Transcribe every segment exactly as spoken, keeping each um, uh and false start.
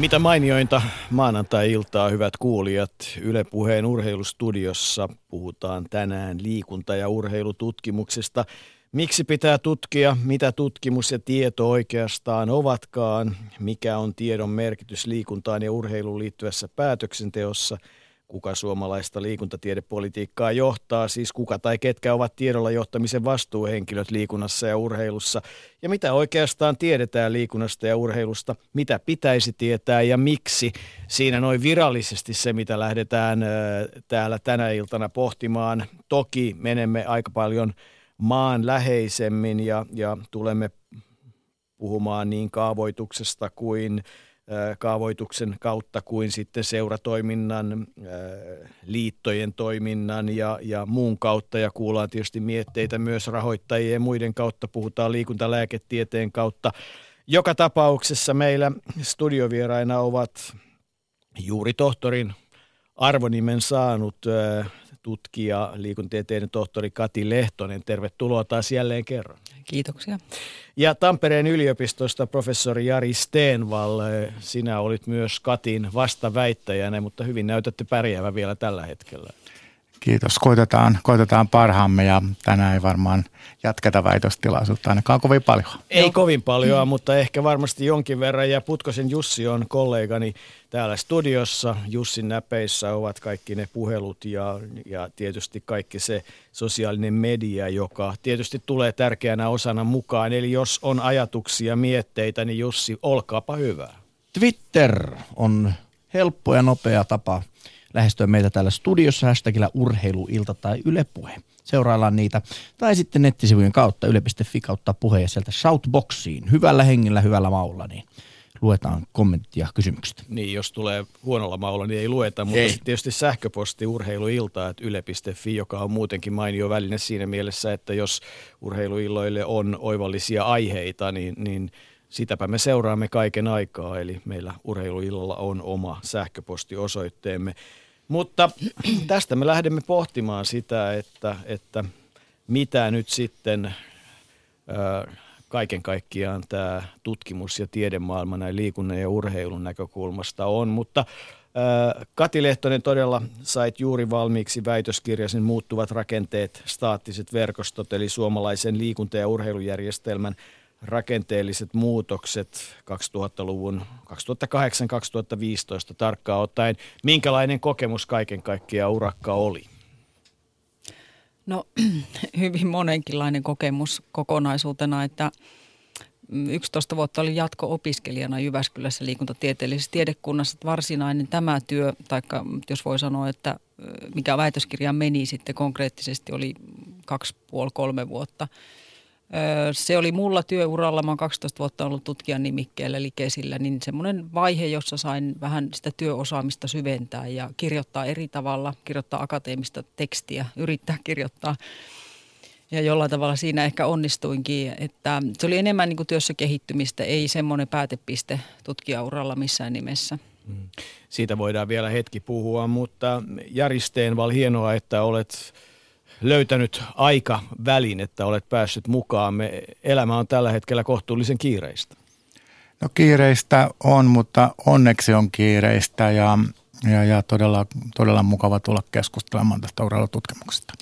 Mitä mainiointa maanantai-iltaa, hyvät kuulijat. Yle Puheen urheilustudiossa puhutaan tänään liikunta- ja urheilututkimuksesta. Miksi pitää tutkia, mitä tutkimus ja tieto oikeastaan ovatkaan, mikä on tiedon merkitys liikuntaan ja urheiluun liittyvässä päätöksenteossa, kuka suomalaista liikuntatiedepolitiikkaa johtaa, siis kuka tai ketkä ovat tiedolla johtamisen vastuuhenkilöt liikunnassa ja urheilussa, ja mitä oikeastaan tiedetään liikunnasta ja urheilusta, mitä pitäisi tietää ja miksi. Siinä noin virallisesti se, mitä lähdetään täällä tänä iltana pohtimaan. Toki menemme aika paljon maan läheisemmin ja, ja tulemme puhumaan niin kaavoituksesta kuin kaavoituksen kautta kuin sitten seuratoiminnan, liittojen toiminnan ja, ja muun kautta. Ja kuullaan tietysti mietteitä myös rahoittajien ja muiden kautta. Puhutaan liikuntalääketieteen kautta. Joka tapauksessa meillä studiovieraina ovat juuri tohtorin arvonimen saanut tutkija, liikuntatieteiden tohtori Kati Lehtonen. Tervetuloa taas jälleen kerran. Kiitoksia. Ja Tampereen yliopistosta professori Jari Stenvall, sinä olit myös Katin vastaväittäjänä, mutta hyvin näytätte pärjäävän vielä tällä hetkellä. Kiitos. Koitetaan, koitetaan parhaamme ja tänään ei varmaan jatketa väitöstilaisuutta ainakaan kovin paljon. Ei Joo. kovin paljon, mutta ehkä varmasti jonkin verran. Ja Putkosen Jussi on kollegani täällä studiossa. Jussin näpeissä ovat kaikki ne puhelut ja, ja tietysti kaikki se sosiaalinen media, joka tietysti tulee tärkeänä osana mukaan. Eli jos on ajatuksia, mietteitä, niin Jussi, olkaapa hyvä. Twitter on helppo ja nopea tapa lähestyä meitä täällä studiossa hashtagillä urheiluilta tai Yle Puhe. Seuraillaan niitä. Tai sitten nettisivujen kautta yle piste fi kautta puhe ja sieltä shoutboxiin. Hyvällä hengellä, hyvällä maulla, niin luetaan kommentit ja kysymykset. Niin, jos tulee huonolla maulla, niin ei lueta, mutta ei. Tietysti sähköposti urheiluilta, että yle piste fi, joka on muutenkin mainio väline siinä mielessä, että jos urheiluilloille on oivallisia aiheita, niin, niin sitäpä me seuraamme kaiken aikaa, eli meillä urheiluillalla on oma sähköpostiosoitteemme. Mutta tästä me lähdemme pohtimaan sitä, että, että mitä nyt sitten ää, kaiken kaikkiaan tämä tutkimus- ja tiedemaailma näin liikunnan ja urheilun näkökulmasta on. Mutta ää, Kati Lehtonen, todella sait juuri valmiiksi väitöskirjasin Muuttuvat rakenteet, staattiset verkostot, eli suomalaisen liikunta- ja urheilujärjestelmän rakenteelliset muutokset kaksituhattaluvun kaksituhattakahdeksan kaksituhattaviisitoista tarkkaan ottaen. Minkälainen kokemus kaiken kaikkiaan urakka oli? No hyvin monenkinlainen kokemus kokonaisuutena, että yksitoista vuotta olin jatko-opiskelijana Jyväskylässä liikuntatieteellisessä tiedekunnassa. Varsinainen tämä työ, tai jos voi sanoa, että mikä väitöskirjaan meni sitten konkreettisesti, oli kaksi puoli kolme vuotta. Se oli mulla työuralla, mä oon kaksitoista vuotta ollut tutkijan nimikkeellä eli kesillä, niin semmoinen vaihe, jossa sain vähän sitä työosaamista syventää ja kirjoittaa eri tavalla, kirjoittaa akateemista tekstiä, yrittää kirjoittaa. Ja jollain tavalla siinä ehkä onnistuinkin, että se oli enemmän niin kuin työssä kehittymistä, ei semmoinen päätepiste tutkijauralla missään nimessä. Siitä voidaan vielä hetki puhua, mutta Jari Stenvall, hienoa, että olet löytänyt aikavälin, että olet päässyt mukaan. Me, elämä on tällä hetkellä kohtuullisen kiireistä. No kiireistä on, mutta onneksi on kiireistä ja, ja, ja todella, todella mukava tulla keskustelemaan tästä urheilututkimuksesta.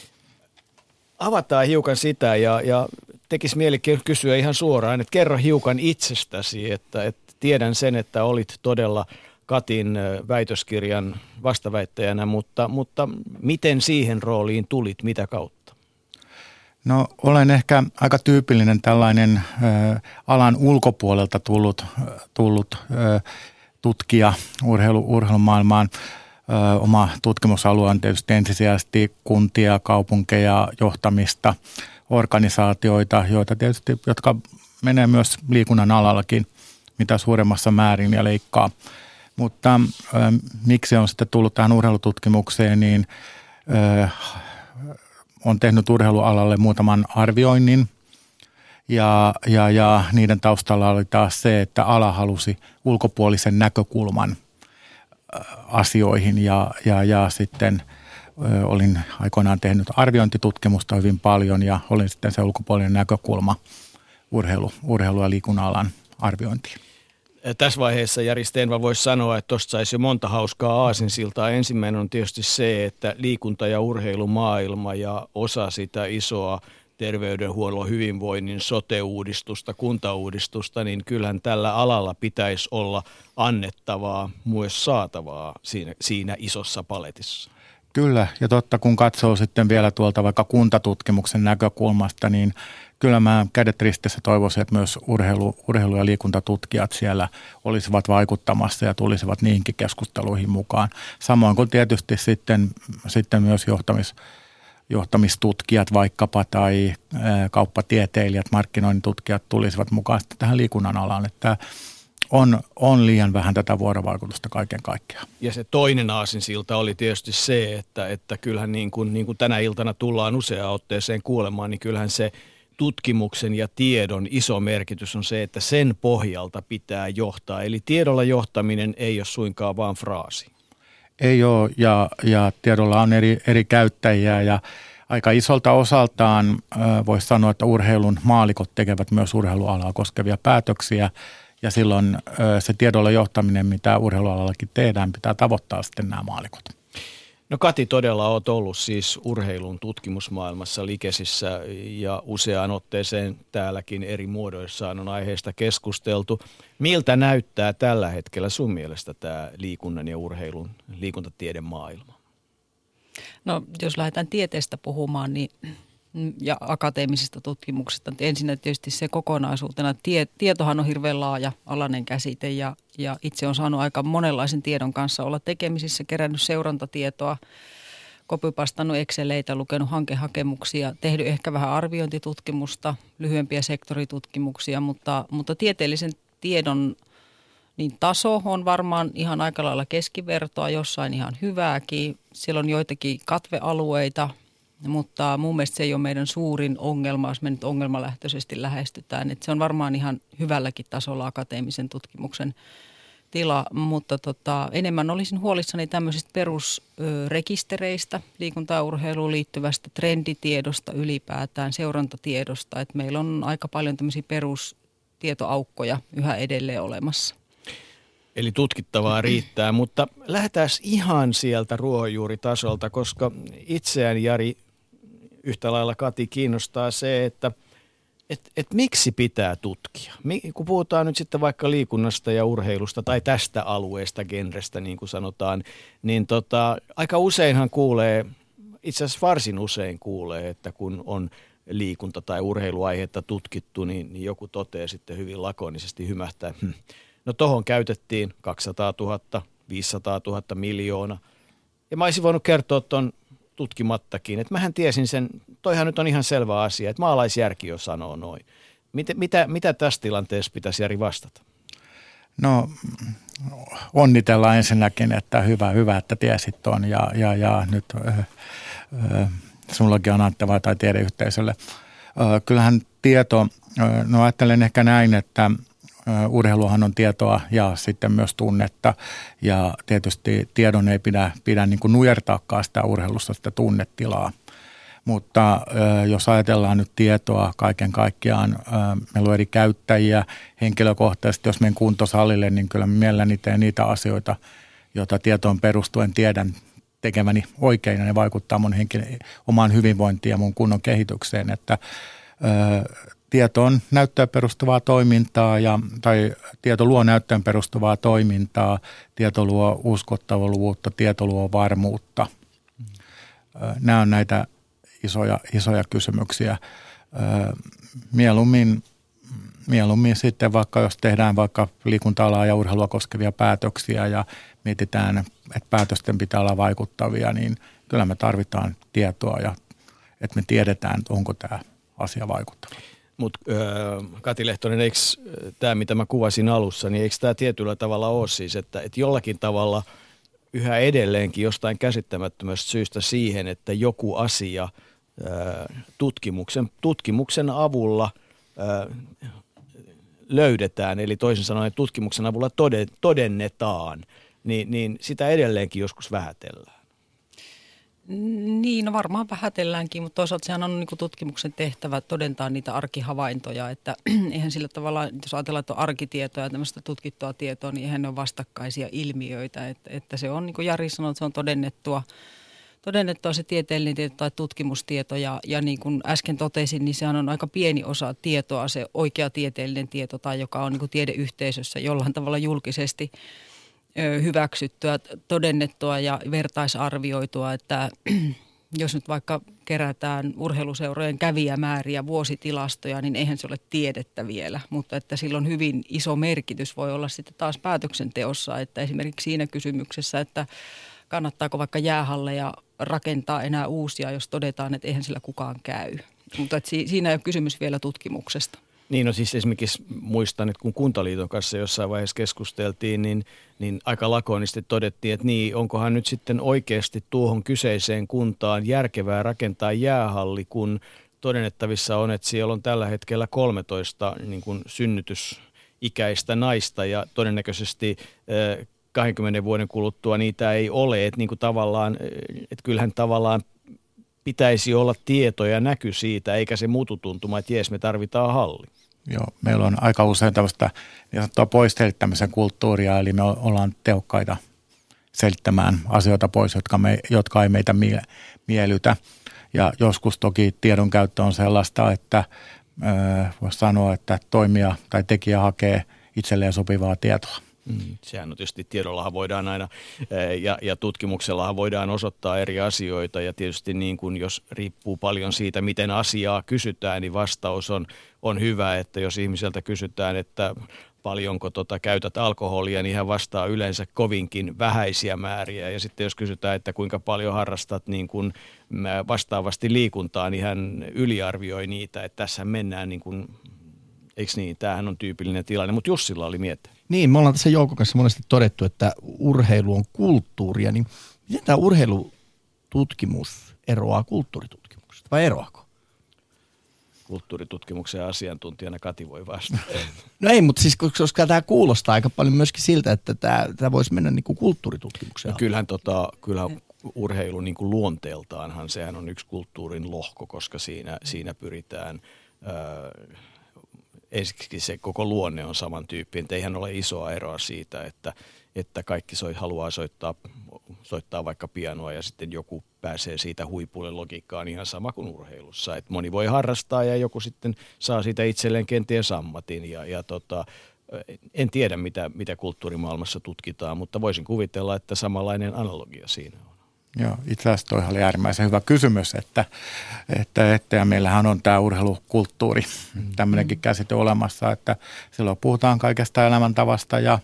Avataan hiukan sitä ja, ja tekisi mieli kysyä ihan suoraan, että kerro hiukan itsestäsi, että, että tiedän sen, että olit todella Katin väitöskirjan vastaväittäjänä, mutta, mutta miten siihen rooliin tulit, mitä kautta? No olen ehkä aika tyypillinen tällainen ö, alan ulkopuolelta tullut, tullut ö, tutkija urheilu, urheilumaailmaan. Ö, oma tutkimusalue on tietysti ensisijaisesti kuntia, kaupunkeja, johtamista, organisaatioita, joita tietysti, jotka menee myös liikunnan alallakin mitä suuremmassa määrin ja leikkaa. Mutta äh, miksi on sitten tullut tähän urheilututkimukseen, niin äh, on tehnyt urheilualalle muutaman arvioinnin ja, ja, ja niiden taustalla oli taas se, että ala halusi ulkopuolisen näkökulman äh, asioihin ja, ja, ja sitten äh, olin aikoinaan tehnyt arviointitutkimusta hyvin paljon ja olin sitten se ulkopuolinen näkökulma urheilu, urheilu- ja liikunnan alan arviointiin. Tässä vaiheessa Jari Stenvall voisi sanoa, että tuosta saisi jo monta hauskaa aasinsiltaa. Ensimmäinen on tietysti se, että liikunta- ja urheilumaailma ja osa sitä isoa terveydenhuollon, hyvinvoinnin, sote-uudistusta, kuntauudistusta, niin kyllähän tällä alalla pitäisi olla annettavaa, myös saatavaa siinä, siinä isossa paletissa. Kyllä, ja totta kun katsoo sitten vielä tuolta vaikka kuntatutkimuksen näkökulmasta, niin kyllä mä kädet ristissä toivoisin, että myös urheilu, urheilu- ja liikuntatutkijat siellä olisivat vaikuttamassa ja tulisivat niihinkin keskusteluihin mukaan. Samoin kuin tietysti sitten, sitten myös johtamis, johtamistutkijat vaikkapa tai ää, kauppatieteilijät, markkinointitutkijat tulisivat mukaan sitten tähän liikunnan alaan, että On, on liian vähän tätä vuorovaikutusta kaiken kaikkiaan. Ja se toinen aasinsilta oli tietysti se, että, että kyllähän niin kuin, niin kuin tänä iltana tullaan useaan otteeseen kuulemaan, niin kyllähän se tutkimuksen ja tiedon iso merkitys on se, että sen pohjalta pitää johtaa. Eli tiedolla johtaminen ei ole suinkaan vaan fraasi. Ei ole, ja, ja tiedolla on eri, eri käyttäjiä ja aika isolta osaltaan äh, voisi sanoa, että urheilun maalikot tekevät myös urheilualaa koskevia päätöksiä. Ja silloin se tiedolla johtaminen, mitä urheilualallakin tehdään, pitää tavoittaa sitten nämä maalikot. No Kati, todella olet ollut siis urheilun tutkimusmaailmassa Likesissä ja useaan otteeseen täälläkin eri muodoissaan on aiheesta keskusteltu. Miltä näyttää tällä hetkellä sun mielestä tämä liikunnan ja urheilun liikuntatieden maailma? No jos lähdetään tieteestä puhumaan, niin ja akateemisesta tutkimuksesta. Ensinnä tietysti se kokonaisuutena. Tie, tietohan on hirveän laaja alainen käsite ja, ja itse on saanut aika monenlaisen tiedon kanssa olla tekemisissä, kerännyt seurantatietoa, kopipastannut Exceleitä, lukenut hankehakemuksia, tehnyt ehkä vähän arviointitutkimusta, lyhyempiä sektoritutkimuksia, mutta, mutta tieteellisen tiedon niin taso on varmaan ihan aika lailla keskivertoa, jossain ihan hyvääkin. Siellä on joitakin katvealueita, mutta mun mielestä se ei ole meidän suurin ongelma, jos me nyt ongelmalähtöisesti lähestytään. Että se on varmaan ihan hyvälläkin tasolla akateemisen tutkimuksen tila, mutta tota, enemmän olisin huolissani tämmöisistä perusrekistereistä, liikunta- ja urheiluun liittyvästä trenditiedosta ylipäätään, seurantatiedosta. Että meillä on aika paljon tämmöisiä perustietoaukkoja yhä edelleen olemassa. Eli tutkittavaa riittää, mutta lähdetään ihan sieltä ruohonjuuritasolta, koska itseään, Jari, yhtä lailla Kati, kiinnostaa se, että et, et miksi pitää tutkia. Kun puhutaan nyt sitten vaikka liikunnasta ja urheilusta tai tästä alueesta, genrestä niin kuin sanotaan, niin tota, aika useinhan kuulee, itse asiassa varsin usein kuulee, että kun on liikunta- tai urheiluaihetta tutkittu, niin, niin joku toteaa sitten hyvin lakonisesti hymähtää, hm, no tohon käytettiin kaksisataatuhatta, viisisataatuhatta, miljoona. Ja mä olisin voinut kertoa ton tutkimattakin, että mähän tiesin sen, toihan nyt on ihan selvä asia, että maalaisjärki jo sanoo noin. Mitä, mitä, mitä tässä tilanteessa pitäisi, Jari, vastata? No onnitellaan ensinnäkin, että hyvä, hyvä että tiesit ton ja, ja, ja nyt äh, äh, sullakin on annettavaa tai tiedeyhteisölle. Äh, kyllähän tieto, äh, no ajattelen ehkä näin, että urheiluhan on tietoa ja sitten myös tunnetta ja tietysti tiedon ei pidä, pidä niin kuin nujertaakaan sitä urheilusta sitä tunnetilaa. Mutta jos ajatellaan nyt tietoa kaiken kaikkiaan, meillä on eri käyttäjiä henkilökohtaisesti, jos menen kuntosalille, niin kyllä mielelläni teen niitä asioita, joita tietoon perustuen tiedän tekemäni oikein ja ne vaikuttaa mun henkilö- omaan hyvinvointiin ja mun kunnon kehitykseen, että tieto on näyttöön perustuvaa toimintaa ja, tai tieto luo näyttöön perustuvaa toimintaa, tieto luo uskottavuutta, tieto luo varmuutta. Nämä on näitä isoja, isoja kysymyksiä. Mieluummin, mieluummin sitten vaikka jos tehdään vaikka liikunta-alaa ja urheilua koskevia päätöksiä ja mietitään, että päätösten pitää olla vaikuttavia, niin kyllä me tarvitaan tietoa ja että me tiedetään, että onko tämä asia vaikuttava. Mutta Kati Lehtonen, eikö tämä, mitä mä kuvasin alussa, niin eikö tämä tietyllä tavalla ole siis, että, että jollakin tavalla yhä edelleenkin jostain käsittämättömästä syystä siihen, että joku asia ää, tutkimuksen, tutkimuksen avulla ää, löydetään, eli toisin sanoen tutkimuksen avulla todennetaan, niin, niin sitä edelleenkin joskus vähätellään. Niin, no varmaan vähätelläänkin, mutta toisaalta sehän on niin kuin tutkimuksen tehtävä todentaa niitä arkihavaintoja, että eihän sillä tavalla, jos ajatellaan, että on arkitietoa ja tämmöistä tutkittua tietoa, niin eihän ne ole vastakkaisia ilmiöitä, että, että se on, niin kuin Jari sanoi, että se on todennettua, todennettua se tieteellinen tieto tai tutkimustieto ja, ja niin kuin äsken totesin, niin sehän on aika pieni osa tietoa, se oikea tieteellinen tieto tai joka on niin kuin tiedeyhteisössä jollain tavalla julkisesti hyväksyttyä, todennettua ja vertaisarvioitua, että jos nyt vaikka kerätään urheiluseurojen kävijämääriä, vuositilastoja, niin eihän se ole tiedettä vielä, mutta että sillä on hyvin iso merkitys voi olla sitten taas päätöksenteossa, että esimerkiksi siinä kysymyksessä, että kannattaako vaikka jäähalleja rakentaa enää uusia, jos todetaan, että eihän sillä kukaan käy. Mutta että siinä ei ole kysymys vielä tutkimuksesta. Niin, no siis esimerkiksi muistan, että kun Kuntaliiton kanssa jossain vaiheessa keskusteltiin, niin, niin aika lakonisesti todettiin, että niin, onkohan nyt sitten oikeasti tuohon kyseiseen kuntaan järkevää rakentaa jäähalli, kun todennettavissa on, että siellä on tällä hetkellä kolmetoista niin kuin synnytysikäistä naista ja todennäköisesti äh, kaksikymmentä vuoden kuluttua niitä ei ole, että niin kuin tavallaan, että kyllähän tavallaan pitäisi olla tieto ja näky siitä, eikä se mututuntuma, että jes, me tarvitaan halli. Joo, meillä on aika usein tämmöistä niin sanottua poisselittämisen kulttuuria, eli me ollaan tehokkaita selittämään asioita pois, jotka, me, jotka ei meitä mie, miellytä. Ja joskus toki tiedon käyttö on sellaista, että voisi sanoa, että toimija tai tekijä hakee itselleen sopivaa tietoa. Mm, sehän on tietysti, tiedollahan voidaan aina ja, ja tutkimuksellahan voidaan osoittaa eri asioita ja tietysti niin kuin jos riippuu paljon siitä, miten asiaa kysytään, niin vastaus on, on hyvä, että jos ihmiseltä kysytään, että paljonko tota, käytät alkoholia, niin hän vastaa yleensä kovinkin vähäisiä määriä ja sitten jos kysytään, että kuinka paljon harrastat niin kuin vastaavasti liikuntaa, niin hän yliarvioi niitä, että tässä mennään niin kuin, eikö niin, tämähän on tyypillinen tilanne, mutta Jussilla oli miettä. Niin, me ollaan tässä Joukon kanssa monesti todettu, että urheilu on kulttuuria, niin miten tämä urheilututkimus eroaa kulttuuritutkimuksesta vai eroako? Kulttuuritutkimuksen asiantuntijana Kati voi vastata. No ei, mutta siis koska tämä kuulostaa aika paljon myöskin siltä, että tämä, tämä voisi mennä niin kuin kulttuuritutkimukseen. No kyllähän, tota, kyllähän urheilu niin kuin luonteeltaanhan, sehän on yksi kulttuurin lohko, koska siinä, siinä pyritään... Öö, ensiksi se koko luonne on samantyyppinen, että eihän ole isoa eroa siitä, että, että kaikki soi, haluaa soittaa, soittaa vaikka pianoa ja sitten joku pääsee siitä huipulle logiikkaan ihan sama kuin urheilussa. Että moni voi harrastaa ja joku sitten saa siitä itselleen kenties ammatin ja, ja tota, en tiedä mitä, mitä kulttuurimaailmassa tutkitaan, mutta voisin kuvitella, että samanlainen analogia siinä on. Joo, itse asiassa toi oli äärimmäisen hyvä kysymys, että, että, että ja meillähän on tämä urheilukulttuuri, mm. tämmöinenkin käsite olemassa, että silloin puhutaan kaikesta elämäntavasta ja,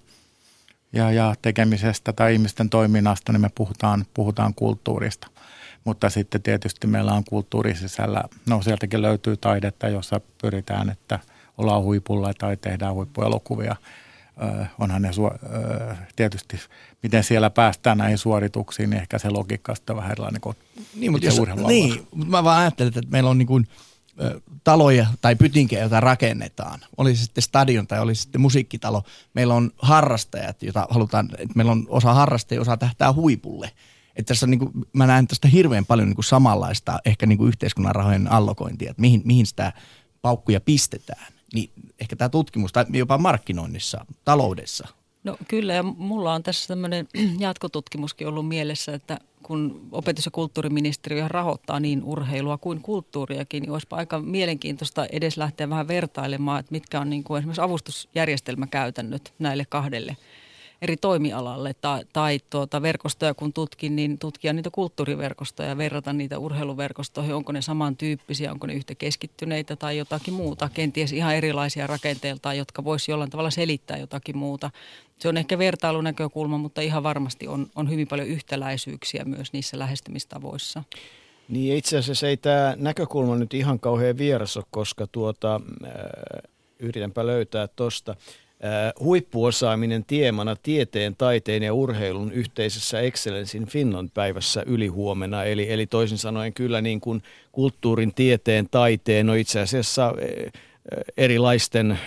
ja, ja tekemisestä tai ihmisten toiminnasta, niin me puhutaan, puhutaan kulttuurista. Mutta sitten tietysti meillä on kulttuuri sisällä, no sieltäkin löytyy taidetta, jossa pyritään, että ollaan huipulla tai tehdään huippuelokuvia. Öö, onhan ne suo, öö, tietysti, miten siellä päästään näihin suorituksiin, niin ehkä se logiikka on vähän erilainen kuin niin, mutta jos, niin, mutta mä vaan ajattelen, että meillä on niin kuin, ö, taloja tai pytinkejä, joita rakennetaan. Oli se sitten stadion tai oli se sitten musiikkitalo. Meillä on harrastajat, joita halutaan, että meillä on osa harrastajia, osa tähtää huipulle. Että tässä on niin kuin, mä näen tästä hirveän paljon niin kuin samanlaista ehkä niin kuin yhteiskunnan rahojen allokointia, että mihin, mihin sitä paukkuja pistetään. Niin ehkä tämä tutkimus tai jopa markkinoinnissa, taloudessa. No kyllä, ja mulla on tässä tämmöinen jatkotutkimuskin ollut mielessä, että kun opetus- ja kulttuuriministeriö rahoittaa niin urheilua kuin kulttuuriakin, niin olisipa aika mielenkiintoista edes lähteä vähän vertailemaan, että mitkä on niin kuin esimerkiksi avustusjärjestelmäkäytännöt näille kahdelle eri toimialalle tai, tai tuota verkostoja kun tutkin, niin tutkia niitä kulttuuriverkostoja ja verrata niitä urheiluverkostoihin. Onko ne samantyyppisiä, onko ne yhtä keskittyneitä tai jotakin muuta. Kenties ihan erilaisia rakenteeltaan, jotka voisi jollain tavalla selittää jotakin muuta. Se on ehkä vertailunäkökulma, mutta ihan varmasti on, on hyvin paljon yhtäläisyyksiä myös niissä lähestymistavoissa. Niin itse asiassa ei tämä näkökulma nyt ihan kauhean vieras ole, koska tuota, äh, yritänpä löytää tuosta. Huippuosaaminen teemana tieteen, taiteen ja urheilun yhteisessä Excellence in Finland-päivässä ylihuomenna. Eli, eli toisin sanoen kyllä niin kuin kulttuurin, tieteen, taiteen on itse asiassa erilaisten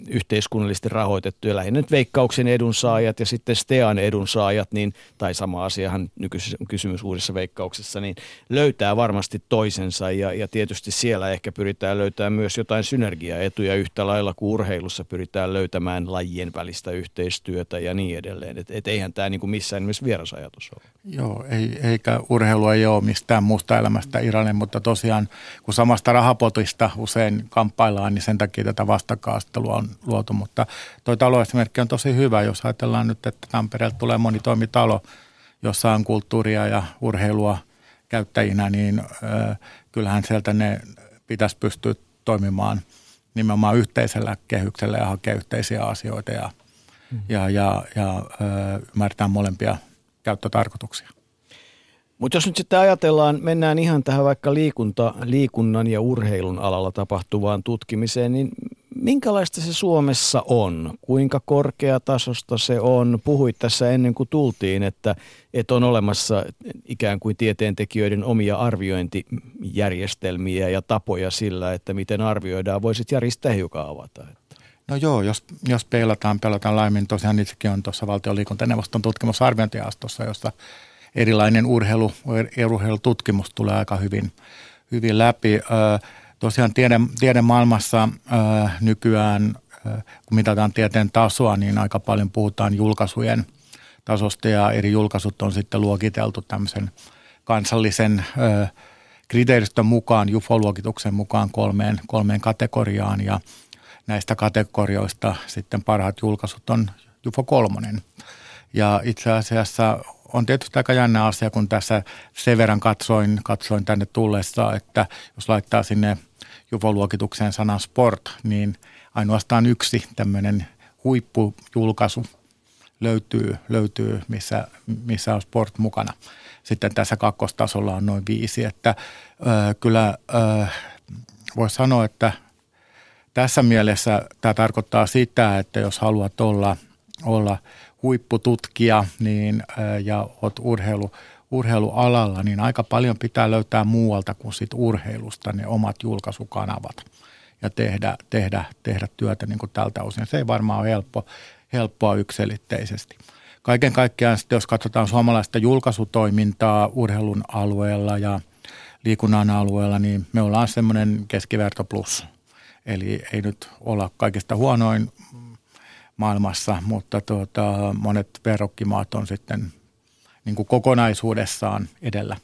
yhteiskunnallisesti rahoitettuja, lähinnä nyt Veikkauksen edunsaajat ja sitten Stean edunsaajat, niin, tai sama asiahan nykyisessä kysymys uudessa Veikkauksessa, niin löytää varmasti toisensa ja, ja tietysti siellä ehkä pyritään löytämään myös jotain synergiaetuja yhtä lailla kuin urheilussa pyritään löytämään lajien välistä yhteistyötä ja niin edelleen. Et, et eihän tämä niinku missään nimessä vierasajatus ole. Joo, ei, eikä urheilu ei ole mistään muusta elämästä irrallinen, mutta tosiaan kun samasta rahapotista usein kamppaillaan, niin sen takia tätä vastakkaastelua on luotu. Mutta tuo taloesimerkki on tosi hyvä, jos ajatellaan nyt, että Tampereelta tulee monitoimitalo, jossa on kulttuuria ja urheilua käyttäjinä, niin äh, kyllähän sieltä ne pitäisi pystyä toimimaan nimenomaan yhteisellä kehyksellä ja hakea yhteisiä asioita ja, mm. ja, ja, ja äh, ymmärtää molempia käyttötarkoituksia. Mutta jos nyt sitten ajatellaan, mennään ihan tähän vaikka liikunta, liikunnan ja urheilun alalla tapahtuvaan tutkimiseen, niin minkälaista se Suomessa on? Kuinka korkeatasosta se on? Puhuit tässä ennen kuin tultiin, että, että on olemassa ikään kuin tieteentekijöiden omia arviointijärjestelmiä ja tapoja sillä, että miten arvioidaan. Voisit Jari sitä hiukan avata? No joo, jos, jos peilataan, peilataan laajemmin, tosiaan itsekin on tuossa Valtion liikuntaneuvoston tutkimusarviointiastossa, jossa erilainen urheilu, urheilututkimus tulee aika hyvin, hyvin läpi. Tosiaan tiede, tiedemaailmassa nykyään, kun mitataan tieteen tasoa, niin aika paljon puhutaan julkaisujen tasosta ja eri julkaisut on sitten luokiteltu tämmöisen kansallisen kriteeristön mukaan, J U F O-luokituksen mukaan kolmeen, kolmeen kategoriaan ja näistä kategorioista sitten parhaat julkaisut on J U F O kolmonen. Ja itse asiassa on tietysti aika jännä asia, kun tässä sen verran katsoin, katsoin tänne tullessa, että jos laittaa sinne J U F O-luokitukseen sanan sport, niin ainoastaan yksi tämmöinen huippujulkaisu löytyy, löytyy missä, missä on sport mukana. Sitten tässä kakkostasolla on noin viisi, että ö, kyllä voisi sanoa, että tässä mielessä tämä tarkoittaa sitä, että jos haluat olla, olla huippututkija niin, ja olet urheilu, urheilualalla, niin aika paljon pitää löytää muualta kuin sit urheilusta ne omat julkaisukanavat ja tehdä, tehdä, tehdä työtä niin kuin tältä osin. Se ei varmaan ole helppo, helppoa yksiselitteisesti. Kaiken kaikkiaan sitten, jos katsotaan suomalaista julkaisutoimintaa urheilun alueella ja liikunnan alueella, niin me ollaan semmoinen keskiverto plus. Eli ei nyt olla kaikista huonoin maailmassa, mutta tuota, monet verrokkimaat on sitten niin kuin kokonaisuudessaan edellä.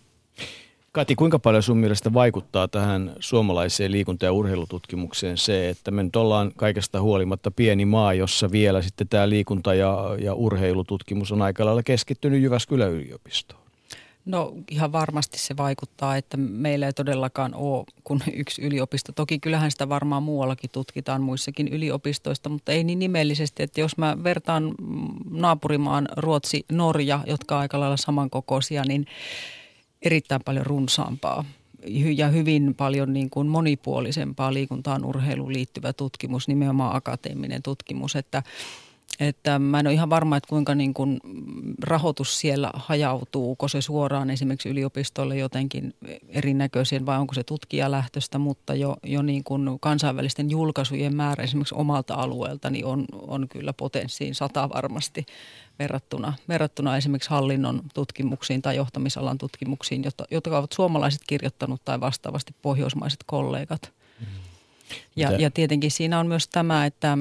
Kati, kuinka paljon sun mielestä vaikuttaa tähän suomalaiseen liikunta- ja urheilututkimukseen se, että me nyt ollaan kaikesta huolimatta pieni maa, jossa vielä sitten tämä liikunta- ja, ja urheilututkimus on aika lailla keskittynyt Jyväskylän yliopistoon? No ihan varmasti se vaikuttaa, että meillä ei todellakaan ole kuin yksi yliopisto. Toki kyllähän sitä varmaan muuallakin tutkitaan muissakin yliopistoista, mutta ei niin nimellisesti, että jos mä vertaan naapurimaan Ruotsi, Norja, jotka on aika lailla samankokoisia, niin erittäin paljon runsaampaa ja hyvin paljon niin kuin monipuolisempaa liikuntaan urheiluun liittyvä tutkimus, nimenomaan akateeminen tutkimus, että Että mä en ole ihan varma, että kuinka niin kuin rahoitus siellä hajautuu, se suoraan esimerkiksi yliopistolle jotenkin erinäköisiin vai onko se tutkijalähtöistä, mutta jo, jo niin kuin kansainvälisten julkaisujen määrä esimerkiksi omalta alueelta niin on, on kyllä potenssiin sata varmasti verrattuna, verrattuna esimerkiksi hallinnon tutkimuksiin tai johtamisalan tutkimuksiin, jotka, jotka ovat suomalaiset kirjoittanut tai vastaavasti pohjoismaiset kollegat. Mm. Ja, ja tietenkin siinä on myös tämä, että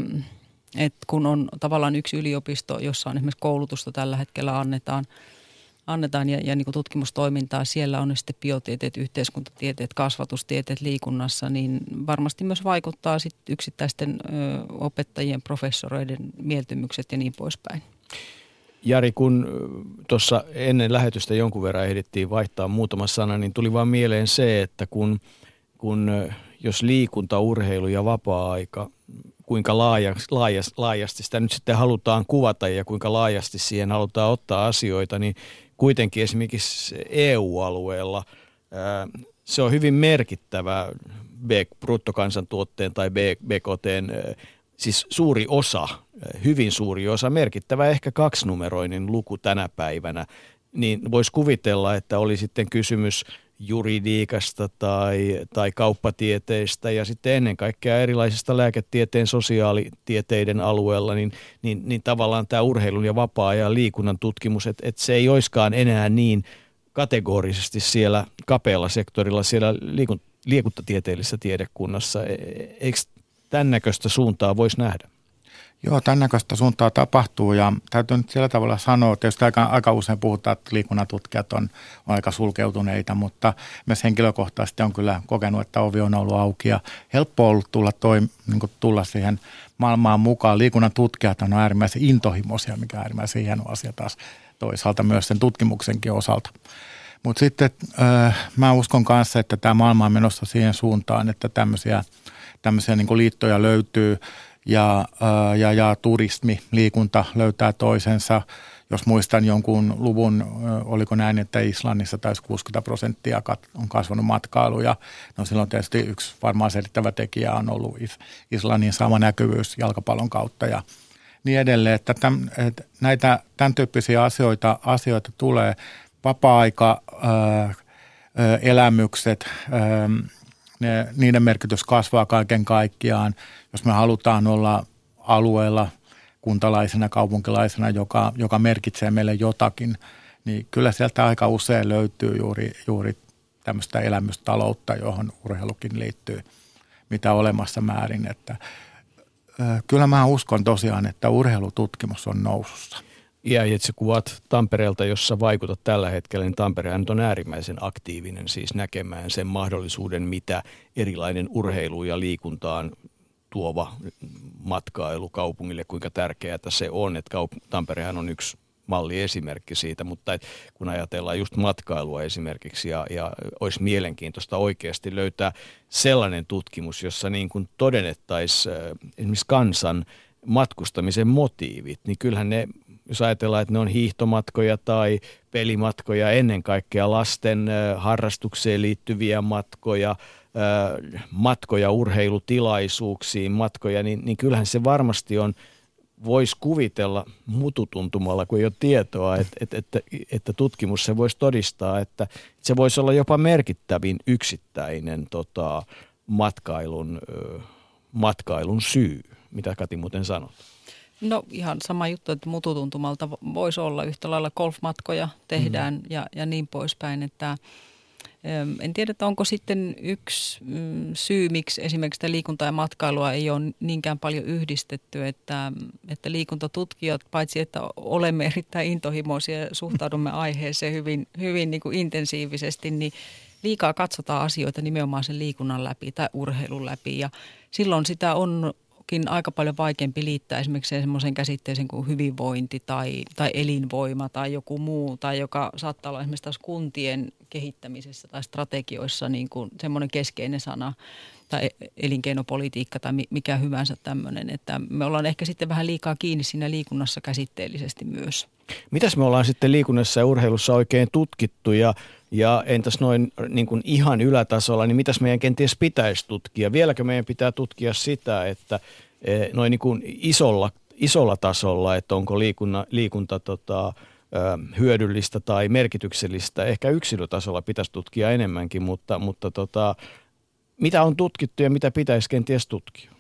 Et kun on tavallaan yksi yliopisto, jossa on esimerkiksi koulutusta tällä hetkellä annetaan, annetaan ja, ja niin kuin tutkimustoimintaa, siellä on sitten biotieteet, yhteiskuntatieteet, kasvatustieteet liikunnassa, niin varmasti myös vaikuttaa sitten yksittäisten ö, opettajien, professoreiden mieltymykset ja niin poispäin. Jari, kun tuossa ennen lähetystä jonkun verran ehdittiin vaihtaa muutama sana, niin tuli vaan mieleen se, että kun, kun jos liikunta, urheilu ja vapaa-aika, kuinka laaja, laaja, laajasti sitä nyt sitten halutaan kuvata ja kuinka laajasti siihen halutaan ottaa asioita, niin kuitenkin esimerkiksi E U-alueella ää, se on hyvin merkittävä bruttokansantuotteen tai B K T:n, siis suuri osa, hyvin suuri osa, merkittävä ehkä kaksinumeroinen luku tänä päivänä, niin voisi kuvitella, että oli sitten kysymys juridiikasta tai, tai kauppatieteistä ja sitten ennen kaikkea erilaisista lääketieteen, sosiaalitieteiden alueella, niin, niin, niin tavallaan tämä urheilun ja vapaa-ajan liikunnan tutkimus, että, että se ei oiskaan enää niin kategorisesti siellä kapealla sektorilla, siellä liikun, liikuntatieteellisessä tiedekunnassa. Eikö tämän näköistä suuntaa voisi nähdä? Joo, tämän näköistä suuntaa tapahtuu ja täytyy nyt sillä tavalla sanoa, että tietysti aika, aika usein puhutaan, että liikunnantutkijat on, on aika sulkeutuneita, mutta myös henkilökohtaisesti on kyllä kokenut, että ovi on ollut auki ja helppo ollut tulla, toi, niin kuin tulla siihen maailmaan mukaan. Liikunnan tutkijat on äärimmäisen intohimoisia, mikä on äärimmäisen hieno asia taas toisaalta myös sen tutkimuksenkin osalta. Mutta sitten äh, mä uskon kanssa, että tämä maailma on menossa siihen suuntaan, että tämmöisiä, tämmöisiä niin kuin liittoja löytyy. Ja, ja, ja turismi, liikunta löytää toisensa. Jos muistan jonkun luvun, oliko näin, että Islannissa taisi kuusikymmentä prosenttia on kasvanut matkailu. Ja no silloin tietysti yksi varmaan selittävä tekijä on ollut Islannin sama näkyvyys jalkapallon kautta ja niin edelleen. Että, täm, että näitä tämän tyyppisiä asioita, asioita tulee. Vapaa-aika, ää, elämykset, ää, Ne, niiden merkitys kasvaa kaiken kaikkiaan. Jos me halutaan olla alueella kuntalaisena, kaupunkilaisena, joka, joka merkitsee meille jotakin, niin kyllä sieltä aika usein löytyy juuri, juuri tämmöistä elämystaloutta, johon urheilukin liittyy, mitä olemassa määrin. Että, äh, kyllä mä uskon tosiaan, että urheilututkimus on nousussa. Ja itse kuvat Tampereelta, jossa vaikutat tällä hetkellä, niin Tamperehan on äärimmäisen aktiivinen siis näkemään sen mahdollisuuden, mitä erilainen urheilu ja liikuntaan tuova matkailu kaupungille, kuinka tärkeää se on. Että kaup- Tamperehan on yksi malliesimerkki siitä, mutta et kun ajatellaan just matkailua esimerkiksi ja, ja olisi mielenkiintoista oikeasti löytää sellainen tutkimus, jossa niin kuin todennettaisiin äh, esimerkiksi kansan matkustamisen motiivit, niin kyllähän ne, jos ajatellaan, että ne on hiihtomatkoja tai pelimatkoja, ennen kaikkea lasten äh, harrastukseen liittyviä matkoja, äh, matkoja urheilutilaisuuksiin, matkoja, niin, niin kyllähän se varmasti on, voisi kuvitella mututuntumalla, kun ei ole tietoa, että, että, että, että tutkimus se voisi todistaa, että se voisi olla jopa merkittävin yksittäinen tota, matkailun, äh, matkailun syy. Mitä Kati muuten sanot? No ihan sama juttu, että mututuntumalta voisi olla yhtä lailla golfmatkoja tehdään mm. ja, ja niin poispäin, että en tiedä, että onko sitten yksi syy, miksi esimerkiksi sitä liikuntaa ja matkailua ei ole niinkään paljon yhdistetty, että, että liikuntatutkijat, paitsi että olemme erittäin intohimoisia ja suhtaudumme aiheeseen hyvin, hyvin niin kuin intensiivisesti, niin liikaa katsotaan asioita nimenomaan sen liikunnan läpi tai urheilun läpi ja silloin sitä on aika paljon vaikeampi liittää esimerkiksi semmoisen käsitteeseen kuin hyvinvointi tai, tai elinvoima tai joku muu, tai joka saattaa olla esimerkiksi taas kuntien kehittämisessä tai strategioissa niin kuin semmoinen keskeinen sana tai elinkeinopolitiikka tai mikä hyvänsä tämmöinen, että me ollaan ehkä sitten vähän liikaa kiinni siinä liikunnassa käsitteellisesti myös. Mitäs me ollaan sitten liikunnassa ja urheilussa oikein tutkittu ja, ja entäs noin niin kuin ihan ylätasolla, niin mitäs meidän kenties pitäisi tutkia? Vieläkö meidän pitää tutkia sitä, että noin niin kuin isolla, isolla tasolla, että onko liikunta, liikunta tota, hyödyllistä tai merkityksellistä? Ehkä yksilötasolla pitäisi tutkia enemmänkin, mutta, mutta tota, mitä on tutkittu ja mitä pitäisi kenties tutkia?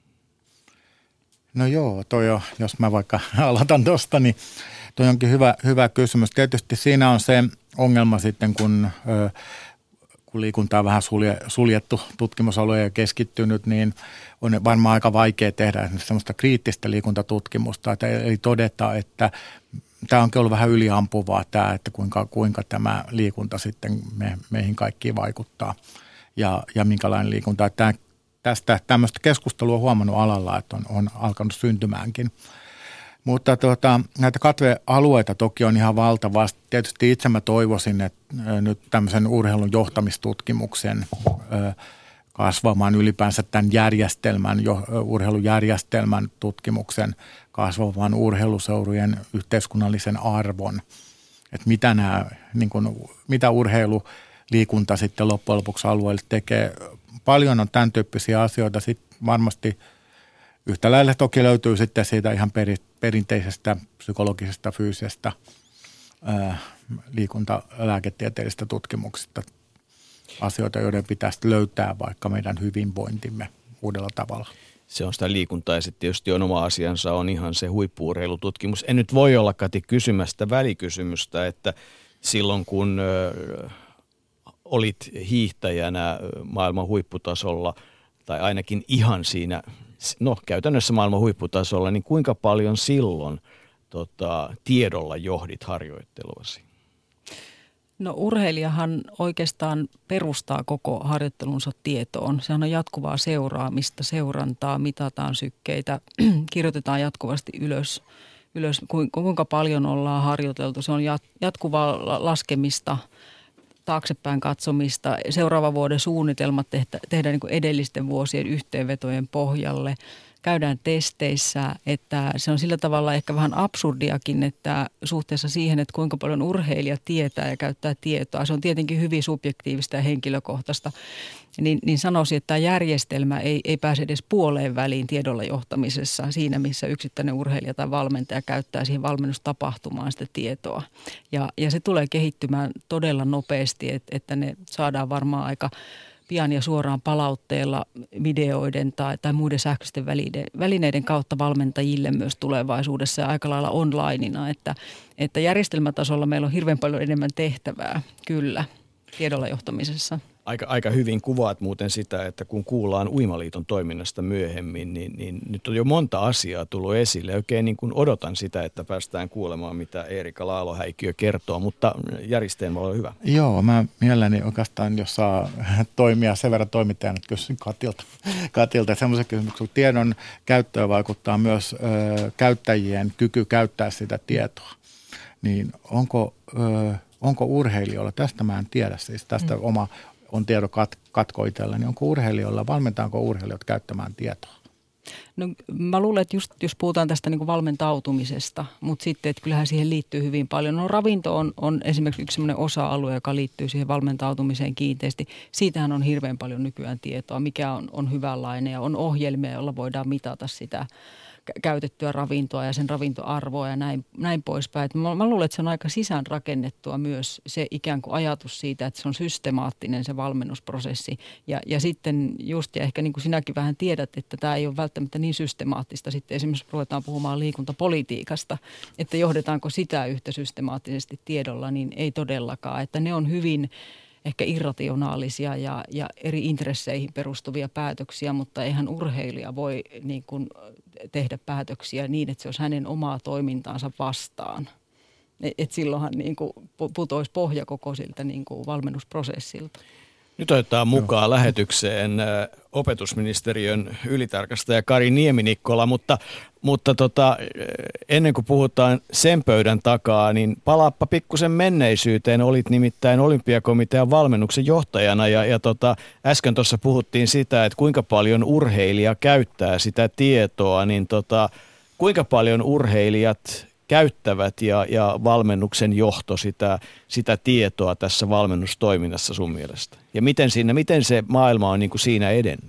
No joo, toi on, jos mä vaikka aloitan tuosta, niin toi onkin hyvä, hyvä kysymys. Tietysti siinä on se ongelma sitten, kun, kun liikunta on vähän sulje, suljettu tutkimusalue ja keskittynyt, niin on varmaan aika vaikea tehdä semmoista kriittistä liikuntatutkimusta. Että, eli todeta, että tämä onkin ollut vähän yliampuvaa tämä, että kuinka, kuinka tämä liikunta sitten me, meihin kaikkiin vaikuttaa ja, ja minkälainen liikunta. Tämä, tästä tämmöistä keskustelua on huomannut alalla, että on, on alkanut syntymäänkin. Mutta tuota, näitä katvealueita toki on ihan valtavasti. Tietysti itse mä toivoisin, että nyt tämmöisen urheilun johtamistutkimuksen kasvamaan ylipäänsä tämän järjestelmän, urheilujärjestelmän tutkimuksen kasvavan urheiluseurujen yhteiskunnallisen arvon. Että mitä, nämä, niin kuin, mitä urheilu, liikunta sitten loppujen lopuksi alueelle tekee. Paljon on tämän tyyppisiä asioita. Sitten varmasti yhtä lailla toki löytyy sitten siitä ihan peri, perinteisestä psykologisesta, fyysisestä ää, liikuntalääketieteellisestä tutkimuksesta. asioita, joiden pitäisi löytää vaikka meidän hyvinvointimme uudella tavalla. Se on sitä liikuntaa ja sitten tietysti on oma asiansa on ihan se huippu-urheilututkimus. En nyt voi olla, Kati, kysymästä välikysymystä, että silloin kun ö, olit hiihtäjänä maailman huipputasolla tai ainakin ihan siinä, no käytännössä maailman huipputasolla, niin kuinka paljon silloin tota, tiedolla johdit harjoitteluasi? No urheilijahan oikeastaan perustaa koko harjoittelunsa tietoon. Sehän on jatkuvaa seuraamista, seurantaa, mitataan sykkeitä, kirjoitetaan jatkuvasti ylös, ylös kuinka paljon ollaan harjoiteltu. Se on jatkuvaa laskemista, taaksepäin katsomista, seuraavan vuoden suunnitelmat tehtä, tehdään niin kuin edellisten vuosien yhteenvetojen pohjalle. Käydään testeissä, että se on sillä tavalla ehkä vähän absurdiakin, että suhteessa siihen, että kuinka paljon urheilija tietää ja käyttää tietoa, se on tietenkin hyvin subjektiivista ja henkilökohtaista, niin, niin sanoisin, että tämä järjestelmä ei, ei pääse edes puoleen väliin tiedolla johtamisessa siinä, missä yksittäinen urheilija tai valmentaja käyttää siihen valmennustapahtumaan sitä tietoa. Ja, ja se tulee kehittymään todella nopeasti, että, että ne saadaan varmaan aika pian ja suoraan palautteella videoiden tai, tai muiden sähköisten välineiden, välineiden kautta valmentajille myös tulevaisuudessa ja aika lailla onlineina, että, että järjestelmätasolla meillä on hirveän paljon enemmän tehtävää kyllä tiedolla johtamisessa. Aika, aika hyvin kuvaat muuten sitä, että kun kuullaan Uimaliiton toiminnasta myöhemmin, niin, niin nyt on jo monta asiaa tullut esille. Oikein niin kuin odotan sitä, että päästään kuulemaan, mitä Eerika Laalo-Häikkiö kertoo, mutta järjestelmä on hyvä. Joo, mä mielelläni oikeastaan, jos saa toimia sen verran toimittajana, että kysyn Katilta, Katilta semmoisen kysymyksen, kun tiedon käyttöön vaikuttaa myös ö, käyttäjien kyky käyttää sitä tietoa, niin onko, ö, onko urheilijoilla, tästä mä en tiedä, siis tästä mm. oma on tiedon kat, katko itsellä, niin onko urheilijoilla, valmentaanko urheilijat käyttämään tietoa? No mä luulen, että just jos puhutaan tästä niin kuin valmentautumisesta, mutta sitten, että kyllähän siihen liittyy hyvin paljon. No ravinto on, on esimerkiksi yksi sellainen osa-alue, joka liittyy siihen valmentautumiseen kiinteästi. Siitähän on hirveän paljon nykyään tietoa, mikä on, on hyvänlainen ja on ohjelmia, joilla voidaan mitata sitä käytettyä ravintoa ja sen ravintoarvoa ja näin, näin poispäin. Mä, mä luulen, että se on aika sisäänrakennettua myös se ikään kuin ajatus siitä, että se on systemaattinen se valmennusprosessi. Ja, ja sitten just, ja ehkä niin kuin sinäkin vähän tiedät, että tämä ei ole välttämättä niin systemaattista. Sitten esimerkiksi ruvetaan puhumaan liikuntapolitiikasta, että johdetaanko sitä yhtä systemaattisesti tiedolla, niin ei todellakaan. Että ne on hyvin ehkä irrationaalisia ja, ja eri intresseihin perustuvia päätöksiä, mutta eihän urheilija voi niin kuin tehdä päätöksiä niin, että se olisi hänen omaa toimintaansa vastaan. Et, et silloinhan niin kuin putoisi pohja koko siltä niin kuin valmennusprosessilta. Nyt otetaan mukaan lähetykseen opetusministeriön ylitarkastaja Kari Nieminikkola, mutta, mutta tota, ennen kuin puhutaan sen pöydän takaa, niin palaappa pikkusen menneisyyteen. Olit nimittäin olympiakomitean valmennuksen johtajana ja, ja tota, äsken tuossa puhuttiin sitä, että kuinka paljon urheilija käyttää sitä tietoa, niin tota, kuinka paljon urheilijat käyttävät ja, ja valmennuksen johto sitä, sitä tietoa tässä valmennustoiminnassa sun mielestä? Ja miten, siinä, miten se maailma on niin kuin siinä edennyt?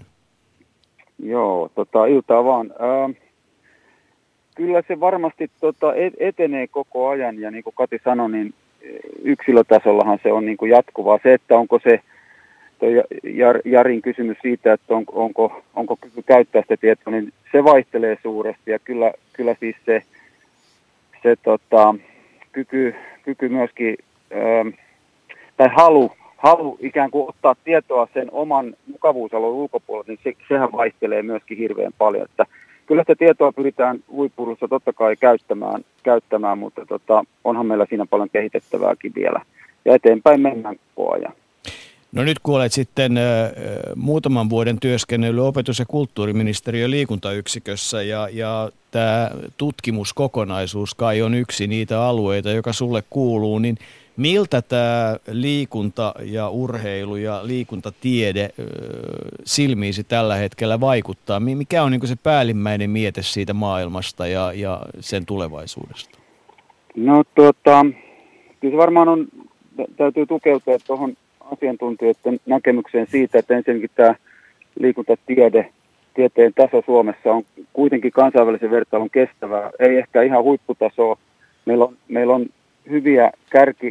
Joo, tota, iltaa vaan. Ää, kyllä se varmasti tota, etenee koko ajan ja niin kuin Kati sanoi, niin yksilötasollahan se on niin kuin jatkuvaa. Se, että onko se toi Jarin kysymys siitä, että on, onko, onko kyky käyttää sitä tietoa, niin se vaihtelee suuresti ja kyllä, kyllä siis se se tota, kyky, kyky myöskin, ää, tai halu, halu ikään kuin ottaa tietoa sen oman mukavuusalueen ulkopuolelta, niin se, sehän vaihtelee myöskin hirveän paljon. Että kyllä sitä tietoa pyritään huippu-urheilussa totta kai käyttämään, käyttämään mutta tota, onhan meillä siinä paljon kehitettävääkin vielä. Ja eteenpäin mennään koko ajan. No nyt kun olet sitten äh, muutaman vuoden työskennellyt opetus- ja kulttuuriministeriön liikuntayksikössä ja, ja tämä tutkimuskokonaisuus kai on yksi niitä alueita, joka sulle kuuluu, niin miltä tämä liikunta ja urheilu ja liikuntatiede äh, silmiisi tällä hetkellä vaikuttaa? Mikä on niin kuin se päällimmäinen miete siitä maailmasta ja, ja sen tulevaisuudesta? No tuota, kyllä se varmaan on, täytyy tukeutua tuohon asiantuntijoiden näkemykseen siitä, että ensinnäkin tämä liikuntatiede, tieteen taso Suomessa on kuitenkin kansainvälisen vertailun kestävää. Ei ehkä ihan huipputasoa. Meillä on, meillä on hyviä kärki,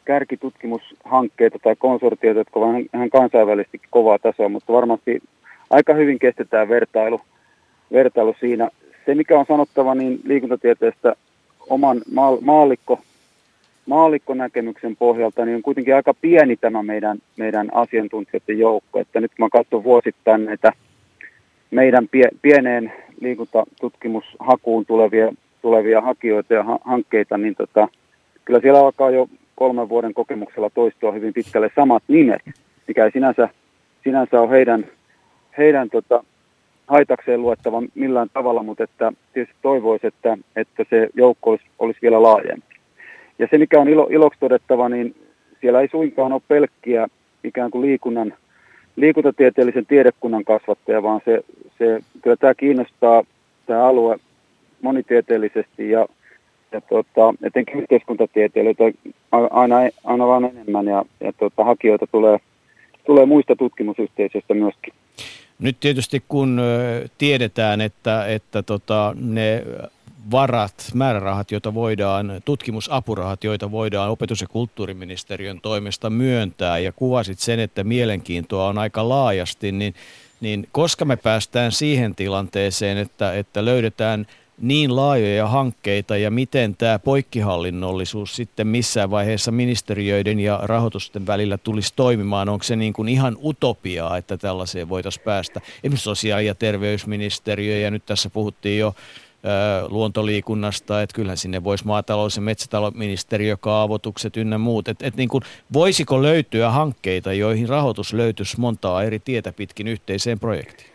kärkitutkimushankkeita tai konsortioita, jotka ovat ihan kansainvälisesti kovaa tasoa, mutta varmasti aika hyvin kestetään vertailu, vertailu siinä. Se, mikä on sanottava, niin liikuntatieteestä oman maallikko, maallikkonäkemyksen pohjalta, niin on kuitenkin aika pieni tämä meidän, meidän asiantuntijoiden joukko. Että nyt kun mä katson vuosittain näitä meidän pie, pieneen liikuntatutkimushakuun tulevia, tulevia hakijoita ja ha, hankkeita, niin tota, kyllä siellä alkaa jo kolmen vuoden kokemuksella toistua hyvin pitkälle samat nimet, mikä ei sinänsä, sinänsä ole heidän, heidän tota, haitakseen luettava millään tavalla, mutta että tietysti toivoisi, että, että se joukko olisi, olisi vielä laajempi. Ja se, mikä on ilo, iloksi todettava, niin siellä ei suinkaan ole pelkkiä ikään kuin liikunnan, liikuntatieteellisen tiedekunnan kasvattaja, vaan se, se, kyllä tämä kiinnostaa tämä alue monitieteellisesti ja, ja tota, etenkin yhteiskuntatieteilijöitä aina, aina vaan enemmän ja, ja tota, hakijoita tulee, tulee muista tutkimusyhteisöistä myöskin. Nyt tietysti kun tiedetään, että, että tota, ne varat, määrärahat, joita voidaan, tutkimusapurahat, joita voidaan opetus- ja kulttuuriministeriön toimesta myöntää, ja kuvasit sen, että mielenkiintoa on aika laajasti, niin, niin koska me päästään siihen tilanteeseen, että, että löydetään niin laajoja hankkeita, ja miten tämä poikkihallinnollisuus sitten missään vaiheessa ministeriöiden ja rahoitusten välillä tulisi toimimaan? Onko se niin kuin ihan utopiaa, että tällaiseen voitaisiin päästä? Esimerkiksi sosiaali- ja terveysministeriö, ja nyt tässä puhuttiin jo ä, luontoliikunnasta, että kyllähän sinne voisi maatalous- ja metsätalousministeriö, kaavoitukset ynnä muut. Et, et niin kuin, voisiko löytyä hankkeita, joihin rahoitus löytyisi montaa eri tietä pitkin yhteiseen projektiin?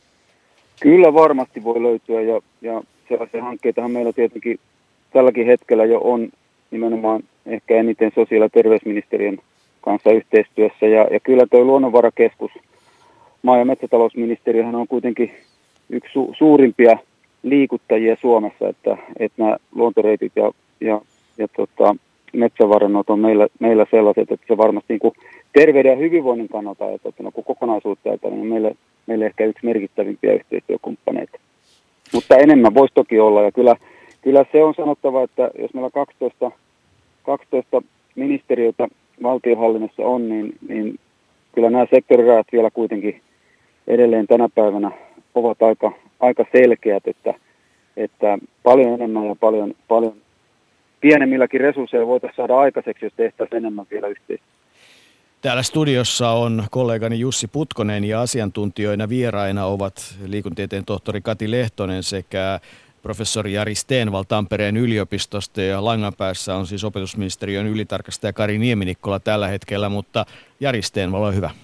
Kyllä varmasti voi löytyä, ja, ja sellaisia hankkeitahan meillä tietenkin tälläkin hetkellä jo on nimenomaan ehkä eniten sosiaali- ja terveysministeriön kanssa yhteistyössä. Ja, ja kyllä tuo luonnonvarakeskus, maa- ja metsätalousministeriöhän on kuitenkin yksi su- suurimpia liikuttajia Suomessa, että, että nämä luontoreitit ja, ja, ja tota, metsävarannot on meillä, meillä sellaiset, että se varmasti niin kuin terveyden ja hyvinvoinnin kannalta ajateltuna, kun kokonaisuutta ajateltuna, niin meille, meille ehkä yksi merkittävimpiä yhteistyökumppaneita. Mutta enemmän voisi toki olla, ja kyllä, kyllä se on sanottava, että jos meillä kaksitoista, kaksitoista ministeriötä valtionhallinnossa on, niin, niin kyllä nämä sektorirajat vielä kuitenkin edelleen tänä päivänä ovat aika, aika selkeät, että, että paljon enemmän ja paljon, paljon pienemmilläkin resursseilla voitaisiin saada aikaiseksi, jos tehtäisiin enemmän vielä yhteistyötä. Täällä studiossa on kollegani Jussi Putkonen, ja asiantuntijoina vieraina ovat liikuntieteen tohtori Kati Lehtonen sekä professori Jari Stenvall Tampereen yliopistosta, ja langan päässä on siis opetusministeriön ylitarkastaja Kari Nieminikkola tällä hetkellä, mutta Jari Stenvall, ole hyvä.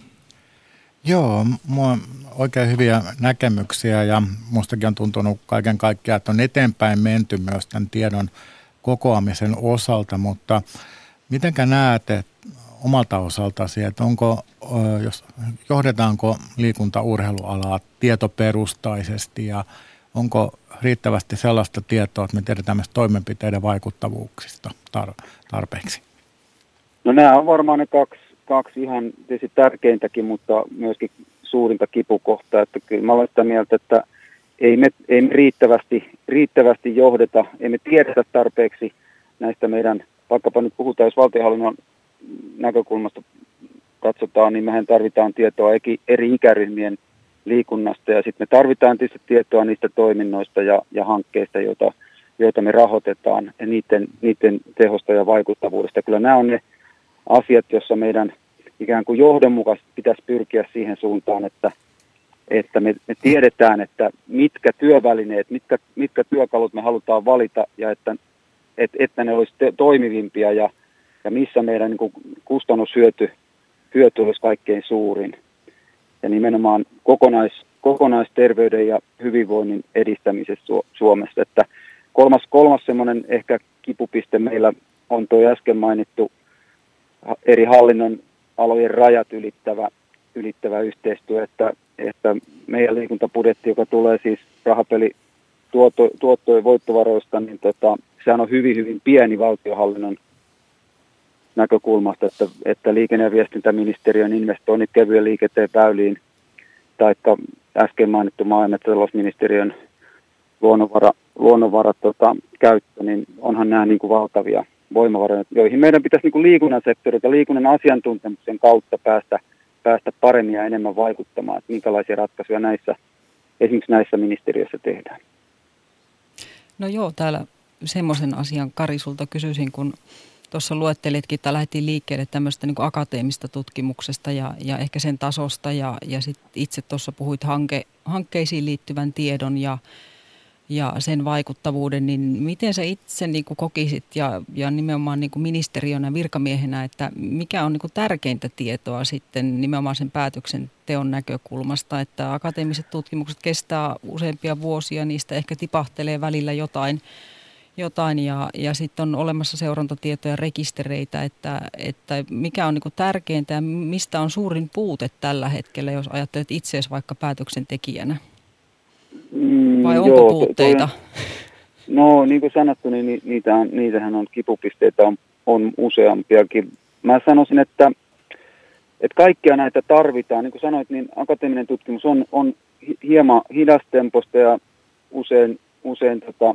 Joo, mulla on oikein hyviä näkemyksiä, ja mustakin on tuntunut kaiken kaikkiaan, että on eteenpäin menty myös tämän tiedon kokoamisen osalta, mutta mitenkä näet, että omalta osaltasi, että onko, jos, johdetaanko liikunta-urheilualaa tietoperustaisesti ja onko riittävästi sellaista tietoa, että me tiedetään myös toimenpiteiden vaikuttavuuksista tar- tarpeeksi? No nämä on varmaan ne kaksi, kaksi ihan tietysti tärkeintäkin, mutta myöskin suurinta kipukohtaa, että kyllä mä olen sitä mieltä, että ei me, ei me riittävästi, riittävästi johdeta, ei me tiedetä tarpeeksi näistä meidän, vaikkapa nyt puhutaan, jos valtionhallinnon näkökulmasta katsotaan, niin mehän tarvitaan tietoa eri ikäryhmien liikunnasta, ja sitten me tarvitaan tietysti tietoa niistä toiminnoista ja, ja hankkeista, joita, joita me rahoitetaan, ja niiden, niiden tehosta ja vaikuttavuudesta. Kyllä nämä on ne asiat, joissa meidän ikään kuin johdonmukaisesti pitäisi pyrkiä siihen suuntaan, että, että me, me tiedetään, että mitkä työvälineet, mitkä, mitkä työkalut me halutaan valita, ja että, että, että ne olisi te, toimivimpia, ja ja missä meidän niin kuin kustannushyöty hyöty olisi kaikkein suurin. Ja nimenomaan kokonais, kokonaisterveyden ja hyvinvoinnin edistämisessä Suomessa. Että kolmas, kolmas semmoinen ehkä kipupiste meillä on tuo äsken mainittu eri hallinnon alojen rajat ylittävä, ylittävä yhteistyö. Että, että meidän liikuntabudjetti, joka tulee siis rahapeli tuotto, tuotto- ja voittovaroista, niin tota, sehän on hyvin, hyvin pieni valtionhallinnon näkökulmasta, että, että liikenne- ja viestintäministeriön investoinnit kevyen liikenteen väyliin, taikka äsken mainittu maa- ja metsätalousministeriön luonnonvara, luonnonvarat tota, käyttö, niin onhan nämä niin kuin valtavia, voimavaroja, joihin meidän pitäisi niin kuin liikunnan sektorilta, liikunnan asiantuntemuksen kautta päästä, päästä paremmin ja enemmän vaikuttamaan, että minkälaisia ratkaisuja näissä, esimerkiksi näissä ministeriöissä tehdään. No joo, täällä semmoisen asian Kari sulta kysyisin, kun tuossa luettelitkin, että lähdettiin liikkeelle tämmöistä niin kuin akateemista tutkimuksesta ja, ja ehkä sen tasosta ja, ja sit itse tuossa puhuit hanke, hankkeisiin liittyvän tiedon ja, ja sen vaikuttavuuden, niin miten sä itse niin kuin kokisit ja, ja nimenomaan niin kuin ministeriönä virkamiehenä, että mikä on niin kuin tärkeintä tietoa sitten nimenomaan sen päätöksenteon näkökulmasta, että akateemiset tutkimukset kestää useampia vuosia, niistä ehkä tipahtelee välillä jotain, jotain ja, ja sitten on olemassa seurantatietoja, rekistereitä, että, että mikä on niin kuin tärkeintä ja mistä on suurin puute tällä hetkellä, jos ajattelet itseäsi vaikka päätöksentekijänä? Vai onko Joo, puutteita? To, to, no niin kuin sanottu, niin ni, niitä on, niitähän on kipupisteitä on, on useampiakin. Mä sanoisin, että, että kaikkia näitä tarvitaan. Niin kuin sanoit, niin akateeminen tutkimus on, on hieman hidastempoista ja usein, usein tota,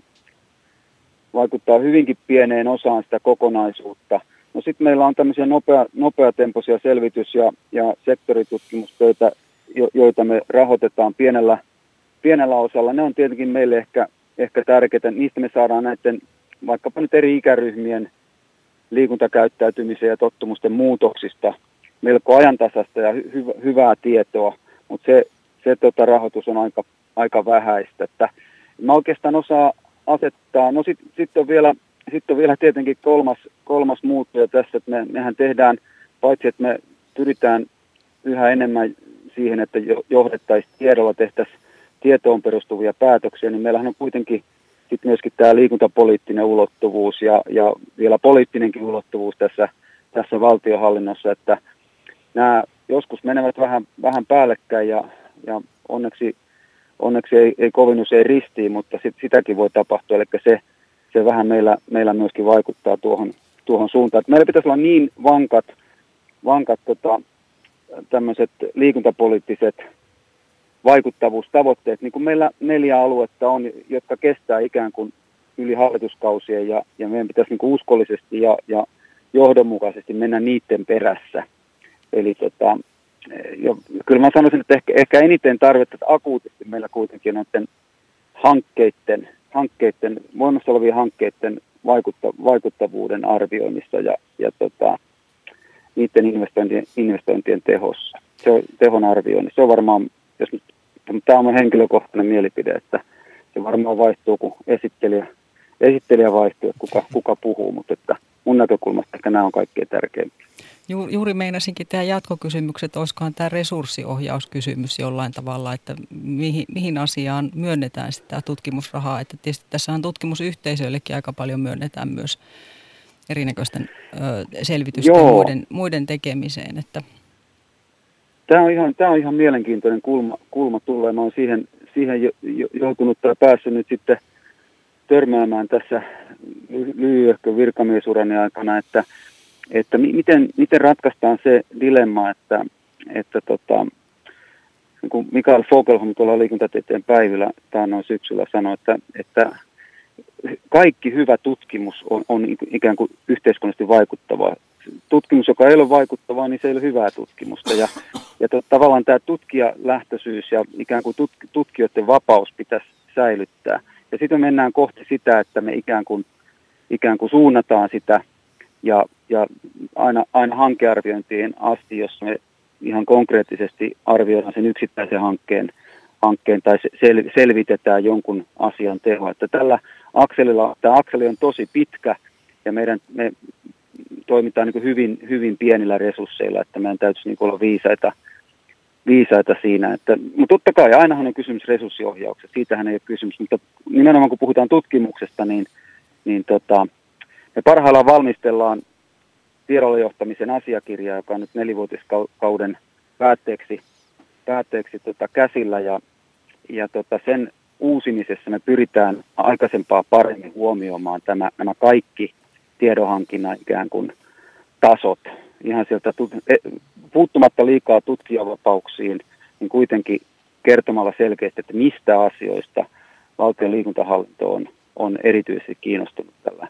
vaikuttaa hyvinkin pieneen osaan sitä kokonaisuutta. No sitten meillä on tämmöisiä nopea, nopeatempoisia selvitys- ja, ja sektoritutkimustöitä, jo, joita me rahoitetaan pienellä, pienellä osalla. Ne on tietenkin meille ehkä, ehkä tärkeitä. Niistä me saadaan näiden vaikkapa nyt eri ikäryhmien liikuntakäyttäytymisen ja tottumusten muutoksista melko ajantasasta ja hy, hy, hyvää tietoa, mutta se, se tota, rahoitus on aika, aika vähäistä. Että mä oikeastaan osaa asettaa. No sitten sit on, vielä, sit on vielä tietenkin kolmas, kolmas muuttuja tässä, että me, mehän tehdään, paitsi että me pyritään yhä enemmän siihen, että johdettaisiin tiedolla, tehtäisiin tietoon perustuvia päätöksiä, niin meillähän on kuitenkin sit myöskin tämä liikuntapoliittinen ulottuvuus ja, ja vielä poliittinenkin ulottuvuus tässä, tässä valtionhallinnossa, että nämä joskus menevät vähän, vähän päällekkäin ja, ja onneksi Onneksi ei, ei kovin usein ristiin, mutta sit, sitäkin voi tapahtua, eli se, se vähän meillä, meillä myöskin vaikuttaa tuohon, tuohon suuntaan. Et meillä pitäisi olla niin vankat, vankat tota, tämmöiset liikuntapoliittiset vaikuttavuustavoitteet, niin kuin meillä neljä aluetta on, jotka kestää ikään kuin yli hallituskausien, ja, ja meidän pitäisi niin kuin uskollisesti ja, ja johdonmukaisesti mennä niiden perässä. Eli tota, jo, kyllä mä sanoisin, että ehkä, ehkä eniten tarvetta, että akuutisti meillä kuitenkin on noiden hankkeiden, hankkeiden, voimassa olevien hankkeiden vaikutta, vaikuttavuuden arvioinnissa ja, ja tota, niiden investointien, investointien tehossa. Se on tehon arviointi. Se on varmaan, jos nyt, tämä on mun henkilökohtainen mielipide, että se varmaan vaihtuu, kun esittelijä, esittelijä vaihtuu, että kuka, kuka puhuu, mutta että mun näkökulmasta ehkä nämä on kaikkein tärkeimpiä. Ju, juuri meinasinkin tämä jatkokysymykset, olisikohan tämä resurssiohjauskysymys jollain tavalla, että mihin, mihin asiaan myönnetään sitä tutkimusrahaa. Että tietysti tässähän tutkimusyhteisöillekin aika paljon myönnetään myös erinäköisten ö, selvitysten ja muiden, muiden tekemiseen. Että. Tämä on ihan, tämä on ihan mielenkiintoinen kulma, kulma tulee. Mä olen siihen, siihen joutunut tai päässyt nyt sitten törmäämään tässä lyhyehkön virkamiesurani aikana, että että miten, miten ratkaistaan se dilemma, että, että tota, niin kuin Mikael Fogelholm tuolla liikuntatieteen päivillä taannoin syksyllä sanoi, että, että kaikki hyvä tutkimus on, on ikään kuin yhteiskunnallisesti vaikuttavaa. Tutkimus, joka ei ole vaikuttavaa, niin se ei ole hyvää tutkimusta. Ja, ja to, tavallaan tämä tutkijalähtöisyys ja ikään kuin tut, tutkijoiden vapaus pitäisi säilyttää. Ja sitten me mennään kohti sitä, että me ikään kuin, ikään kuin suunnataan sitä ja Ja aina, aina hankearviointiin asti, jos me ihan konkreettisesti arvioidaan sen yksittäisen hankkeen, hankkeen tai sel, selvitetään jonkun asian tehoa. Että tällä akselilla, tämä akseli on tosi pitkä ja meidän, me toimitaan niin kuin hyvin, hyvin pienillä resursseilla, että meidän täytyisi niin kuin olla viisaita, viisaita siinä. Että, mutta totta kai ainahan on kysymys resurssiohjauksesta, siitähän ei ole kysymys, mutta nimenomaan kun puhutaan tutkimuksesta, niin, niin tota, me parhaillaan valmistellaan tiedolla johtamisen asiakirjaa, joka on nyt nelivuotiskauden päätteeksi, päätteeksi tota käsillä ja, ja tota sen uusimisessa me pyritään aikaisempaa paremmin huomioimaan tämä, nämä kaikki tiedonhankinnan ikään kuin tasot. Ihan sieltä puuttumatta liikaa tutkijavapauksiin, niin kuitenkin kertomalla selkeästi, että mistä asioista valtion liikuntahallinto on, on erityisesti kiinnostunut tällä,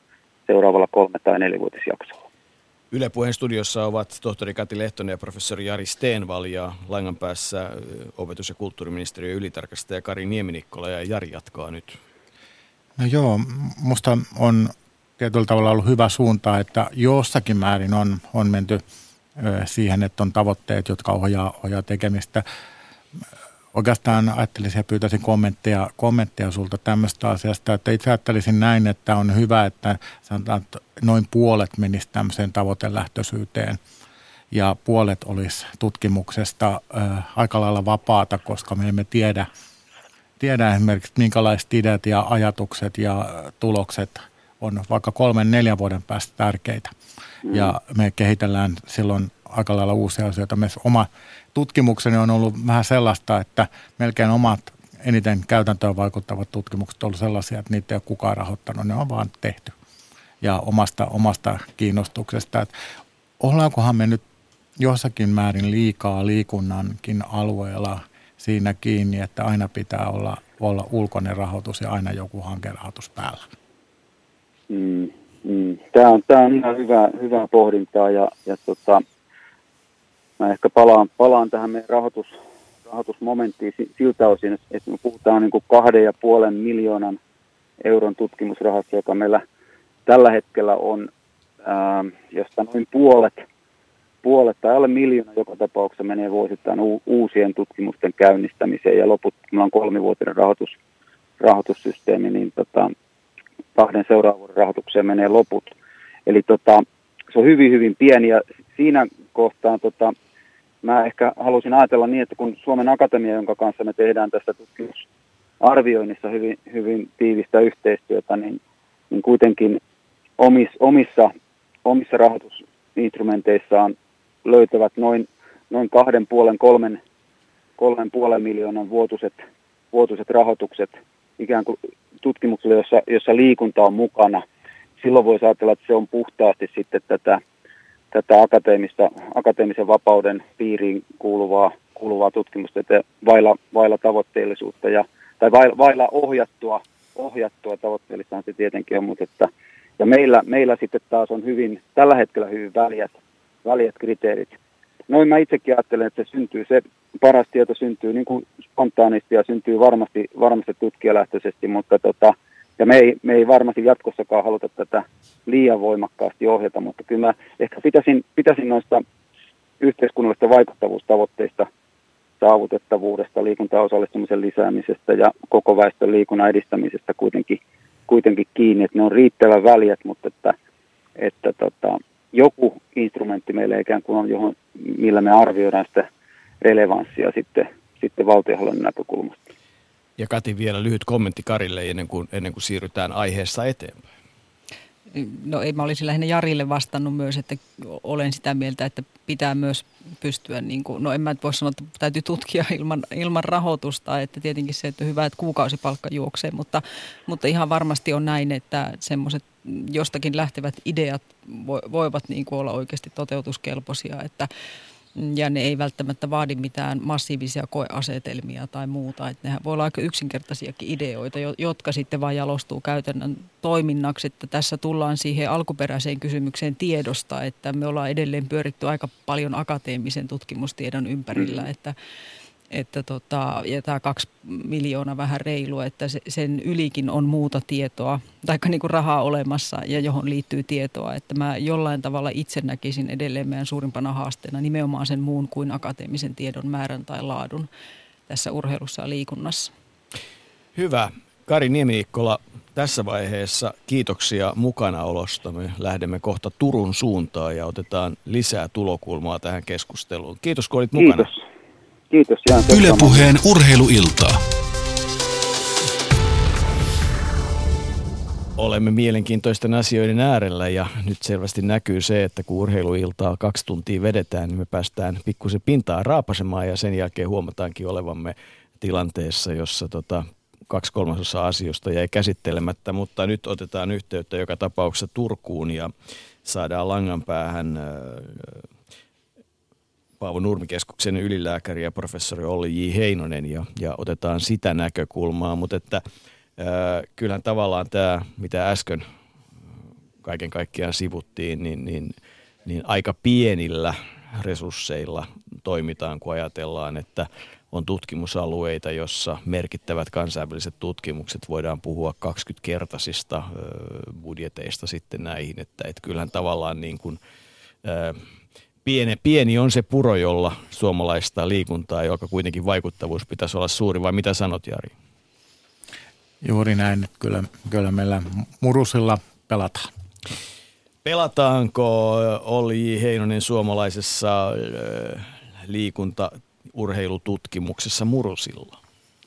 seuraavalla kolme- tai nelivuotisjaksolla. Yle Puheen studiossa ovat tohtori Kati Lehtonen ja professori Jari Stenvall ja langan päässä opetus- ja kulttuuriministeriön ylitarkastaja Kari Nieminikkola, ja Jari jatkaa nyt. No joo, musta on tietyllä tavalla ollut hyvä suunta, että jossakin määrin on, on menty siihen, että on tavoitteet, jotka ohjaa, ohjaa tekemistä. Oikeastaan ajattelisin ja pyytäisin kommentteja, kommentteja sulta tämmöistä asiasta, että itse ajattelisin näin, että on hyvä, että sanotaan, että noin puolet menisi tämmöiseen tavoitelähtöisyyteen ja puolet olisi tutkimuksesta äh, aika lailla vapaata, koska me emme tiedä, tiedä esimerkiksi minkälaiset ideat ja ajatukset ja tulokset on vaikka kolmen, neljän vuoden päästä tärkeitä. Ja me kehitellään silloin aika lailla uusia asioita. Myös oma tutkimukseni on ollut vähän sellaista, että melkein omat eniten käytäntöön vaikuttavat tutkimukset on ollut sellaisia, että niitä ei ole kukaan rahoittanut, ne on vaan tehty. Ja omasta, omasta kiinnostuksesta. Että ollaankohan me nyt jossakin määrin liikaa liikunnankin alueella siinä kiinni, että aina pitää olla, olla ulkoinen rahoitus ja aina joku hankerahoitus päällä. Mm, mm. Tämä on, tämä on ihan hyvä, hyvää pohdintaa ja, ja tota, mä ehkä palaan, palaan tähän meidän rahoitus, rahoitusmomenttiin siltä osin, että me puhutaan niin kuin kahden ja puolen miljoonan euron tutkimusrahasta, joka meillä tällä hetkellä on, ää, josta noin puolet, puolet tai alle miljoona joka tapauksessa menee vuosittain u, uusien tutkimusten käynnistämiseen ja loput, meillä on kolmivuotinen rahoitus, rahoitussysteemi, niin tota, kahden seuraavan vuoden rahoitukseen menee loput. Eli tota, se on hyvin, hyvin pieni ja siinä kohtaa tota, mä ehkä halusin ajatella niin, että kun Suomen Akatemia, jonka kanssa me tehdään tässä tutkimusarvioinnissa hyvin, hyvin tiivistä yhteistyötä, niin, niin kuitenkin omis, omissa, omissa rahoitusinstrumenteissaan löytävät noin, noin kahden puolen, kolmen, kolmen puolen miljoonan vuotuiset, vuotuiset rahoitukset ikään kuin tutkimukselle, jossa, jossa liikunta on mukana. Silloin voisi ajatella, että se on puhtaasti sitten tätä, tätä akateemista, akateemisen vapauden piiriin kuuluvaa, kuuluvaa tutkimusta, että vailla, vailla tavoitteellisuutta ja, tai vailla, vailla ohjattua, ohjattua tavoitteellistahan se tietenkin on, mutta että, ja meillä, meillä sitten taas on hyvin, tällä hetkellä hyvin väljät, väljät kriteerit. Noin mä itsekin ajattelen, että se syntyy, se paras tieto syntyy niin kuin spontaanisti ja syntyy varmasti, varmasti tutkijalähtöisesti, mutta tota, ja me ei, me ei varmasti jatkossakaan haluta tätä liian voimakkaasti ohjata, mutta kyllä mä ehkä pitäisin, pitäisin noista yhteiskunnallisista vaikuttavuustavoitteista, saavutettavuudesta, liikuntaosallistumisen lisäämisestä ja koko väestön liikunnan edistämisestä kuitenkin, kuitenkin kiinni, että ne on riittävän väljät, mutta että, että tota, joku instrumentti meillä ikään kuin on, johon, millä me arvioidaan sitä relevanssia sitten, sitten valtionhallinnon näkökulmasta. Ja Kati, vielä lyhyt kommentti Karille ennen kuin, ennen kuin siirrytään aiheessa eteenpäin. No ei, mä olisin lähinnä Jarille vastannut myös, että olen sitä mieltä, että pitää myös pystyä, niin kuin, no en mä voi sanoa, että täytyy tutkia ilman, ilman rahoitusta, että tietenkin se, että on hyvä, että kuukausipalkka juoksee, mutta, mutta ihan varmasti on näin, että semmoiset jostakin lähtevät ideat voivat niin kuin olla oikeasti toteutuskelpoisia, että ja ne ei välttämättä vaadi mitään massiivisia koeasetelmia tai muuta. Että nehän voi olla aika yksinkertaisiakin ideoita, jotka sitten vaan jalostuu käytännön toiminnaksi. Että tässä tullaan siihen alkuperäiseen kysymykseen tiedosta, että me ollaan edelleen pyöritty aika paljon akateemisen tutkimustiedon ympärillä, mm. että Että tota, ja tämä kaksi miljoonaa vähän reilu, että se, sen ylikin on muuta tietoa, tai niin kuin rahaa olemassa ja johon liittyy tietoa. Että mä jollain tavalla itse näkisin edelleen meidän suurimpana haasteena nimenomaan sen muun kuin akateemisen tiedon määrän tai laadun tässä urheilussa ja liikunnassa. Hyvä. Kari Nieminikkola, tässä vaiheessa kiitoksia mukanaolosta. Me lähdemme kohta Turun suuntaan ja otetaan lisää tulokulmaa tähän keskusteluun. Kiitos, kun olit mukana. Kiitos. Kiitos. Yle Puheen urheiluiltaa. Olemme mielenkiintoisten asioiden äärellä ja nyt selvästi näkyy se, että kun urheiluiltaa kaksi tuntia vedetään, niin me päästään pikkusen pintaa raapasemaan ja sen jälkeen huomataankin olevamme tilanteessa, jossa tota, kaksi kolmasosaa asioista jäi käsittelemättä, mutta nyt otetaan yhteyttä joka tapauksessa Turkuun ja saadaan langan päähän Paavo Nurmi-keskuksen ylilääkäri ja professori Olli J. Heinonen ja, ja otetaan sitä näkökulmaa, mutta että ää, kyllähän tavallaan tämä, mitä äsken kaiken kaikkiaan sivuttiin, niin, niin, niin aika pienillä resursseilla toimitaan, kun ajatellaan, että on tutkimusalueita, jossa merkittävät kansainväliset tutkimukset voidaan puhua kaksikymmenkertaisista budjeteista sitten näihin, että et kyllähän tavallaan niin kuin, ää, pieni, pieni on se puro, jolla suomalaista liikuntaa, joka kuitenkin vaikuttavuus pitäisi olla suuri, vai mitä sanot, Jari? Juuri näin, että kyllä, kyllä meillä Murusilla pelataan. Pelataanko Olli Heinonen suomalaisessa äh, liikunta-urheilututkimuksessa Murusilla?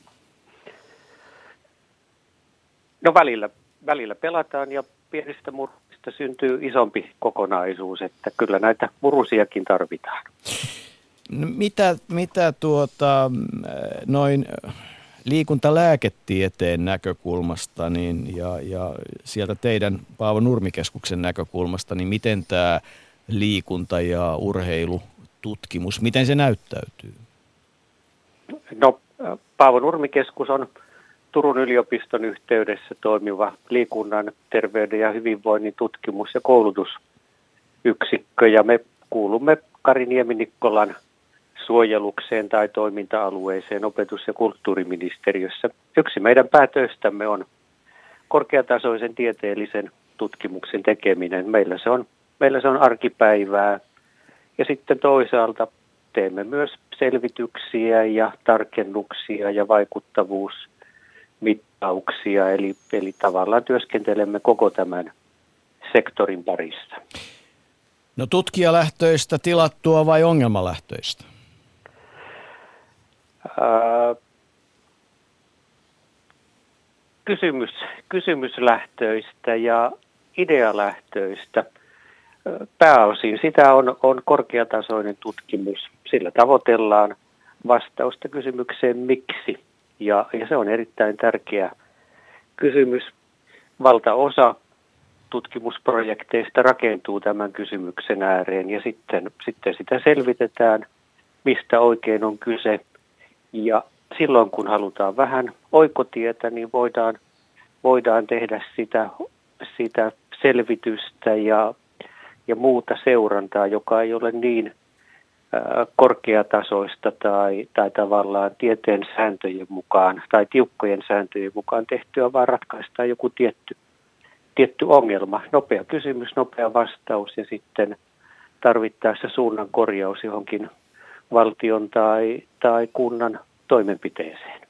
No välillä, välillä pelataan ja pienistä murusista syntyy isompi kokonaisuus, että kyllä näitä murusiakin tarvitaan. No, mitä, mitä tuota, noin liikuntalääketieteen näkökulmasta niin, ja, ja sieltä teidän Paavo Nurmi-keskuksen näkökulmasta, niin miten tämä liikunta- ja urheilututkimus, miten se näyttäytyy? No, Paavo Nurmi-keskus on Turun yliopiston yhteydessä toimiva liikunnan, terveyden ja hyvinvoinnin tutkimus- ja koulutusyksikkö, ja me kuulumme Kari Niemi-Nikkolan suojelukseen tai toiminta-alueeseen opetus- ja kulttuuriministeriössä. Yksi meidän päätöistämme on korkeatasoisen tieteellisen tutkimuksen tekeminen. Meillä se on, meillä se on arkipäivää. Ja sitten toisaalta teemme myös selvityksiä ja tarkennuksia ja vaikuttavuusmittauksia. Eli, eli tavallaan työskentelemme koko tämän sektorin parissa. No tutkijalähtöistä, tilattua vai ongelmalähtöistä? Ää, kysymys, kysymyslähtöistä ja idealähtöistä. Pääosin sitä on, on korkeatasoinen tutkimus. Sillä tavoitellaan vastausta kysymykseen miksi. Ja, ja se on erittäin tärkeä kysymys. Valtaosa tutkimusprojekteista rakentuu tämän kysymyksen ääreen ja sitten, sitten sitä selvitetään, mistä oikein on kyse. Ja silloin kun halutaan vähän oikotietä, niin voidaan, voidaan tehdä sitä, sitä selvitystä ja, ja muuta seurantaa, joka ei ole niin ää, korkeatasoista tai, tai tavallaan tieteen sääntöjen mukaan tai tiukkojen sääntöjen mukaan tehtyä, vaan ratkaistaan joku tietty, tietty ongelma. Nopea kysymys, nopea vastaus ja sitten tarvittaessa suunnan korjaus johonkin valtion tai, tai kunnan toimenpiteeseen.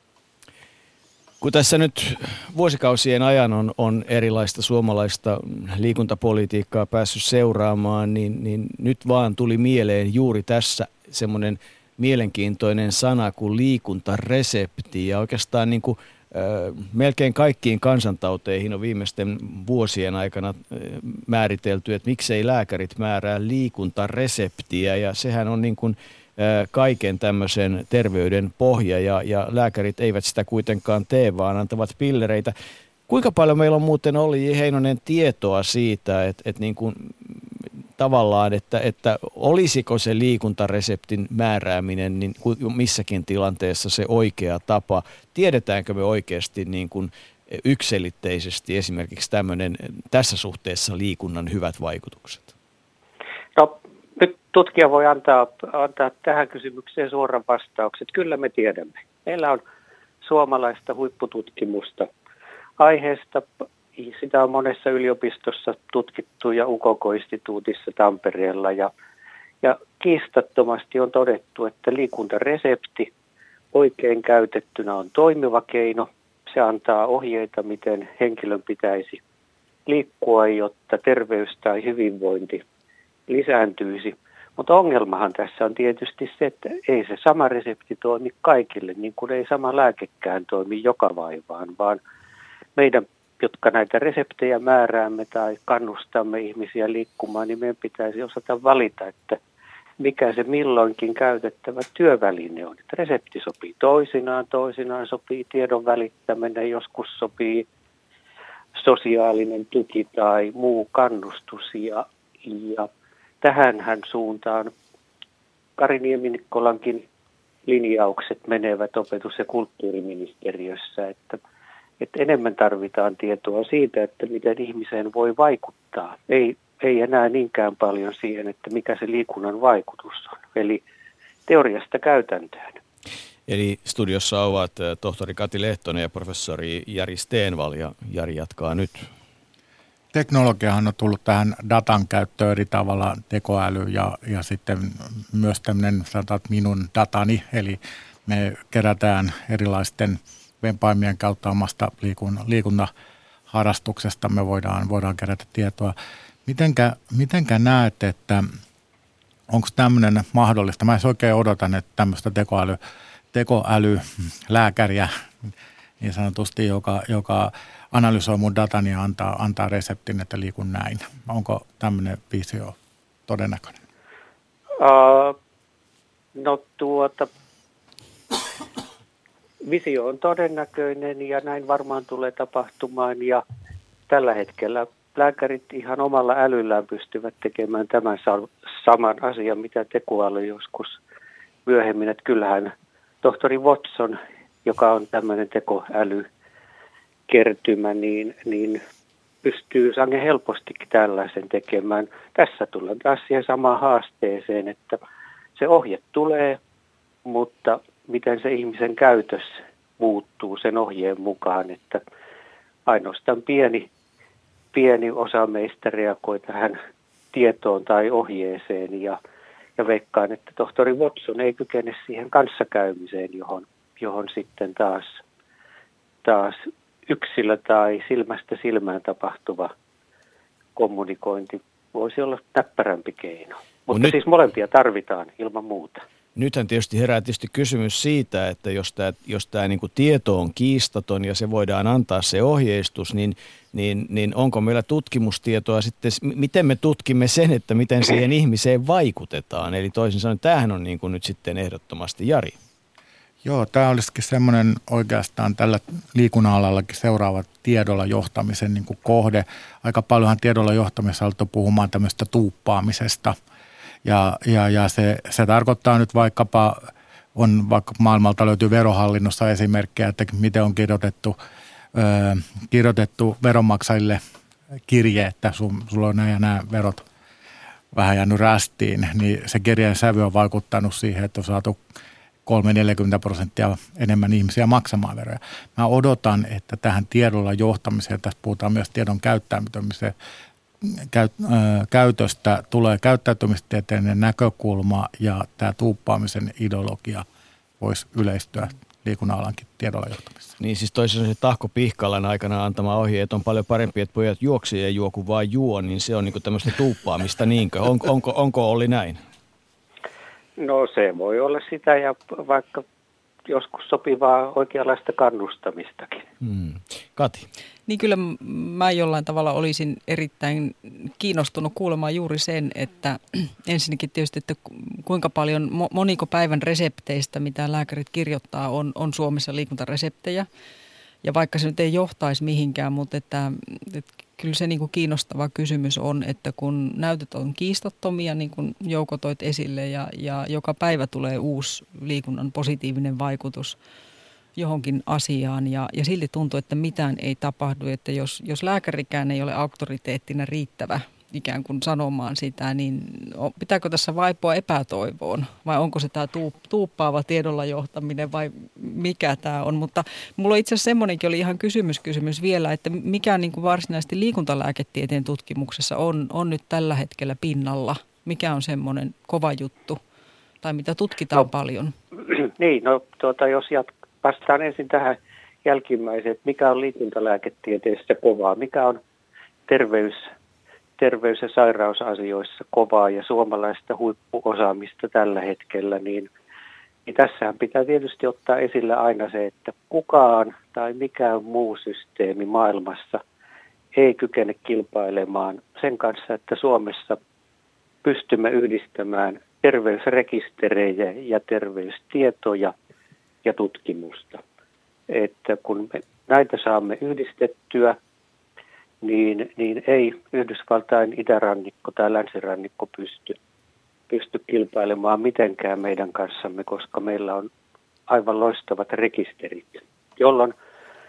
Kun tässä nyt vuosikausien ajan on, on erilaista suomalaista liikuntapolitiikkaa päässyt seuraamaan, niin, niin nyt vaan tuli mieleen juuri tässä semmoinen mielenkiintoinen sana kuin liikuntaresepti. Ja oikeastaan niin kuin, äh, melkein kaikkiin kansantauteihin on viimeisten vuosien aikana äh, määritelty, että miksei lääkärit määrää liikuntareseptiä. Ja sehän on niin kuin kaiken tämmöisen terveyden pohja ja, ja lääkärit eivät sitä kuitenkaan tee, vaan antavat pillereitä. Kuinka paljon meillä on muuten Olli Heinonen tietoa siitä, että, että niin kuin, tavallaan, että, että olisiko se liikuntareseptin määrääminen niin missäkin tilanteessa se oikea tapa? Tiedetäänkö me oikeasti niin kuin yksiselitteisesti esimerkiksi tämmöinen, tässä suhteessa liikunnan hyvät vaikutukset? No. Nyt tutkija voi antaa, antaa tähän kysymykseen suoran vastauksen. Kyllä me tiedämme. Meillä on suomalaista huippututkimusta aiheesta. Sitä on monessa yliopistossa tutkittu ja U K K-instituutissa Tampereella. Ja, ja kiistattomasti on todettu, että liikuntaresepti oikein käytettynä on toimiva keino. Se antaa ohjeita, miten henkilön pitäisi liikkua, jotta terveys tai hyvinvointi lisääntyisi. Mutta ongelmahan tässä on tietysti se, että ei se sama resepti toimi kaikille, niin kuin ei sama lääkekään toimi joka vaivaan, vaan meidän, jotka näitä reseptejä määräämme tai kannustamme ihmisiä liikkumaan, niin meidän pitäisi osata valita, että mikä se milloinkin käytettävä työväline on. Että resepti sopii toisinaan, toisinaan sopii tiedon välittäminen, joskus sopii sosiaalinen tuki tai muu kannustus ja, ja tähänhän suuntaan Kari Niemi-Nikkolankin linjaukset menevät opetus- ja kulttuuriministeriössä, että että enemmän tarvitaan tietoa siitä, että miten ihmiseen voi vaikuttaa. Ei, ei enää niinkään paljon siihen, että mikä se liikunnan vaikutus on. Eli teoriasta käytäntöön. Eli studiossa ovat tohtori Kati Lehtonen ja professori Jari Steenvall, ja Jari jatkaa nyt. Teknologiahan on tullut tähän datan käyttöön eri tavalla, tekoäly ja, ja sitten myös tämmöinen, sanotaan, minun datani, eli me kerätään erilaisten vempaimien kautta omasta liikun, liikuntaharrastuksesta, me voidaan, voidaan kerätä tietoa. Mitenkä, mitenkä näet, että onko tämmöinen mahdollista? Mä oikein odotan, että tämmöistä tekoäly, tekoälylääkäriä niin sanotusti, joka, joka analysoi mun datani ja antaa, antaa reseptin, että liikun näin. Onko tämmöinen visio todennäköinen? Uh, no tuota, visio on todennäköinen ja näin varmaan tulee tapahtumaan ja tällä hetkellä lääkärit ihan omalla älyllään pystyvät tekemään tämän saman asian, mitä tekoäly joskus myöhemmin. Että kyllähän tohtori Watson, joka on tämmöinen tekoälykertymä, niin, niin pystyy sangen helpostikin tällaisen tekemään. Tässä tullaan taas siihen samaan haasteeseen, että se ohje tulee, mutta miten se ihmisen käytös muuttuu sen ohjeen mukaan, että ainoastaan pieni, pieni osa meistä reagoi tähän tietoon tai ohjeeseen ja, ja veikkaan, että tohtori Watson ei kykene siihen kanssakäymiseen, johon, johon sitten taas, taas yksilö tai silmästä silmään tapahtuva kommunikointi voisi olla näppärämpi keino. Mutta nyt, siis molempia tarvitaan ilman muuta. Nythän tietysti herää tietysti kysymys siitä, että jos tämä, jos tämä niin kuin tieto on kiistaton ja se voidaan antaa se ohjeistus, niin, niin, niin onko meillä tutkimustietoa sitten, miten me tutkimme sen, että miten siihen ihmiseen vaikutetaan? Eli toisin sanoen, tämähän on niin kuin nyt sitten ehdottomasti Jari. Joo, tämä olisikin semmoinen oikeastaan tällä liikunnan alallakin seuraava tiedolla johtamisen niin kuin kohde. Aika paljonhan tiedolla johtamisessa alettu puhumaan tämmöistä tuuppaamisesta. Ja, ja, ja se, se tarkoittaa nyt vaikkapa, on vaikka maailmalta löytyy verohallinnossa esimerkkejä, että miten on kirjoitettu, ö, kirjoitettu veronmaksajille kirje, että sun, sulla on nämä ja nämä verot vähän jäänyt rästiin, niin se kirjeen sävy on vaikuttanut siihen, että on saatu kolmekymmentä neljäkymmentä prosenttia enemmän ihmisiä maksamaan veroja. Mä odotan, että tähän tiedolla johtamiseen, tässä puhutaan myös tiedon käyttämiseen, käytöstä tulee käyttäytymistieteellinen näkökulma ja tämä tuuppaamisen ideologia voisi yleistyä liikunnan alankin tiedolla johtamisessa. Niin siis toisaalta se Tahko Pihkalan aikana antama ohje, että on paljon parempi, että pojat juoksi ja juo kuin vaan juo, niin se on niinku tämmöistä tuuppaamista niinkö? On, onko, onko Olli näin? No se voi olla sitä ja vaikka joskus sopivaa oikeanlaista kannustamistakin. Hmm. Kati? Niin kyllä mä jollain tavalla olisin erittäin kiinnostunut kuulemaan juuri sen, että ensinnäkin tietysti, että kuinka paljon, moniko päivän resepteistä, mitä lääkärit kirjoittaa, on, on Suomessa liikuntareseptejä. Ja vaikka se nyt ei johtaisi mihinkään, mutta että, että kyllä se niin kuin kiinnostava kysymys on, että kun näytöt on kiistattomia, niin kuin Jouko toit esille, ja, ja joka päivä tulee uusi liikunnan positiivinen vaikutus johonkin asiaan, ja, ja silti tuntuu, että mitään ei tapahdu, että jos, jos lääkärikään ei ole auktoriteettina riittävä ikään kuin sanomaan sitä, niin pitääkö tässä vaipua epätoivoon vai onko se tämä tuuppaava tiedolla johtaminen vai mikä tämä on. Mutta mulla itse asiassa semmoinenkin oli ihan kysymys, kysymys vielä, että mikä niin kuin varsinaisesti liikuntalääketieteen tutkimuksessa on, on nyt tällä hetkellä pinnalla? Mikä on semmoinen kova juttu tai mitä tutkitaan no, paljon? Niin, no tuota, jos jat- vastaan ensin tähän jälkimmäiseen, että mikä on liikuntalääketieteessä kovaa, mikä on terveys terveys- ja sairausasioissa kovaa ja suomalaista huippuosaamista tällä hetkellä, niin, niin tässähän pitää tietysti ottaa esille aina se, että kukaan tai mikään muu systeemi maailmassa ei kykene kilpailemaan sen kanssa, että Suomessa pystymme yhdistämään terveysrekisterejä ja terveystietoja ja tutkimusta. Että kun me näitä saamme yhdistettyä, Niin, niin ei Yhdysvaltain itärannikko tai länsirannikko pysty, pysty kilpailemaan mitenkään meidän kanssamme, koska meillä on aivan loistavat rekisterit, jolloin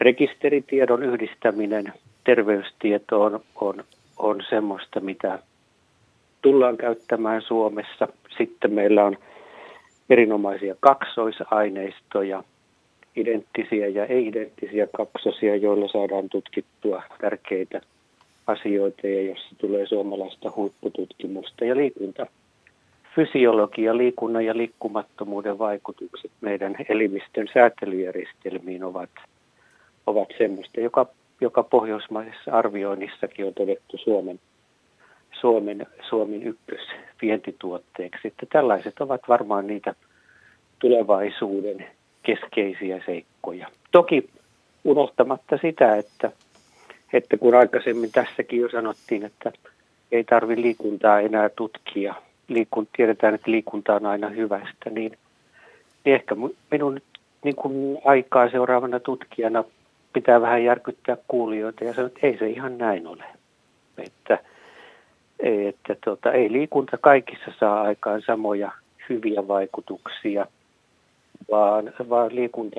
rekisteritiedon yhdistäminen terveystietoon on, on semmoista, mitä tullaan käyttämään Suomessa. Sitten meillä on erinomaisia kaksoisaineistoja, identtisiä ja ei-identtisiä kaksosia, joilla saadaan tutkittua tärkeitä asioita ja jossa tulee suomalaista huippututkimusta ja liikunta. Fysiologia, liikunnan ja liikkumattomuuden vaikutukset meidän elimistön säätelyjärjestelmiin ovat, ovat semmoista, joka, joka pohjoismaisessa arvioinnissakin on todettu Suomen, Suomen, Suomen ykkösvientituotteeksi. Että tällaiset ovat varmaan niitä tulevaisuuden keskeisiä seikkoja. Toki unohtamatta sitä, että, että kun aikaisemmin tässäkin jo sanottiin, että ei tarvitse liikuntaa enää tutkia, Liikun, tiedetään, että liikunta on aina hyvästä, niin, niin ehkä minun niin kuin aikaa seuraavana tutkijana pitää vähän järkyttää kuulijoita ja sanoa, että ei se ihan näin ole. Että, että tota, ei liikunta kaikissa saa aikaan samoja hyviä vaikutuksia, vaan, vaan liikunta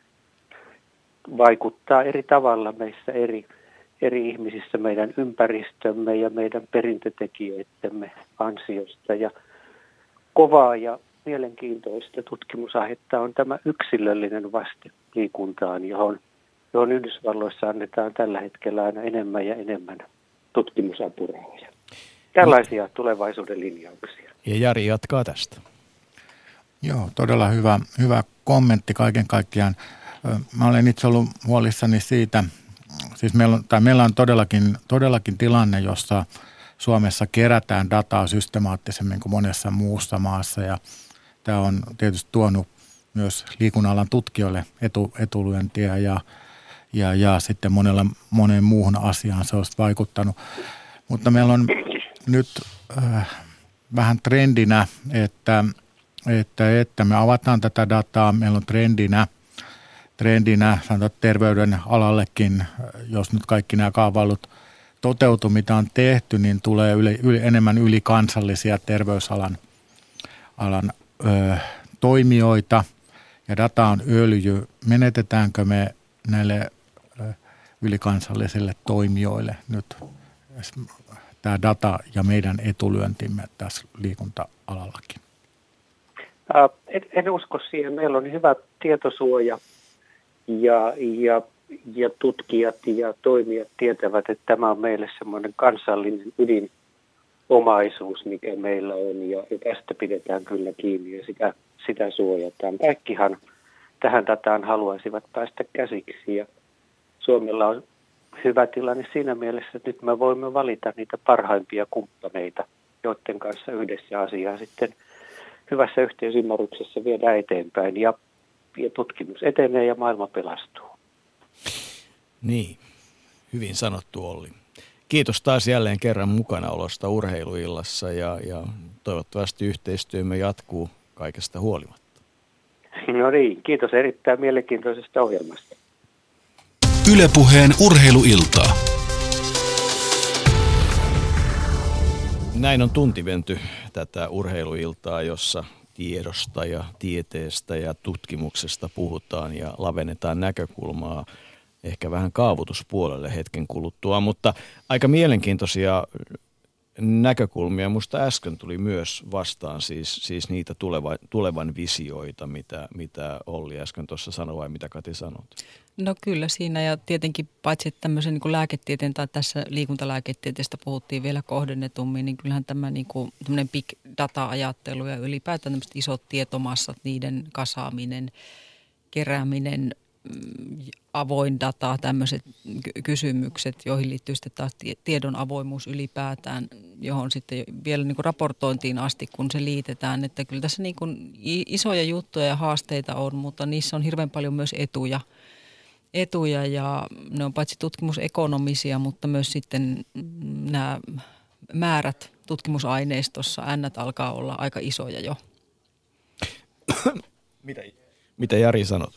vaikuttaa eri tavalla meissä eri eri ihmisissä meidän ympäristömme ja meidän perintötekijöittemme ansiosta. Ja kovaa ja mielenkiintoista tutkimusaihetta on tämä yksilöllinen vaste liikuntaan, johon, johon Yhdysvalloissa annetaan tällä hetkellä aina enemmän ja enemmän tutkimusapurahoja. Tällaisia tulevaisuuden linjauksia. Ja Jari jatkaa tästä. Joo, todella hyvä, hyvä kommentti kaiken kaikkiaan. Mä olen itse ollut huolissani siitä, siis meillä on, tai meillä on todellakin, todellakin tilanne, jossa Suomessa kerätään dataa systemaattisemmin kuin monessa muussa maassa ja tämä on tietysti tuonut myös liikunnan tutkijoille etu, etulyöntiä ja, ja, ja sitten monella, moneen muuhun asiaan se olisi vaikuttanut. Mutta meillä on nyt äh, vähän trendinä, että, että, että me avataan tätä dataa, meillä on trendinä, trendinä sanotaan terveyden alallekin, jos nyt kaikki nämä kaavailut toteutuu, mitä on tehty, niin tulee yli, yli, enemmän ylikansallisia terveysalan alan, ö, toimijoita ja data on öljy. Menetetäänkö me näille ö, ylikansallisille toimijoille nyt tämä data ja meidän etulyöntimme tässä liikunta-alallakin? En, en usko siihen. Meillä on hyvä tietosuoja. Ja, ja, ja tutkijat ja toimijat tietävät, että tämä on meille semmoinen kansallinen ydinomaisuus, mikä meillä on, ja, ja tästä pidetään kyllä kiinni ja sitä, sitä suojataan. Kaikkihan tähän dataan haluaisivat päästä käsiksi, ja Suomella on hyvä tilanne siinä mielessä, että nyt me voimme valita niitä parhaimpia kumppaneita, joiden kanssa yhdessä asiaa sitten hyvässä yhteisymmärryksessä viedään eteenpäin, ja ja tutkimus etenee ja maailma pelastuu. Niin, hyvin sanottu Olli. Kiitos taas jälleen kerran mukanaolosta Urheiluillassa ja, ja toivottavasti yhteistyömme jatkuu kaikesta huolimatta. No niin, kiitos erittäin mielenkiintoisesta ohjelmasta. Yle Puheen Urheiluiltaa. Näin on tuntiventy tätä Urheiluiltaa, jossa tiedosta ja tieteestä ja tutkimuksesta puhutaan ja lavennetaan näkökulmaa ehkä vähän kaavoituspuolelle hetken kuluttua, mutta aika mielenkiintoisia näkökulmia. Musta äsken tuli myös vastaan siis, siis niitä tuleva, tulevan visioita, mitä, mitä Olli äsken tuossa sanoi vai mitä Kati sanot? No kyllä siinä ja tietenkin paitsi että tämmöisen niin kuin lääketieteen tai tässä liikuntalääketieteestä puhuttiin vielä kohdennetummin, niin kyllähän tämä niin kuin, tämmöinen big data-ajattelu ja ylipäätään tämmöiset isot tietomassat, niiden kasaaminen, kerääminen, avoin data, tämmöiset kysymykset, joihin liittyy sitten taas tiedon avoimuus ylipäätään, johon sitten vielä niin kuin raportointiin asti, kun se liitetään, että kyllä tässä niin kuin isoja juttuja ja haasteita on, mutta niissä on hirveän paljon myös etuja. etuja ja ne on paitsi tutkimusekonomisia, mutta myös sitten nämä määrät tutkimusaineistossa, ännät alkaa olla aika isoja jo. Mitä, mitä Jari sanot?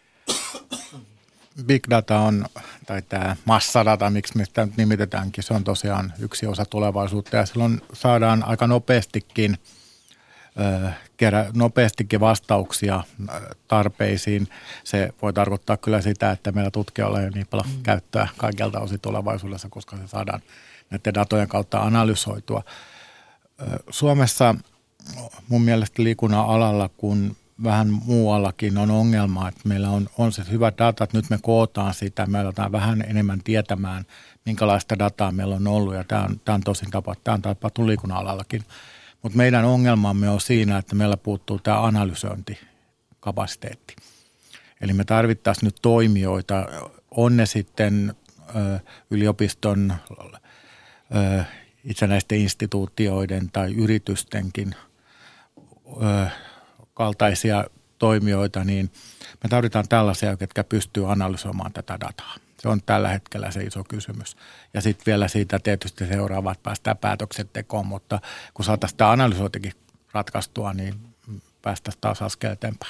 Big data on, tai tämä massadata, miksi me sitä nyt nimitetäänkin, se on tosiaan yksi osa tulevaisuutta ja silloin saadaan aika nopeastikin kerää nopeastikin vastauksia tarpeisiin. Se voi tarkoittaa kyllä sitä, että meillä tutkijoilla ei ole niin paljon mm. käyttöä kaikilta osin tulevaisuudessa, koska se saadaan näiden datojen kautta analysoitua. Suomessa mun mielestä liikunnan alalla, kun vähän muuallakin on ongelma, että meillä on, on se hyvä data, että nyt me kootaan sitä, me aletaan vähän enemmän tietämään, minkälaista dataa meillä on ollut, ja tämä on, tämä on tosin tapahtunut, tämä on tapahtunut liikunnan alallakin. Mutta meidän ongelmamme on siinä, että meillä puuttuu tämä analysointikapasiteetti. Eli me tarvittaisiin nyt toimijoita, on ne sitten ö, yliopiston, ö, itsenäisten instituutioiden tai yritystenkin ö, kaltaisia toimijoita, niin me tarvitaan tällaisia, jotka pystyy analysoimaan tätä dataa. Se on tällä hetkellä se iso kysymys. Ja sitten vielä siitä tietysti seuraavat päästään päätöksentekoon, mutta kun saataisiin sitä analysointikin ratkaistua, niin päästäisiin taas askel eteenpäin.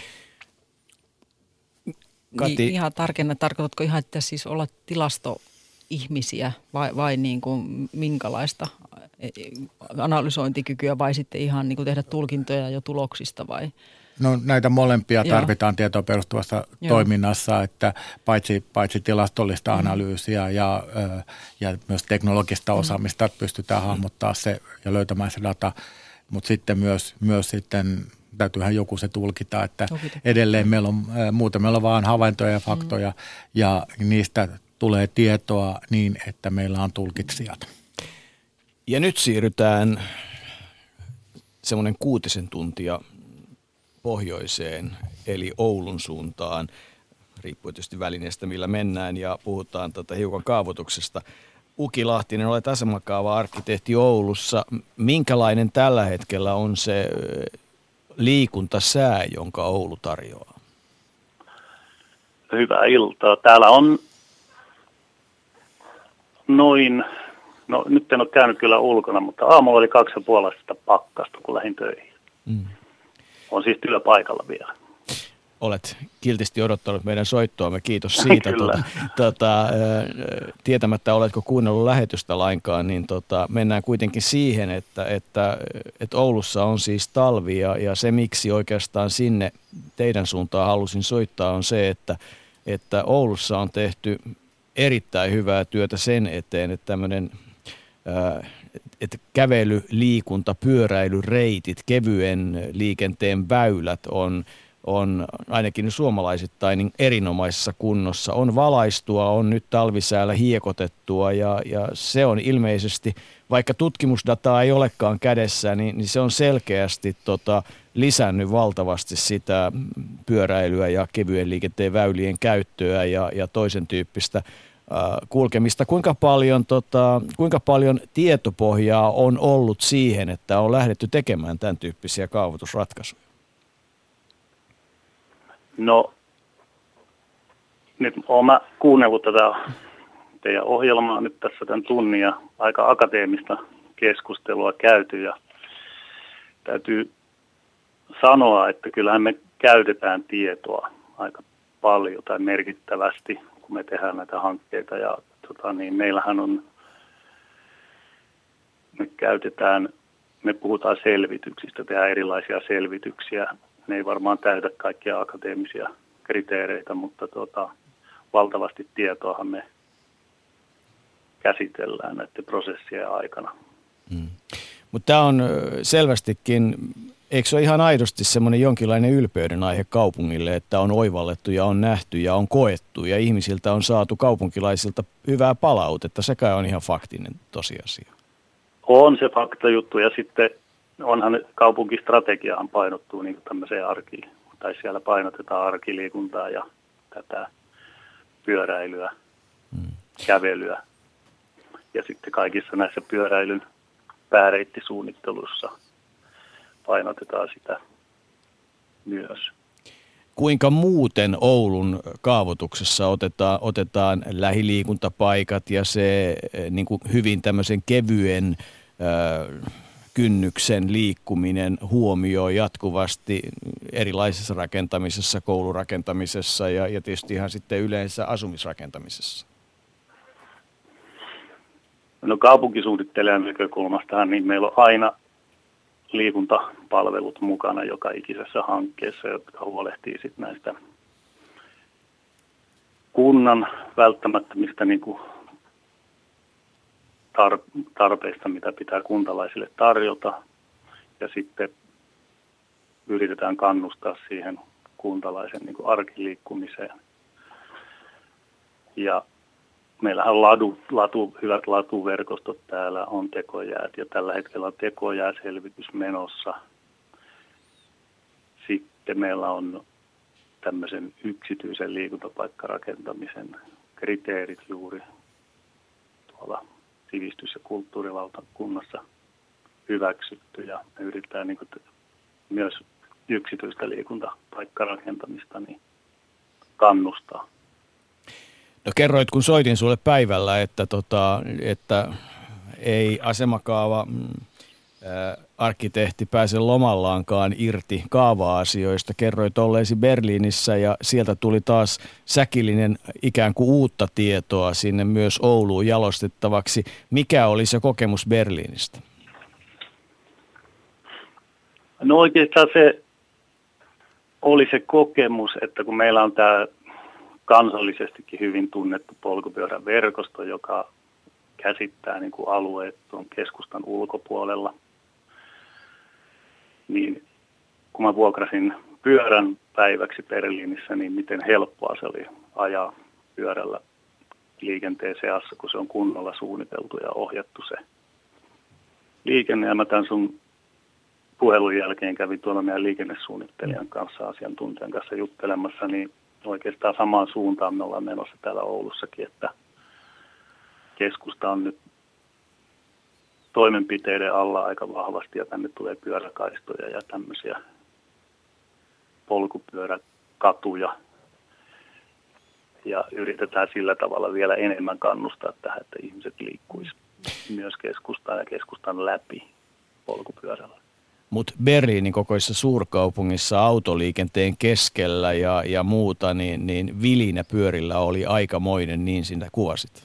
Kati. Niin, ihan tarkenna, tarkoitatko ihan, että siis olla tilastoihmisiä vai, vai niin kuin minkälaista analysointikykyä vai sitten ihan niin kuin tehdä tulkintoja jo tuloksista vai? No näitä molempia Joo. tarvitaan tietoon perustuvassa Joo. toiminnassa, että paitsi, paitsi tilastollista mm. analyysiä ja, ja myös teknologista osaamista, että pystytään mm. hahmottaa se ja löytämään se data, mutta sitten myös, myös sitten täytyyhän joku se tulkita, että Tulkita. edelleen meillä on, muuten meillä on vaan havaintoja ja faktoja mm. ja niistä tulee tietoa niin, että meillä on tulkitsijat. Ja nyt siirrytään semmoinen kuutisen tuntia pohjoiseen, eli Oulun suuntaan, riippuu tietysti välineestä, millä mennään, ja puhutaan tota hiukan kaavoituksesta. Uki Lahtinen, olet asemakaava-arkkitehti Oulussa. Minkälainen tällä hetkellä on se liikuntasää, jonka Oulu tarjoaa? Hyvää iltaa. Täällä on noin, no nyt en ole käynyt kyllä ulkona, mutta aamulla oli kaksi ja puoli astetta pakkasta, kun lähdin töihin. Mm. On siis työpaikalla vielä. Olet kiltisti odottanut meidän soittoamme, kiitos siitä. tuota, tuota, tietämättä oletko kuunnellut lähetystä lainkaan, niin tota, mennään kuitenkin siihen, että, että, että Oulussa on siis talvi ja, ja se miksi oikeastaan sinne teidän suuntaan halusin soittaa on se, että, että Oulussa on tehty erittäin hyvää työtä sen eteen, että tämmöinen ää, että kävely, liikunta, pyöräilyreitit, kevyen liikenteen väylät on, on ainakin suomalaisittain niin erinomaisessa kunnossa. On valaistua, on nyt talvisäällä hiekotettua ja, ja se on ilmeisesti, vaikka tutkimusdataa ei olekaan kädessä, niin, niin se on selkeästi tota, lisännyt valtavasti sitä pyöräilyä ja kevyen liikenteen väylien käyttöä ja, ja toisen tyyppistä kulkemista. Kuinka paljon, tota, kuinka paljon tietopohjaa on ollut siihen, että on lähdetty tekemään tämän tyyppisiä kaavoitusratkaisuja? No, nyt olen mä kuunnellut tätä teidän ohjelmaa nyt tässä tämän tunnin ja aika akateemista keskustelua käyty ja täytyy sanoa, että kyllähän me käytetään tietoa aika paljon tai merkittävästi, kun me tehdään näitä hankkeita ja tota, niin meillähän on, me käytetään, me puhutaan selvityksistä, tehdään erilaisia selvityksiä. Ne ei varmaan täytä kaikkia akateemisia kriteereitä, mutta tota, valtavasti tietoahan me käsitellään näiden prosessien aikana. Mm. Mutta tämä on selvästikin, eikö se ole ihan aidosti semmoinen jonkinlainen ylpeyden aihe kaupungille, että on oivallettu ja on nähty ja on koettu ja ihmisiltä on saatu kaupunkilaisilta hyvää palautetta. Sekä on ihan faktinen tosiasia. On se faktajuttu ja sitten onhan kaupunkistrategiahan painottuu niin kuin tämmöiseen arkiin. Tai siellä painotetaan arkiliikuntaa ja tätä pyöräilyä, hmm. kävelyä. Ja sitten kaikissa näissä pyöräilyn pääreittisuunnittelussa painotetaan sitä myös. Kuinka muuten Oulun kaavoituksessa otetaan, otetaan lähiliikuntapaikat ja se niin kuin hyvin tämmöisen kevyen äh, kynnyksen liikkuminen huomioi jatkuvasti erilaisessa rakentamisessa, koulurakentamisessa ja, ja tietysti ihan sitten yleensä asumisrakentamisessa? No kaupunkisuunnittelijan näkökulmastahan niin meillä on aina liikuntapalvelut mukana joka ikisessä hankkeessa, jotka huolehtii sitten näistä kunnan välttämättömistä niin kuin tar- tarpeista, mitä pitää kuntalaisille tarjota, ja sitten yritetään kannustaa siihen kuntalaisen niin kuin arkiliikkumiseen. Ja meillähän on ladu, latu, hyvät latuverkostot täällä, on tekojäät, ja tällä hetkellä on tekojääselvitys menossa. Sitten meillä on tämmöisen yksityisen liikuntapaikkarakentamisen kriteerit juuri tuolla sivistys- ja kulttuurilautakunnassa hyväksytty, ja me yritetään niin kuin myös yksityistä liikuntapaikkarakentamista niin kannustaa. No kerroit, kun soitin sulle päivällä, että, tota, että ei asemakaava mm, ä, arkkitehti pääse lomallaankaan irti kaava-asioista. Kerroit olleesi Berliinissä ja sieltä tuli taas säkillinen ikään kuin uutta tietoa sinne myös Ouluun jalostettavaksi. Mikä oli se kokemus Berliinistä? No oikeastaan se oli se kokemus, että kun meillä on tämä kansallisestikin hyvin tunnettu polkupyörän verkosto, joka käsittää niin kuin alueet tuon keskustan ulkopuolella, niin kun mä vuokrasin pyörän päiväksi Berliinissä, niin miten helppoa se oli ajaa pyörällä liikenteen seassa, kun se on kunnolla suunniteltu ja ohjattu se liikenne. Ja mä tämän sun puhelun jälkeen kävin tuolla meidän liikennesuunnittelijan kanssa, asiantuntijan kanssa juttelemassa, niin oikeastaan samaan suuntaan me ollaan menossa täällä Oulussakin, että keskusta on nyt toimenpiteiden alla aika vahvasti ja tänne tulee pyöräkaistoja ja tämmöisiä polkupyöräkatuja. Ja yritetään sillä tavalla vielä enemmän kannustaa tähän, että ihmiset liikkuisivat myös keskustaan ja keskustan läpi polkupyörällä. Mutta Berliinin kokoisessa suurkaupungissa autoliikenteen keskellä ja, ja muuta, niin, niin vilinä pyörillä oli aikamoinen, niin sinä kuvasit.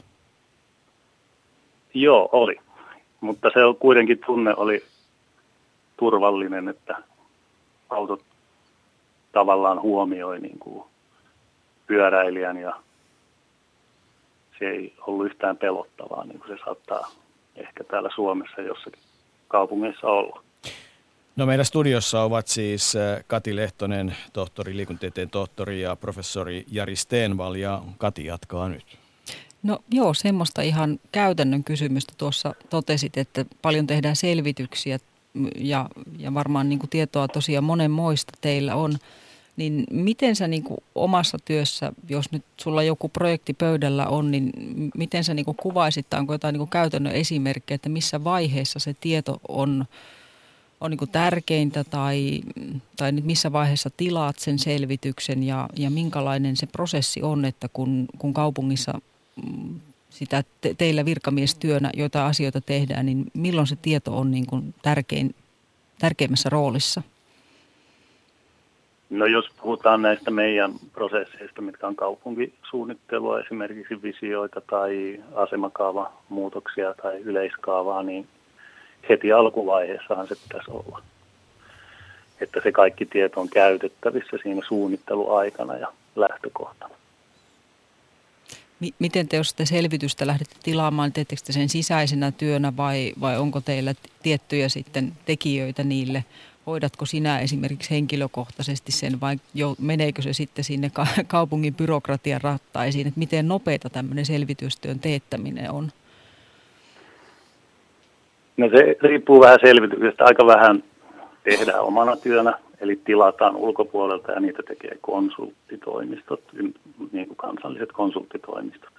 Joo, oli. Mutta se on kuitenkin tunne oli turvallinen, että autot tavallaan huomioi niin kuin pyöräilijän ja se ei ollut yhtään pelottavaa, niin kuin se saattaa ehkä täällä Suomessa jossakin kaupungeissa olla. No meidän studiossa ovat siis Kati Lehtonen, tohtori, liikuntatieteen tohtori ja professori Jari Stenvall, ja Kati jatkaa nyt. No joo, semmoista ihan käytännön kysymystä tuossa totesit, että paljon tehdään selvityksiä ja, ja varmaan niin kuin tietoa tosiaan monenmoista teillä on. Niin miten sä niin kuin omassa työssä, jos nyt sulla joku projekti pöydällä on, niin miten sä niin kuin kuvaisit, tai onko jotain niin kuin käytännön esimerkkejä, että missä vaiheessa se tieto on, on niin kuin tärkeintä tai, tai nyt missä vaiheessa tilaat sen selvityksen ja, ja minkälainen se prosessi on, että kun, kun kaupungissa sitä te, teillä virkamiestyönä, joita asioita tehdään, niin milloin se tieto on niin kuin tärkein, tärkeimmässä roolissa? No jos puhutaan näistä meidän prosesseista, mitkä on kaupunkisuunnittelua, esimerkiksi visioita tai asemakaavamuutoksia tai yleiskaavaa, niin heti alkuvaiheessahan se pitäisi olla. Että se kaikki tieto on käytettävissä siinä suunnitteluaikana ja lähtökohtana. Miten te, jos te selvitystä lähdette tilaamaan, teettekö te sen sisäisenä työnä vai, vai onko teillä tiettyjä sitten tekijöitä niille? Hoidatko sinä esimerkiksi henkilökohtaisesti sen vai jo, meneekö se sitten sinne ka- kaupungin byrokratian rattaisiin? Että miten nopeata tämmöinen selvitystyön teettäminen on? No se riippuu vähän selvityksestä. Aika vähän tehdään omana työnä, eli tilataan ulkopuolelta ja niitä tekee konsulttitoimistot, niin kuin kansalliset konsulttitoimistot.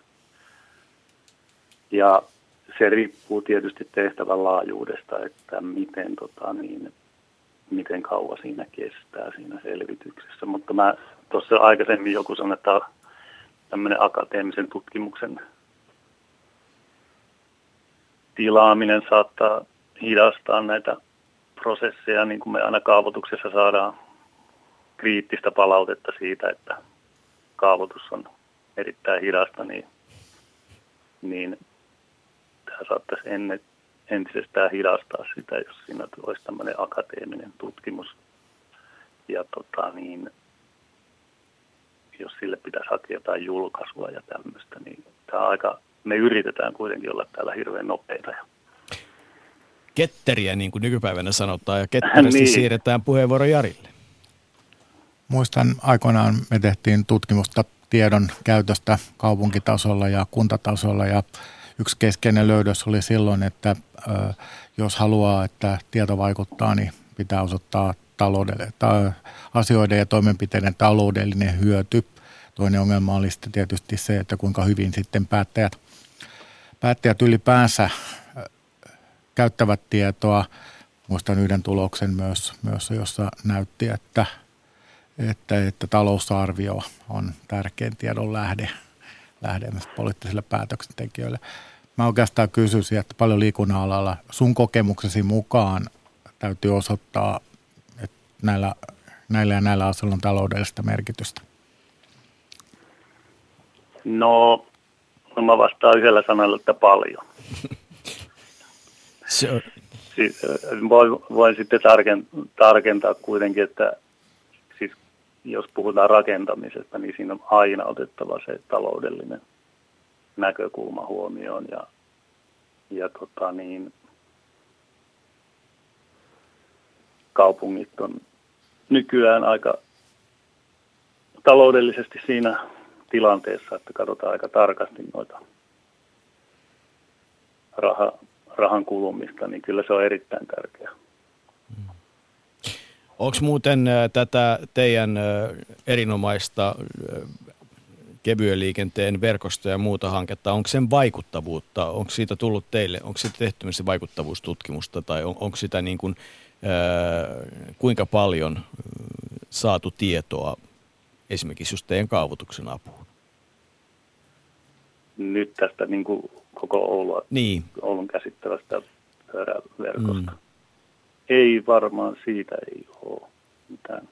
Ja se riippuu tietysti tehtävän laajuudesta, että miten, tota, niin, miten kauan siinä kestää siinä selvityksessä. Mutta mä tuossa aikaisemmin joku sanoi, että tämmöinen akateemisen tutkimuksen tilaaminen saattaa hidastaa näitä prosesseja, niin kuin me aina kaavoituksessa saadaan kriittistä palautetta siitä, että kaavoitus on erittäin hidasta, niin, niin tämä saattaisi ennen, entisestään hidastaa sitä, jos siinä olisi tämmöinen akateeminen tutkimus. Ja tota niin, jos sille pitäisi hakea jotain julkaisua ja tämmöistä, niin tämä on aika, me yritetään kuitenkin olla täällä hirveän nopeita. Ketteriä, niin kuin nykypäivänä sanotaan, ja ketterästi niin. Siirretään puheenvuoro Jarille. Muistan aikoinaan me tehtiin tutkimusta tiedon käytöstä kaupunkitasolla ja kuntatasolla, ja yksi keskeinen löydös oli silloin, että ö, jos haluaa, että tieto vaikuttaa, niin pitää osoittaa taloudelle, tai asioiden ja toimenpiteiden taloudellinen hyöty. Toinen ongelma oli sitten tietysti se, että kuinka hyvin sitten päättäjät, päättäjät ylipäänsä käyttävät tietoa. Muistan yhden tuloksen myös, myös jossa näytti, että, että, että talousarvio on tärkein tiedon lähde, lähde poliittisille päätöksentekijöille. Mä oikeastaan kysyisin, että paljon liikunnan alalla sun kokemuksesi mukaan täytyy osoittaa, että näillä, näillä ja näillä asioilla on taloudellista merkitystä. No, no mä vastaan yhdellä sanalla, että paljon. Se siis, voin, voin sitten tarkentaa kuitenkin, että siis, jos puhutaan rakentamisesta, niin siinä on aina otettava se taloudellinen näkökulma huomioon. Ja, ja tota niin, kaupungit on nykyään aika taloudellisesti siinä tilanteessa, että katsotaan aika tarkasti noita raha, rahan kulumista, niin kyllä se on erittäin tärkeää. Onko muuten tätä teidän erinomaista kevyen liikenteen verkostoja ja muuta hanketta, onko sen vaikuttavuutta, onko siitä tullut teille, onko siitä tehty se vaikuttavuustutkimusta tai on, onko sitä niin kuin, ää, kuinka paljon saatu tietoa esimerkiksi just teidän kaavoituksen apuun? Nyt tästä niin kuin koko Oulun, niin. Oulun käsittävästä pyöräverkosta. Mm. Ei varmaan siitä ei ole mitään.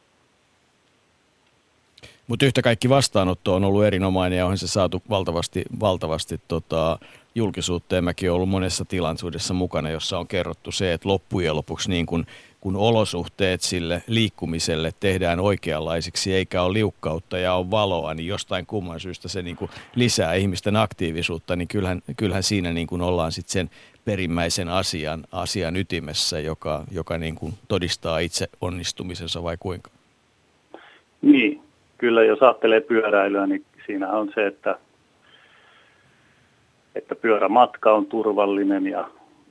Mutta yhtä kaikki vastaanotto on ollut erinomainen ja onhan se saatu valtavasti, valtavasti tota, julkisuutta. Ja mäkin olen ollut monessa tilaisuudessa mukana, jossa on kerrottu se, että loppujen lopuksi niin kun, kun olosuhteet sille liikkumiselle tehdään oikeanlaisiksi eikä ole liukkautta ja on valoa, niin jostain kumman syystä se niin kun lisää ihmisten aktiivisuutta, niin kyllähän, kyllähän siinä niin kun ollaan sitten sen perimmäisen asian, asian ytimessä, joka, joka niin kun todistaa itse onnistumisensa vai kuinka? Niin. Kyllä, jos ajattelee pyöräilyä, niin siinä on se, että, että pyörämatka on turvallinen ja,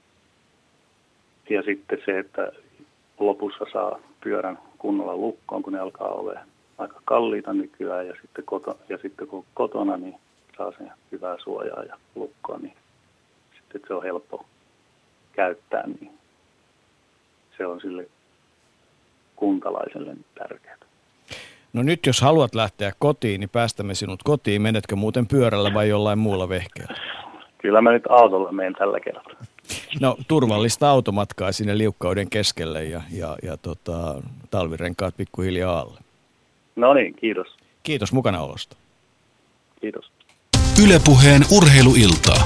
ja sitten se, että lopussa saa pyörän kunnolla lukkoon, kun ne alkaa olla aika kalliita nykyään ja sitten, koto, ja sitten kun kotona, niin saa sen hyvää suojaa ja lukkoa, niin sitten se on helppo käyttää, niin se on sille kuntalaiselle tärkeää. No nyt jos haluat lähteä kotiin, niin päästämme sinut kotiin. Menetkö muuten pyörällä vai jollain muulla vehkeellä? Kyllä mä nyt autolla menen tällä kertaa. No turvallista automatkaa sinne liukkauden keskelle ja, ja, ja tota, talvirenkaat pikkuhiljaa alle. No niin, kiitos. Kiitos mukanaolosta. Kiitos. Yle Puheen urheiluiltaa.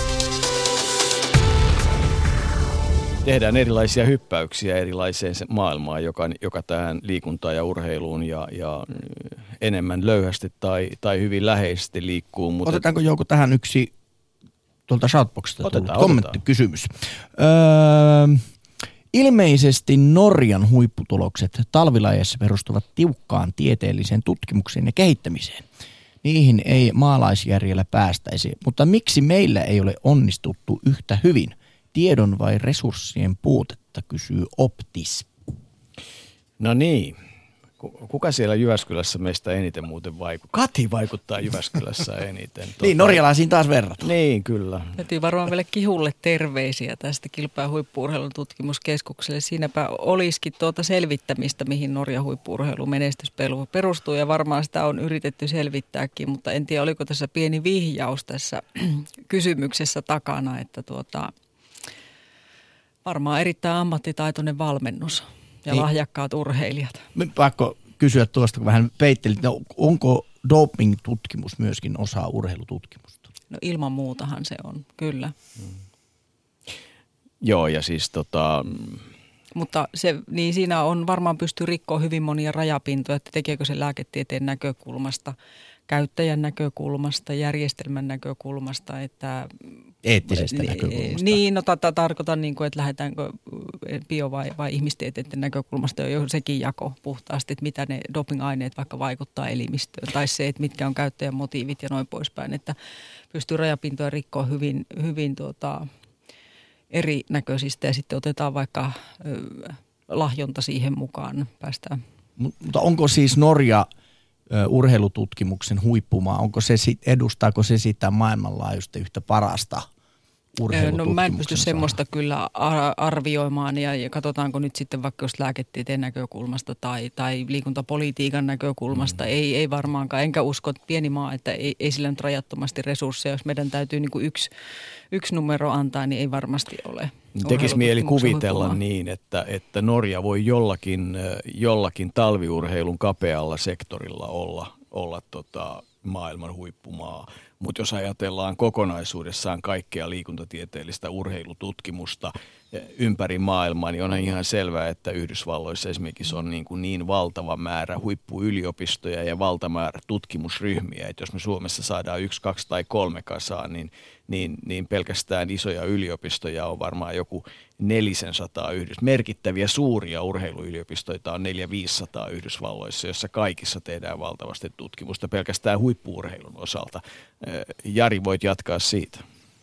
Tehdään erilaisia hyppäyksiä erilaiseen maailmaan, joka, joka tähän liikuntaan ja urheiluun ja, ja enemmän löyhästi tai, tai hyvin läheisesti liikkuu. Mutta otetaanko joku tähän yksi tuolta Shoutboxista tullut kommenttikysymys? Öö, ilmeisesti Norjan huipputulokset talvilajeissa perustuvat tiukkaan tieteelliseen tutkimukseen ja kehittämiseen. Niihin ei maalaisjärjellä päästäisi, mutta miksi meillä ei ole onnistuttu yhtä hyvin? Tiedon vai resurssien puutetta, kysyy Optis. No niin. Kuka siellä Jyväskylässä meistä eniten muuten vaikuttaa? Kati vaikuttaa Jyväskylässä eniten. Tuota... Niin, norjalaisiin taas verrattuna. Niin, kyllä. Täytyy varmaan vielä Kihulle terveisiä tästä Kilpä- ja huippu-urheilun tutkimuskeskukselle. Siinäpä olisikin tuota selvittämistä, mihin Norjan huippu-urheilun menestys perustuu. Ja varmaan sitä on yritetty selvittääkin, mutta en tiedä, oliko tässä pieni vihjaus tässä kysymyksessä takana, että tuota... Varmaan erittäin ammattitaitoinen valmennus ja niin. Lahjakkaat urheilijat. Pakko kysyä tuosta, kun vähän peittelit, no, onko doping-tutkimus myöskin osa urheilututkimusta? No ilman muutahan se on, kyllä. Hmm. Joo, ja siis tota... Mutta se, niin siinä on varmaan pystyy rikkoa hyvin monia rajapintoja, että tekeekö se lääketieteen näkökulmasta, käyttäjän näkökulmasta, järjestelmän näkökulmasta, että... Eettisestä näkökulmasta. Niin, no ta- tarkoitan, niin kuin, että lähdetäänkö bio- vai, vai ihmistieteiden näkökulmasta jo sekin jako puhtaasti, että mitä ne doping-aineet vaikka vaikuttaa elimistöön, tai se, että mitkä on käyttäjän motiivit ja noin poispäin, että pystyy rajapintoja rikkoa hyvin, hyvin tuota, erinäköisistä ja sitten otetaan vaikka ö, lahjonta siihen mukaan, päästään. Mutta onko siis Norja ö, urheilututkimuksen huippumaa, onko se, edustaako se sitä maailmanlaajuisesti yhtä parasta urheilututkimuksen? No mä en pysty semmoista kyllä arvioimaan ja, ja katsotaanko nyt sitten vaikka just lääketieteen näkökulmasta tai, tai liikuntapolitiikan näkökulmasta. Mm. Ei, ei varmaankaan, enkä usko, että pieni maa, että ei, ei sillä nyt rajattomasti resursseja. Jos meidän täytyy niin kuin yksi, yksi numero antaa, niin ei varmasti ole. Tekisi mieli kuvitella niin, että, että Norja voi jollakin, jollakin talviurheilun kapealla sektorilla olla, olla tota maailman huippumaa. Mutta jos ajatellaan kokonaisuudessaan kaikkea liikuntatieteellistä urheilututkimusta ympäri maailmaa, niin onhan ihan selvää, että Yhdysvalloissa esimerkiksi on niin, kuin niin valtava määrä huippuyliopistoja ja valtamäärä tutkimusryhmiä, että jos me Suomessa saadaan yksi, kaksi tai kolme kasaan, niin, niin, niin pelkästään isoja yliopistoja on varmaan joku nelisensataa Yhdys. Merkittäviä suuria urheiluyliopistoita on neljä viisisataa Yhdysvalloissa, jossa kaikissa tehdään valtavasti tutkimusta pelkästään huippu-urheilun osalta. Jari, voit jatkaa siitä.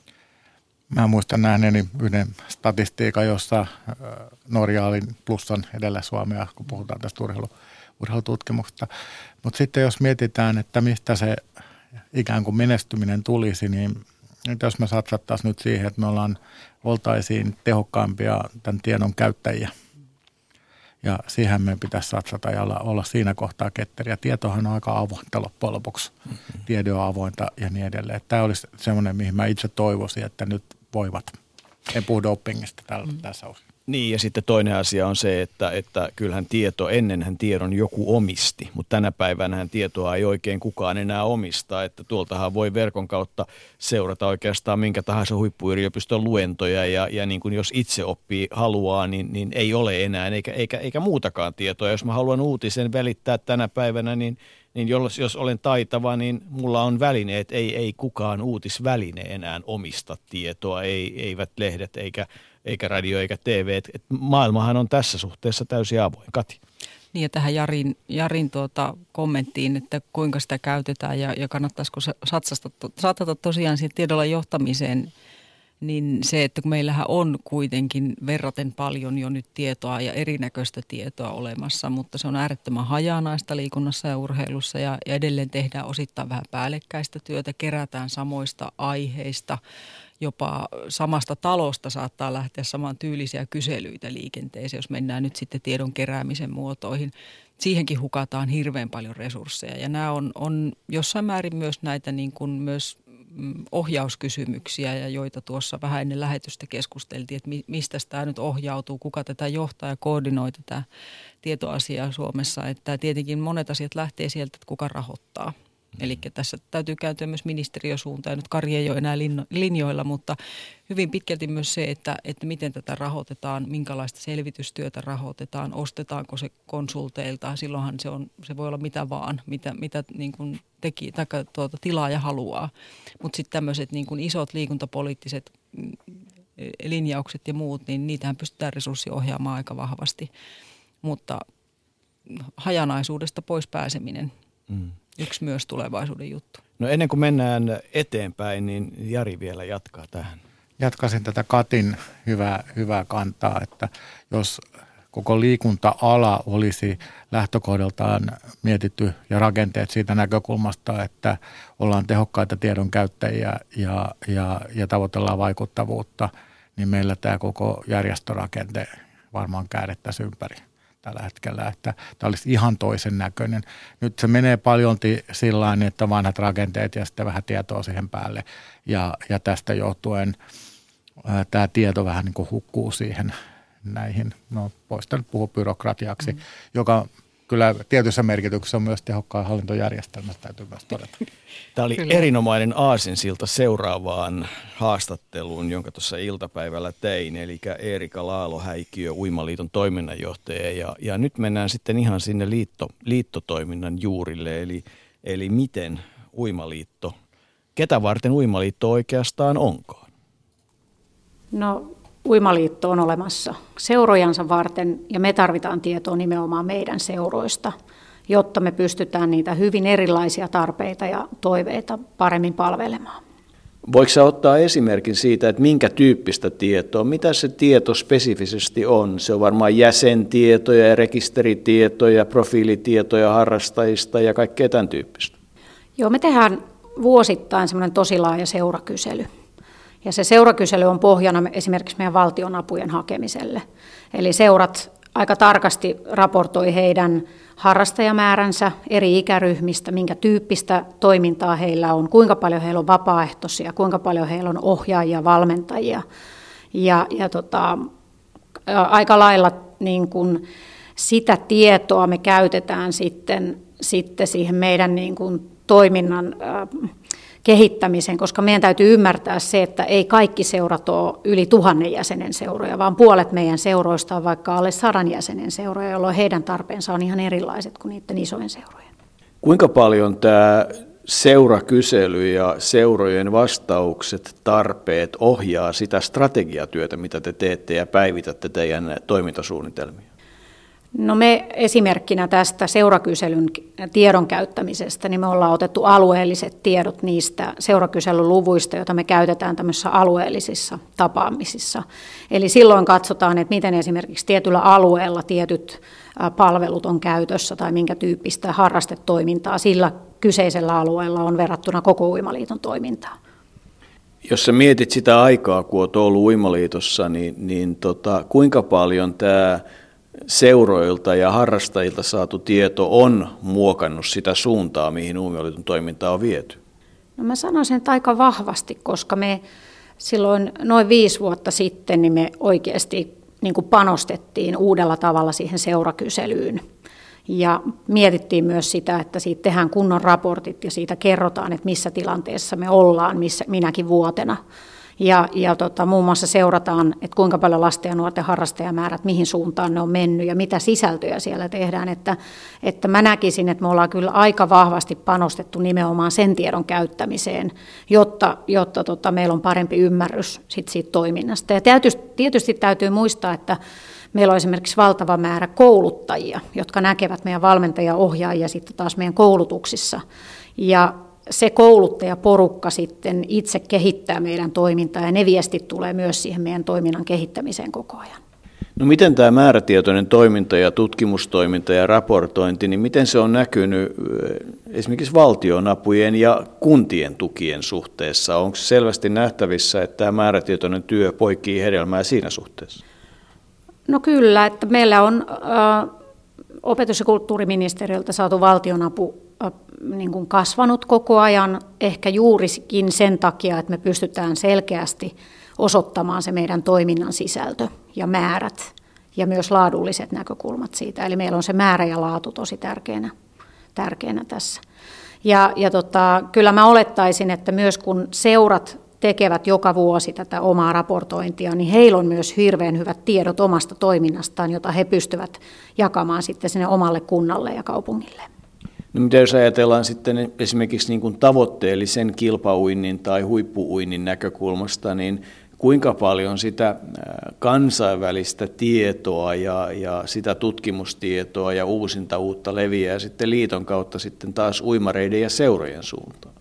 Mä muistan nähneeni yhden statistiikan, jossa Norja oli plussan edellä Suomea, kun puhutaan tästä urheilu, urheilututkimuksesta. Mutta sitten jos mietitään, että mistä se ikään kuin menestyminen tulisi, niin jos me satsattaisiin nyt siihen, että me ollaan, oltaisiin tehokkaampia tämän tiedon käyttäjiä. Ja siihen meidän pitäisi satsata ja olla, olla siinä kohtaa ketteriä. Tietohan on aika avointa loppujen lopuksi. Mm-hmm. Tiede on avointa ja niin edelleen. Tämä olisi semmoinen, mihin mä itse toivoisin, että nyt voivat. En puhu dopingista tällä, mm-hmm. tässä osin. Niin, ja sitten toinen asia on se, että, että kyllähän tieto, ennenhän tiedon joku omisti, mutta tänä päivänähän tietoa ei oikein kukaan enää omista, että tuoltahan voi verkon kautta seurata oikeastaan minkä tahansa huippuyliopiston luentoja, ja, ja niin kuin jos itse oppii haluaa, niin, niin ei ole enää, eikä, eikä, eikä muutakaan tietoa. Jos mä haluan uutisen välittää tänä päivänä, niin niin jos, jos olen taitava, niin mulla on välineet, ei, ei kukaan uutisväline enää omista tietoa, ei, eivät lehdet eikä, eikä radio eikä T V. Et, et maailmahan on tässä suhteessa täysin avoin. Kati. Niin ja tähän Jarin, Jarin tuota kommenttiin, että kuinka sitä käytetään ja, ja kannattaisiko satsata, satsata tosiaan siihen tiedolla johtamiseen, niin se, että kun meillähän on kuitenkin verraten paljon jo nyt tietoa ja erinäköistä tietoa olemassa, mutta se on äärettömän hajanaista liikunnassa ja urheilussa ja, ja edelleen tehdään osittain vähän päällekkäistä työtä, kerätään samoista aiheista, jopa samasta talosta saattaa lähteä saman tyylisiä kyselyitä liikenteeseen, jos mennään nyt sitten tiedon keräämisen muotoihin. Siihenkin hukataan hirveän paljon resursseja ja nämä on, on jossain määrin myös näitä niin kuin myös ohjauskysymyksiä, ja joita tuossa vähän ennen lähetystä keskusteltiin, että mistä tämä nyt ohjautuu, kuka tätä johtaa ja koordinoi tätä tietoasiaa Suomessa. Että tietenkin monet asiat lähtee sieltä, että kuka rahoittaa. Eli tässä täytyy kääntyä myös ministeriösuuntaan. Nyt Kari ei ole enää linjoilla, mutta hyvin pitkälti myös se, että, että miten tätä rahoitetaan, minkälaista selvitystyötä rahoitetaan, ostetaanko se konsulteilta. Silloinhan se, on, se voi olla mitä vaan, mitä, mitä niin kuin teki, tai tuota, tilaaja haluaa. Mutta sitten tämmöiset niin kuin isot liikuntapoliittiset linjaukset ja muut, niin niitähän pystytään resurssiohjaamaan aika vahvasti. Mutta hajanaisuudesta pois pääseminen. Mm. Yksi myös tulevaisuuden juttu. No ennen kuin mennään eteenpäin, niin Jari vielä jatkaa tähän. Jatkaisin tätä Katin hyvää, hyvää kantaa, että jos koko liikunta-ala olisi lähtökohdaltaan mietitty ja rakenteet siitä näkökulmasta, että ollaan tehokkaita tiedonkäyttäjiä ja, ja, ja tavoitellaan vaikuttavuutta, niin meillä tämä koko järjestörakente varmaan käädettäisiin ympäri tällä hetkellä, että tämä olisi ihan toisen näköinen. Nyt se menee paljolti sillain, että vanhat rakenteet ja sitten vähän tietoa siihen päälle. Ja, ja tästä johtuen ää, tämä tieto vähän niin kuin hukkuu siihen näihin, no voisi nyt puhua byrokratiaksi, mm. joka kyllä tietyssä merkityksessä on myös tehokkaan hallintojärjestelmä, täytyy myös todeta. Tämä oli kyllä erinomainen aasinsilta seuraavaan haastatteluun, jonka tuossa iltapäivällä tein, eli Eerika Laalo-Häikiö, Uimaliiton toiminnanjohtaja. Ja, ja nyt mennään sitten ihan sinne liitto, liittotoiminnan juurille, eli, eli miten Uimaliitto, ketä varten Uimaliitto oikeastaan onkaan? No Uimaliitto on olemassa seurojansa varten ja me tarvitaan tietoa nimenomaan meidän seuroista, jotta me pystytään niitä hyvin erilaisia tarpeita ja toiveita paremmin palvelemaan. Voiko sä ottaa esimerkin siitä, että minkä tyyppistä tietoa, mitä se tieto spesifisesti on? Se on varmaan jäsentietoja ja rekisteritietoja, profiilitietoja harrastajista ja kaikkea tämän tyyppistä. Joo, me tehdään vuosittain semmoinen tosi laaja seurakysely. Ja se seurakysely on pohjana esimerkiksi meidän valtionapujen hakemiselle. Eli seurat aika tarkasti raportoi heidän harrastajamääränsä eri ikäryhmistä, minkä tyyppistä toimintaa heillä on, kuinka paljon heillä on vapaaehtoisia, kuinka paljon heillä on ohjaajia, valmentajia. Ja, ja tota, aika lailla niin kun sitä tietoa me käytetään sitten, sitten siihen meidän niin kun toiminnan äh, kehittämiseen, koska meidän täytyy ymmärtää se, että ei kaikki seurat ole yli tuhannen jäsenen seuroja, vaan puolet meidän seuroista on vaikka alle sadan jäsenen seuroja, jolloin heidän tarpeensa on ihan erilaiset kuin niiden isojen seurojen. Kuinka paljon tämä seurakysely ja seurojen vastaukset, tarpeet ohjaa sitä strategiatyötä, mitä te teette ja päivitätte teidän toimintasuunnitelmia? No me esimerkkinä tästä seurakyselyn tiedon käyttämisestä, niin me ollaan otettu alueelliset tiedot niistä seurakyselyn luvuista, joita me käytetään tämmöisissä alueellisissa tapaamisissa. Eli silloin katsotaan, että miten esimerkiksi tietyllä alueella tietyt palvelut on käytössä tai minkä tyyppistä harrastetoimintaa sillä kyseisellä alueella on verrattuna koko Uimaliiton toimintaan. Jos sä mietit sitä aikaa, kun olet ollut Uimaliitossa, niin, niin tota, kuinka paljon tämä seuroilta ja harrastajilta saatu tieto on muokannut sitä suuntaa, mihin Uimaliiton toimintaa on viety? No mä sanoisin, että aika vahvasti, koska me silloin noin viisi vuotta sitten niin me oikeasti niin kuin panostettiin uudella tavalla siihen seurakyselyyn. Ja mietittiin myös sitä, että siitä tehdään kunnon raportit ja siitä kerrotaan, että missä tilanteessa me ollaan, missä minäkin vuotena. Ja, ja tota, muun muassa seurataan, että kuinka paljon lasten ja nuorten harrastajamäärät, mihin suuntaan ne on mennyt ja mitä sisältöjä siellä tehdään. Että, että mä näkisin, että me ollaan kyllä aika vahvasti panostettu nimenomaan sen tiedon käyttämiseen, jotta, jotta tota, meillä on parempi ymmärrys sit siitä toiminnasta. Ja tietysti, tietysti täytyy muistaa, että meillä on esimerkiksi valtava määrä kouluttajia, jotka näkevät meidän valmentaja-ohjaajia sitten taas meidän koulutuksissa. Ja se kouluttajaporukka sitten itse kehittää meidän toimintaa ja ne viestit tulee myös siihen meidän toiminnan kehittämiseen koko ajan. No miten tämä määrätietoinen toiminta ja tutkimustoiminta ja raportointi, niin miten se on näkynyt esimerkiksi valtionapujen ja kuntien tukien suhteessa? Onko selvästi nähtävissä, että tämä määrätietoinen työ poikii hedelmää siinä suhteessa? No kyllä, että meillä on äh, opetus- ja kulttuuriministeriöltä saatu valtionapu niin kuin kasvanut koko ajan, ehkä juurikin sen takia, että me pystytään selkeästi osoittamaan se meidän toiminnan sisältö ja määrät ja myös laadulliset näkökulmat siitä. Eli meillä on se määrä ja laatu tosi tärkeänä, tärkeänä tässä. Ja, ja tota, kyllä mä olettaisin, että myös kun seurat tekevät joka vuosi tätä omaa raportointia, niin heillä on myös hirveän hyvät tiedot omasta toiminnastaan, jota he pystyvät jakamaan sitten sinne omalle kunnalle ja kaupungille. No mitä jos ajatellaan sitten esimerkiksi niin kuin tavoitteellisen kilpauinnin tai huippuuinnin näkökulmasta, niin kuinka paljon sitä kansainvälistä tietoa ja, ja sitä tutkimustietoa ja uusinta uutta leviää sitten liiton kautta sitten taas uimareiden ja seurojen suuntaan?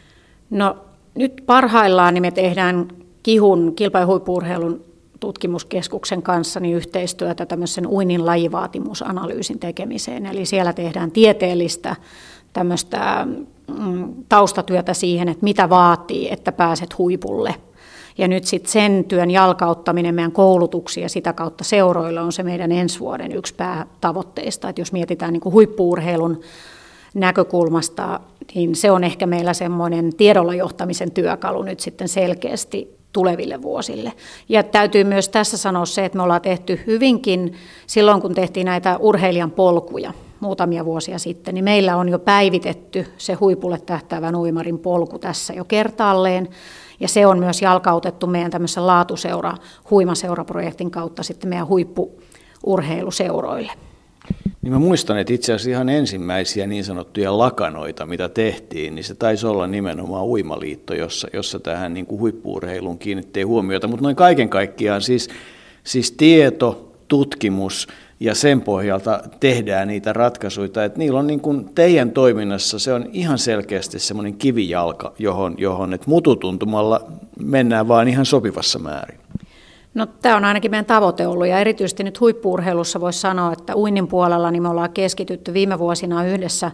No nyt parhaillaan niin me tehdään KIHUn, kilpa- ja huippu-urheilun tutkimuskeskuksen kanssa niin yhteistyötä tämmöisen uinnin lajivaatimusanalyysin tekemiseen. Eli siellä tehdään tieteellistä tämmöistä mm, taustatyötä siihen, että mitä vaatii, että pääset huipulle. Ja nyt sitten sen työn jalkauttaminen meidän koulutuksiin ja sitä kautta seuroille on se meidän ensi vuoden yksi päätavoitteista. Että jos mietitään niin kuin huippu-urheilun näkökulmasta, niin se on ehkä meillä semmoinen tiedolla johtamisen työkalu nyt sitten selkeästi tuleville vuosille. Ja täytyy myös tässä sanoa se, että me ollaan tehty hyvinkin, silloin kun tehtiin näitä urheilijan polkuja, muutamia vuosia sitten, niin meillä on jo päivitetty se huipulle tähtäävän uimarin polku tässä jo kertaalleen. Ja se on myös jalkautettu meidän tämmöisen laatuseura, huimaseuraprojektin kautta sitten meidän huippu-urheiluseuroille. Niin mä muistan, että itse asiassa ihan ensimmäisiä niin sanottuja lakanoita, mitä tehtiin, niin se taisi olla nimenomaan Uimaliitto, jossa, jossa tähän niin kuin huippu-urheiluun kiinnittää huomiota. Mutta noin kaiken kaikkiaan siis, siis tieto, tutkimus ja sen pohjalta tehdään niitä ratkaisuja, että niillä on niin kuin teidän toiminnassa, se on ihan selkeästi semmoinen kivijalka, johon, johon että mututuntumalla mennään vaan ihan sopivassa määrin. No, tämä on ainakin meidän tavoite ollut, ja erityisesti nyt huippu-urheilussa voisi sanoa, että uinnin puolella niin me ollaan keskitytty viime vuosina yhdessä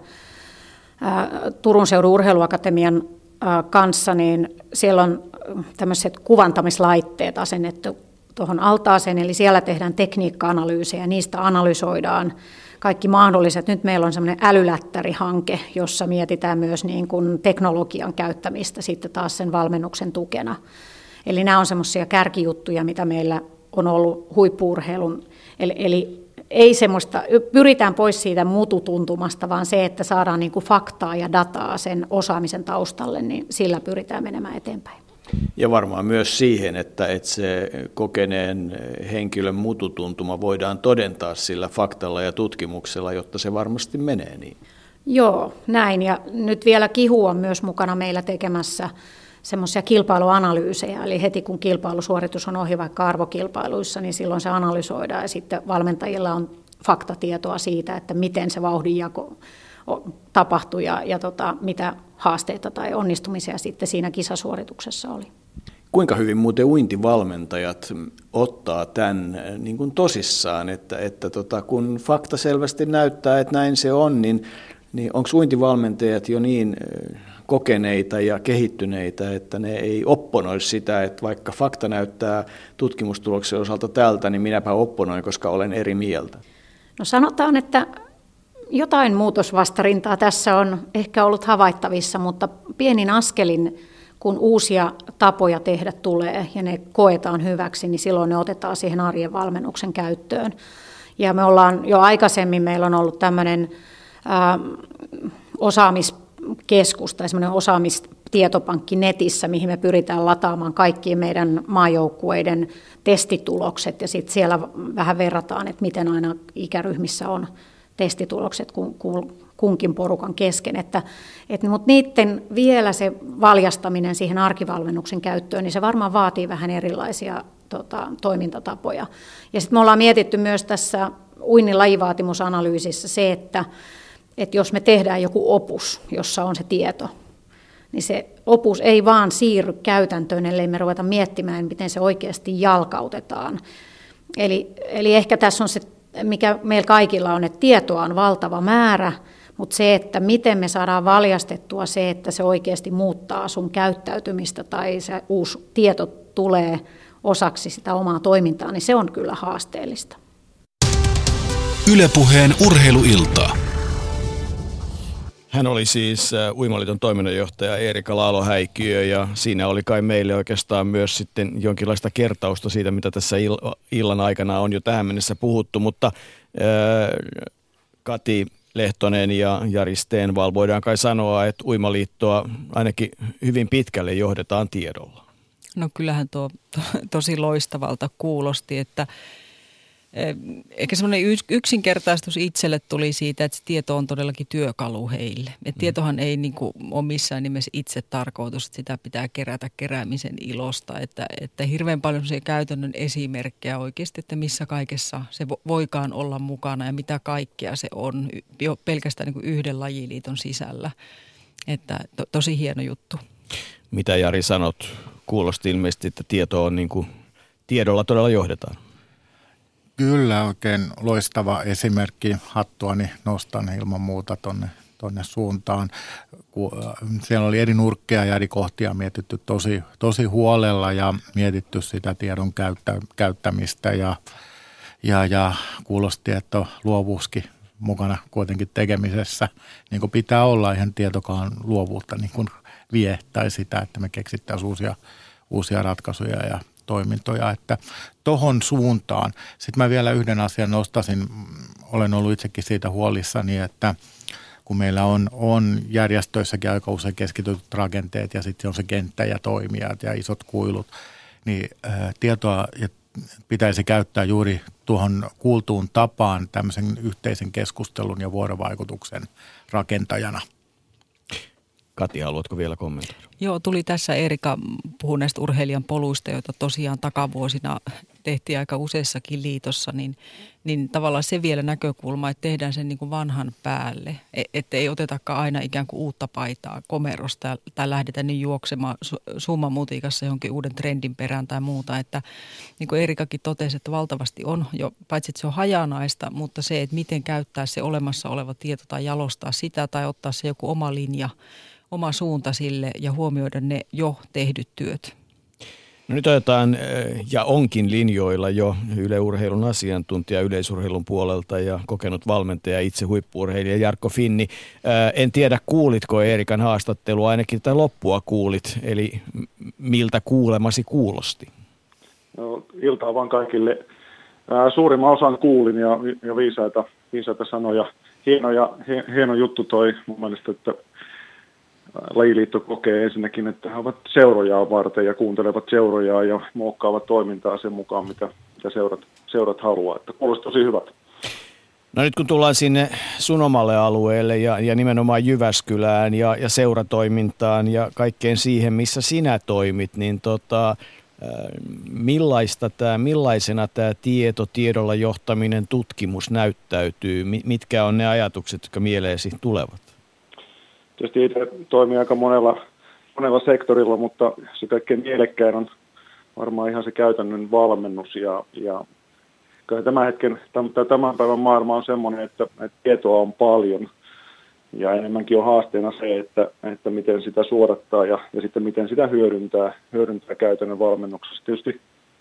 ää, Turun seudun urheiluakatemian ää, kanssa, niin siellä on tämmöiset kuvantamislaitteet asennettu tuohon altaaseen, eli siellä tehdään tekniikka-analyysejä, niistä analysoidaan kaikki mahdolliset. Nyt meillä on semmoinen älylättärihanke, jossa mietitään myös niin kuin teknologian käyttämistä sitten taas sen valmennuksen tukena. Eli nämä on semmoisia kärkijuttuja, mitä meillä on ollut huippu-urheilun. Eli, eli ei semmoista, pyritään pois siitä mututuntumasta, vaan se, että saadaan niin kuin faktaa ja dataa sen osaamisen taustalle, niin sillä pyritään menemään eteenpäin. Ja varmaan myös siihen, että, että se kokeneen henkilön mututuntuma voidaan todentaa sillä faktalla ja tutkimuksella, jotta se varmasti menee niin. Joo, näin. Ja nyt vielä Kihu on myös mukana meillä tekemässä semmoisia kilpailuanalyysejä, eli heti kun kilpailusuoritus on ohi vaikka arvokilpailuissa, niin silloin se analysoidaan ja sitten valmentajilla on faktatietoa siitä, että miten se vauhdinjako tapahtui ja, ja tota, mitä haasteita tai onnistumisia sitten siinä kisasuorituksessa oli. Kuinka hyvin muuten uintivalmentajat ottaa tämän niin kuin tosissaan, että, että tota, kun fakta selvästi näyttää, että näin se on, niin, niin onko uintivalmentajat jo niin kokeneita ja kehittyneitä, että ne ei opponoi sitä, että vaikka fakta näyttää tutkimustuloksen osalta tältä, niin minäpä opponoin, koska olen eri mieltä? No sanotaan, että jotain muutosvastarintaa tässä on ehkä ollut havaittavissa, mutta pienin askelin, kun uusia tapoja tehdä tulee ja ne koetaan hyväksi, niin silloin ne otetaan siihen arjen valmennuksen käyttöön. Ja me ollaan jo aikaisemmin, meillä on ollut tämmöinen ää, osaamiskeskus tai semmoinen osaamistietopankki netissä, mihin me pyritään lataamaan kaikkien meidän maajoukkueiden testitulokset ja sitten siellä vähän verrataan, että miten aina ikäryhmissä on testitulokset kunkin porukan kesken, että, että, mutta niiden vielä se valjastaminen siihen arkivalmennuksen käyttöön, niin se varmaan vaatii vähän erilaisia tota, toimintatapoja. Ja sitten me ollaan mietitty myös tässä uinnin lajivaatimusanalyysissä se, että, että jos me tehdään joku opus, jossa on se tieto, niin se opus ei vaan siirry käytäntöön, ellei me ruveta miettimään, miten se oikeasti jalkautetaan. Eli, eli ehkä tässä on se, mikä meillä kaikilla on, että tietoa on valtava määrä, mutta se, että miten me saadaan valjastettua se, että se oikeasti muuttaa sun käyttäytymistä tai se uusi tieto tulee osaksi sitä omaa toimintaa, niin se on kyllä haasteellista. Yle Puheen urheiluiltaa. Hän oli siis Uimaliiton toiminnanjohtaja Eerika Laalo-Häikiö ja siinä oli kai meille oikeastaan myös sitten jonkinlaista kertausta siitä, mitä tässä illan aikana on jo tähän mennessä puhuttu, mutta äh, Kati Lehtonen ja Jari Stenvall, voidaan kai sanoa, että Uimaliittoa ainakin hyvin pitkälle johdetaan tiedolla. No kyllähän tuo to, tosi loistavalta kuulosti, että ehkä semmoinen yksinkertaistus itselle tuli siitä, että se tieto on todellakin työkalu heille. Et tietohan ei niin kuin ole missään nimessä itse tarkoitus, että sitä pitää kerätä keräämisen ilosta. Että, että hirveän paljon se käytännön esimerkkejä oikeasti, että missä kaikessa se voikaan olla mukana ja mitä kaikkea se on jo pelkästään niin kuin yhden lajiliiton sisällä. Että to, tosi hieno juttu. Mitä Jari sanot? Kuulosti ilmeisesti, että tieto on niin kuin, tiedolla todella johdetaan. Kyllä, oikein loistava esimerkki. Hattuani nostan ilman muuta tonne, tonne suuntaan. Siellä oli eri nurkkeja ja eri kohtia mietitty tosi, tosi huolella ja mietitty sitä tiedon käyttä, käyttämistä ja, ja, ja kuulosti, että on luovuuskin mukana kuitenkin tekemisessä. Niin kuin pitää olla, ihan tietokaan luovuutta niin kuin vie tai sitä, että me keksittäisiin uusia, uusia ratkaisuja ja toimintoja, että tohon suuntaan. Sitten mä vielä yhden asian nostasin, olen ollut itsekin siitä huolissani, että kun meillä on, on järjestöissäkin aika usein keskitytyt rakenteet ja sitten on se kenttä ja toimijat ja isot kuilut, niin ää, tietoa ja pitäisi käyttää juuri tuohon kuultuun tapaan tämmöisen yhteisen keskustelun ja vuorovaikutuksen rakentajana. Kati, haluatko vielä kommentoida? Joo, tuli tässä Eerika puhui näistä urheilijan poluista, joita tosiaan takavuosina tehtiin aika useassakin liitossa, niin, niin tavallaan se vielä näkökulma, että tehdään sen niin kuin vanhan päälle, että ei otetakaan aina ikään kuin uutta paitaa komerosta tai lähdetään niin juoksemaan summamutikassa johonkin uuden trendin perään tai muuta, että niin kuin Eerikakin totesi, että valtavasti on jo, paitsi että se on hajanaista, mutta se, että miten käyttää se olemassa oleva tieto tai jalostaa sitä tai ottaa se joku oma linja, oma suunta sille ja huomioida ne jo tehdyt työt. No nyt otetaan, ja onkin linjoilla jo Yle Urheilun asiantuntija yleisurheilun puolelta ja kokenut valmentaja, itse huippu-urheilija Jarkko Finni. En tiedä, kuulitko Eerikan haastattelua, ainakin tätä loppua kuulit, eli miltä kuulemasi kuulosti? No, iltaa vaan kaikille. Suurimman osan kuulin ja, ja viisaita, viisaita sanoja. Hieno, ja, hieno juttu toi mun mielestä, että Lajiliitto kokee ensinnäkin, että he ovat seurojaa varten ja kuuntelevat seurojaa ja muokkaavat toimintaa sen mukaan, mitä, mitä seurat, seurat haluaa. Että kuulosti tosi hyvät. No nyt kun tullaan sinne sun omalle alueelle ja, ja nimenomaan Jyväskylään ja, ja seuratoimintaan ja kaikkeen siihen, missä sinä toimit, niin tota, millaista tää, millaisena tämä tieto, tiedolla johtaminen, tutkimus näyttäytyy? Mitkä on ne ajatukset, jotka mieleesi tulevat? Tietysti itse toimii aika monella, monella sektorilla, mutta se kaikkein mielekkäin on varmaan ihan se käytännön valmennus. Ja, ja tämän hetken, tämän päivän maailma on sellainen, että, että tietoa on paljon. Ja enemmänkin on haasteena se, että, että miten sitä suodattaa ja, ja sitten miten sitä hyödyntää, hyödyntää käytännön valmennuksessa. Tietysti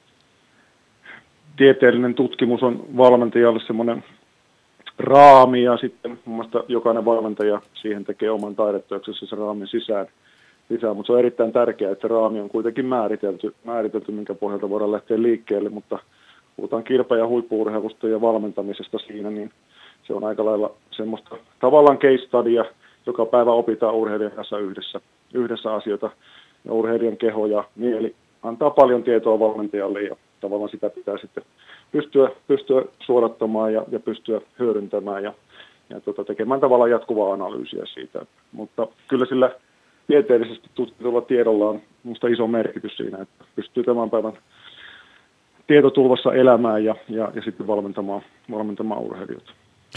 tieteellinen tutkimus on valmentajalle semmoinen raami ja sitten mun mielestä jokainen valmentaja siihen tekee oman taidetyöksensä sen raamin sisään, sisään. Mutta se on erittäin tärkeää, että se raami on kuitenkin määritelty, määritelty, minkä pohjalta voidaan lähteä liikkeelle, mutta puhutaan kilpa- ja huippu-urheilusta ja valmentamisesta siinä, niin se on aika lailla semmoista tavallaan case studya, joka päivä opitaan urheilijan kanssa yhdessä, yhdessä asioita ja urheilijan keho ja mieli antaa paljon tietoa valmentajalle ja tavallaan sitä pitää sitten pystyä, pystyä suodattamaan ja, ja pystyä hyödyntämään ja, ja tota, tekemään tavallaan jatkuvaa analyysiä siitä. Mutta kyllä sillä tieteellisesti tutkitulla tiedolla on minusta iso merkitys siinä, että pystyy tämän päivän tietotulvassa elämään ja, ja, ja sitten valmentamaan, valmentamaan urheilijoita.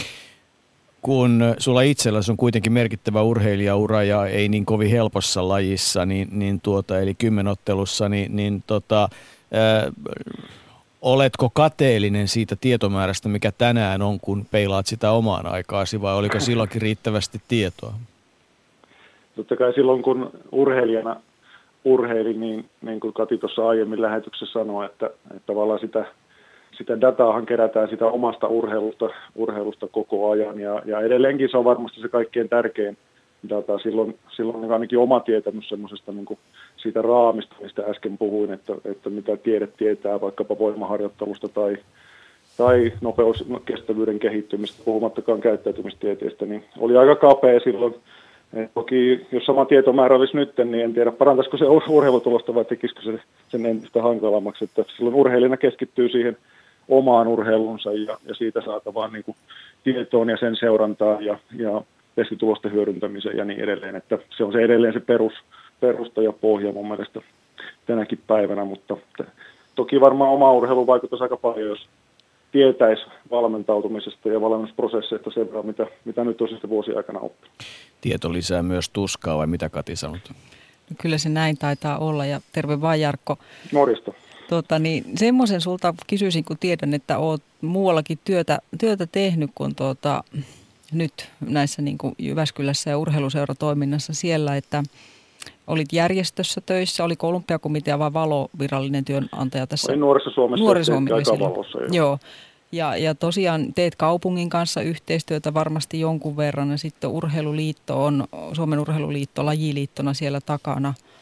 Kun sulla itselläsi on kuitenkin merkittävä urheilijaura ja ei niin kovin helpossa lajissa, niin, niin tuota, eli kymmenottelussa, niin, niin tota, ää, oletko kateellinen siitä tietomäärästä, mikä tänään on, kun peilaat sitä omaan aikaasi, vai oliko silloinkin riittävästi tietoa? Totta kai silloin, kun urheilijana urheilin, niin, niin kuin Kati tuossa aiemmin lähetyksessä sanoi, että, että tavallaan sitä, sitä dataahan kerätään sitä omasta urheilusta, urheilusta koko ajan, ja, ja edelleenkin se on varmasti se kaikkein tärkein data. Silloin, silloin ainakin oma tietämys semmoisesta niin kuin siitä raamista, mistä äsken puhuin, että, että mitä tiede tietää vaikkapa voimaharjoittelusta tai, tai nopeuskestävyyden kehittymistä, puhumattakaan käyttäytymistieteestä, niin oli aika kapea silloin. Et toki jos sama tietomäärä olisi nyt, niin en tiedä parantaisiko se urheilutulosta vai tekisikö se sen entistä hankalammaksi. Että silloin urheilijana keskittyy siihen omaan urheilunsa ja, ja siitä saatavaan niin kuin tietoon ja sen seurantaan ja, ja testitulosten hyödyntämiseen ja niin edelleen. Että se on se edelleen se perus, perusta ja pohja mun mielestä tänäkin päivänä, mutta toki varmaan oma urheilu vaikuttaisi aika paljon, jos tietäisi valmentautumisesta ja valmennusprosesseista sen verran, mitä, mitä nyt on sitten vuosien aikana oppinut. Tieto lisää myös tuskaa, vai mitä Kati sanot? No kyllä se näin taitaa olla, ja terve vaan Jarkko. Morjesta. Tuota, niin, semmoisen sulta kysyisin, kun tiedän, että olet muuallakin työtä, työtä tehnyt kuin tuota, nyt näissä niin kuin Jyväskylässä ja urheiluseuratoiminnassa siellä, että olit järjestössä töissä, oliko Olympiakomitea vai Valo virallinen työnantaja tässä? Olin Nuorissa Suomessa, aika Valossa. Joo. joo. Ja, ja tosiaan teet kaupungin kanssa yhteistyötä varmasti jonkun verran, ja sitten Urheiluliitto on, Suomen Urheiluliitto lajiliittona siellä takana.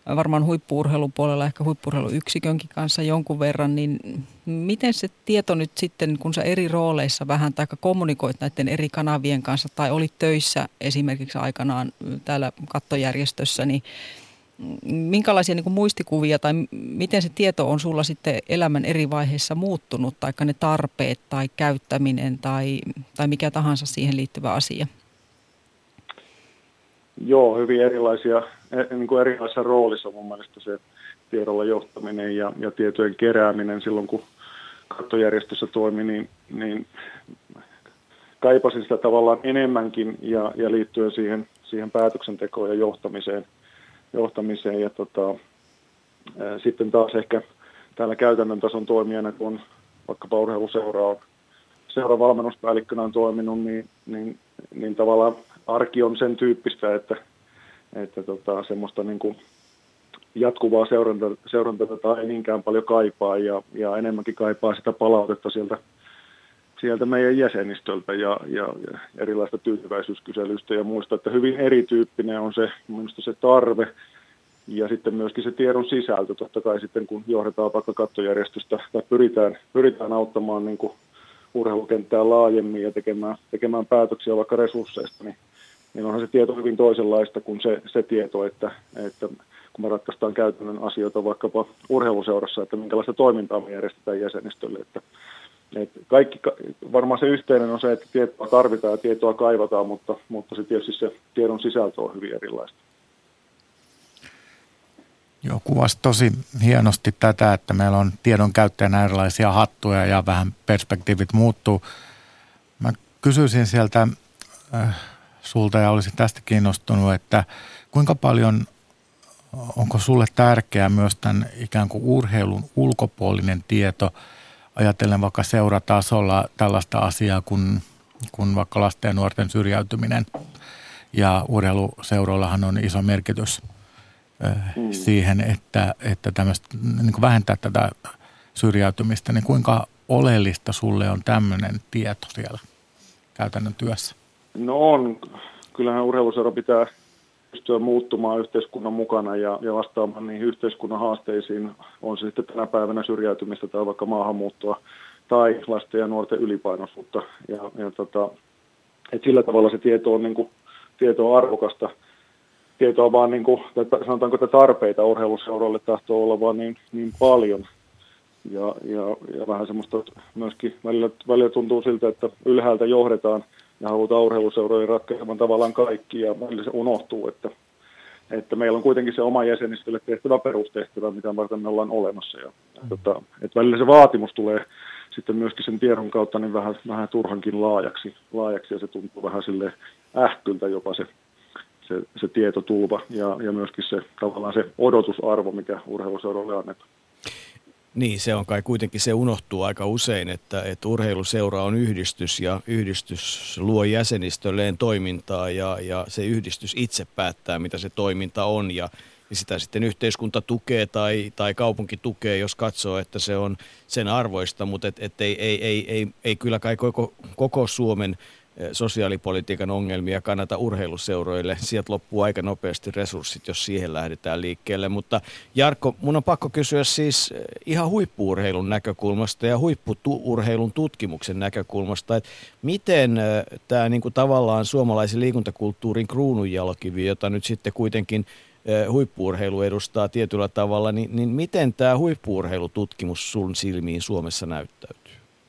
varmaan huippu-urheilun puolella, ehkä huippu-urheiluyksikönkin kanssa jonkun verran, niin miten se tieto nyt sitten, kun sä eri rooleissa vähän tai kommunikoit näiden eri kanavien kanssa tai olit töissä esimerkiksi aikanaan täällä kattojärjestössä, niin minkälaisia niin kuin muistikuvia tai miten se tieto on sulla sitten elämän eri vaiheissa muuttunut, tai ne tarpeet tai käyttäminen tai, tai mikä tahansa siihen liittyvä asia? Joo, hyvin erilaisia, niin kuin erilaisissa roolissa mun mielestä se tiedolla johtaminen ja, ja tietojen kerääminen silloin, kun kattojärjestössä toimi, niin, niin kaipasin sitä tavallaan enemmänkin ja, ja liittyen siihen, siihen päätöksentekoon ja johtamiseen. johtamiseen ja tota, ää, sitten taas ehkä täällä käytännön tason toimijana, kun on vaikkapa urheiluseura on seuran valmennuspäällikkönä on toiminut, niin, niin, niin tavallaan arki on sen tyyppistä, että, että tota, semmoista niin kuin jatkuvaa seuranta, seurantaa ei niinkään paljon kaipaa ja, ja enemmänkin kaipaa sitä palautetta sieltä, sieltä meidän jäsenistöltä ja, ja, ja erilaista tyytyväisyyskyselyistä ja muista, että hyvin erityyppinen on se, minusta se tarve ja sitten myöskin se tiedon sisältö. Totta kai sitten kun johdetaan vaikka kattojärjestöstä tai pyritään, pyritään auttamaan niin kuin urheilukenttää laajemmin ja tekemään, tekemään päätöksiä vaikka resursseista, niin, niin onhan se tieto hyvin toisenlaista kuin se, se tieto, että, että kun me ratkaistaan käytännön asioita vaikkapa urheiluseurassa, että minkälaista toimintaa me järjestetään jäsenistölle. Että, että kaikki, varmaan se yhteinen on se, että tietoa tarvitaan ja tietoa kaivataan, mutta, mutta se tietysti se tiedon sisältö on hyvin erilaista. Joo, kuvasi tosi hienosti tätä, että meillä on tiedon käyttäjänä erilaisia hattuja ja vähän perspektiivit muuttuu. Mä kysyisin sieltä äh, sulta ja olisin tästä kiinnostunut, että kuinka paljon, onko sulle tärkeää myös tämän ikään kuin urheilun ulkopuolinen tieto, ajatellen vaikka seuratasolla tällaista asiaa kuin, kuin vaikka lasten ja nuorten syrjäytyminen ja urheiluseuroillahan on iso merkitys Mm. siihen, että, että tämmöistä, niin kuin vähentää tätä syrjäytymistä, niin kuinka oleellista sulle on tämmöinen tieto siellä käytännön työssä? No on. Kyllähän urheiluseura pitää pystyä muuttumaan yhteiskunnan mukana ja, ja vastaamaan niihin yhteiskunnan haasteisiin. On se sitten tänä päivänä syrjäytymistä tai vaikka maahanmuuttoa tai lasten ja nuorten ylipainoisuutta. Ja, ja tota, et sillä tavalla se tieto on, niin kuin, tieto on arvokasta. Tietoa vaan, niin kuin, sanotaanko, että tarpeita urheiluseuroille tahtoo olla vaan niin, niin paljon. Ja, ja, ja vähän semmoista myöskin välillä, välillä tuntuu siltä, että ylhäältä johdetaan ja halutaan urheiluseuroille ratkaisemaan tavallaan kaikki ja välillä se unohtuu, että, että meillä on kuitenkin se oma jäsenistölle tehtävä perustehtävä, mitä varten me ollaan olemassa. Ja, mm. tota, että välillä se vaatimus tulee sitten myöskin sen tiedon kautta niin vähän, vähän turhankin laajaksi, laajaksi ja se tuntuu vähän silleen ähkyltä jopa se. Se, se tietotulva ja, ja myöskin se tavallaan se odotusarvo, mikä urheiluseuroille annetaan. Niin, se on kai kuitenkin, se unohtuu aika usein, että, että urheiluseura on yhdistys ja yhdistys luo jäsenistölleen toimintaa ja, ja se yhdistys itse päättää, mitä se toiminta on ja, ja sitä sitten yhteiskunta tukee tai, tai kaupunki tukee, jos katsoo, että se on sen arvoista, mutta et, et ei, ei, ei, ei, ei kyllä kai koko, koko Suomen sosiaalipolitiikan ongelmia kannata urheiluseuroille. Sieltä loppuu aika nopeasti resurssit, jos siihen lähdetään liikkeelle. Mutta Jarkko, mun on pakko kysyä siis ihan huippu-urheilun näkökulmasta ja huippu-urheilun tutkimuksen näkökulmasta, että miten tämä niinku tavallaan suomalaisen liikuntakulttuurin kruununjalokivi, jota nyt sitten kuitenkin huippu-urheilu edustaa tietyllä tavalla, niin, niin miten tämä huippu-urheilututkimus sun silmiin Suomessa näyttäytyy?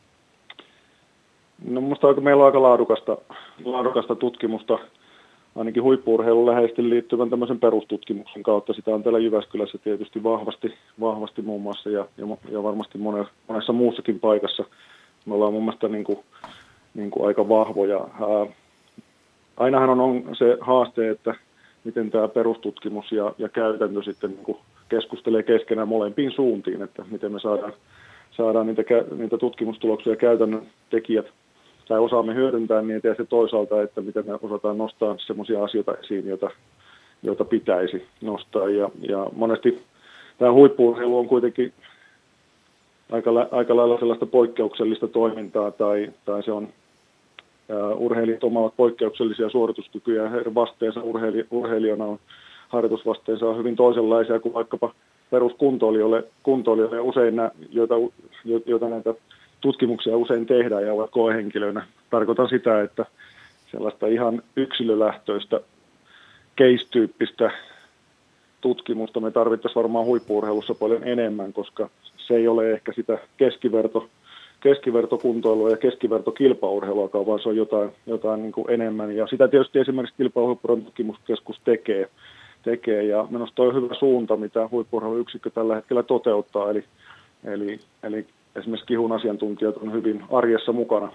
No minusta meillä on aika laadukasta, laadukasta tutkimusta, ainakin huippu-urheilun läheisesti liittyvän tämmöisen perustutkimuksen kautta. Sitä on täällä Jyväskylässä tietysti vahvasti, vahvasti muun muassa ja, ja, ja varmasti monessa muussakin paikassa. Me ollaan mun mielestä niin kuin, niin kuin aika vahvoja. Ää, ainahan on, on se haaste, että miten tämä perustutkimus ja, ja käytäntö sitten niin kuin keskustelee keskenään molempiin suuntiin, että miten me saadaan, saadaan niitä, niitä tutkimustuloksia ja käytännön tekijät tai osaamme hyödyntää niitä ja se toisaalta, että miten me osataan nostaa semmoisia asioita esiin, joita, joita pitäisi nostaa. Ja, ja monesti tämä huippu-urheilu on kuitenkin aika, aika lailla sellaista poikkeuksellista toimintaa tai, tai se on ää, urheilijat omaavat poikkeuksellisia suorituskykyjä ja heidän vasteensa urheili, urheilijana on harjoitusvasteensa on hyvin toisenlaisia kuin vaikkapa peruskuntoilijoille, kuntoilijoille usein nä, joita, joita näitä tutkimuksia usein tehdään ja ovat koehenkilöinä. Tarkoitan sitä, että sellaista ihan yksilölähtöistä case-tyyppistä tutkimusta me tarvittaisiin varmaan huippu-urheilussa paljon enemmän, koska se ei ole ehkä sitä keskiverto, keskivertokuntoilua ja keskivertokilpaurheiluakaan, vaan se on jotain, jotain niin kuin enemmän. Ja sitä tietysti esimerkiksi Kilpailuhuippu-urheilun tutkimuskeskus tekee. tekee. Ja minusta toi on hyvä suunta, mitä huippu-urheiluyksikkö tällä hetkellä toteuttaa. Eli, eli, eli esimerkiksi Kihun asiantuntijat on hyvin arjessa mukana.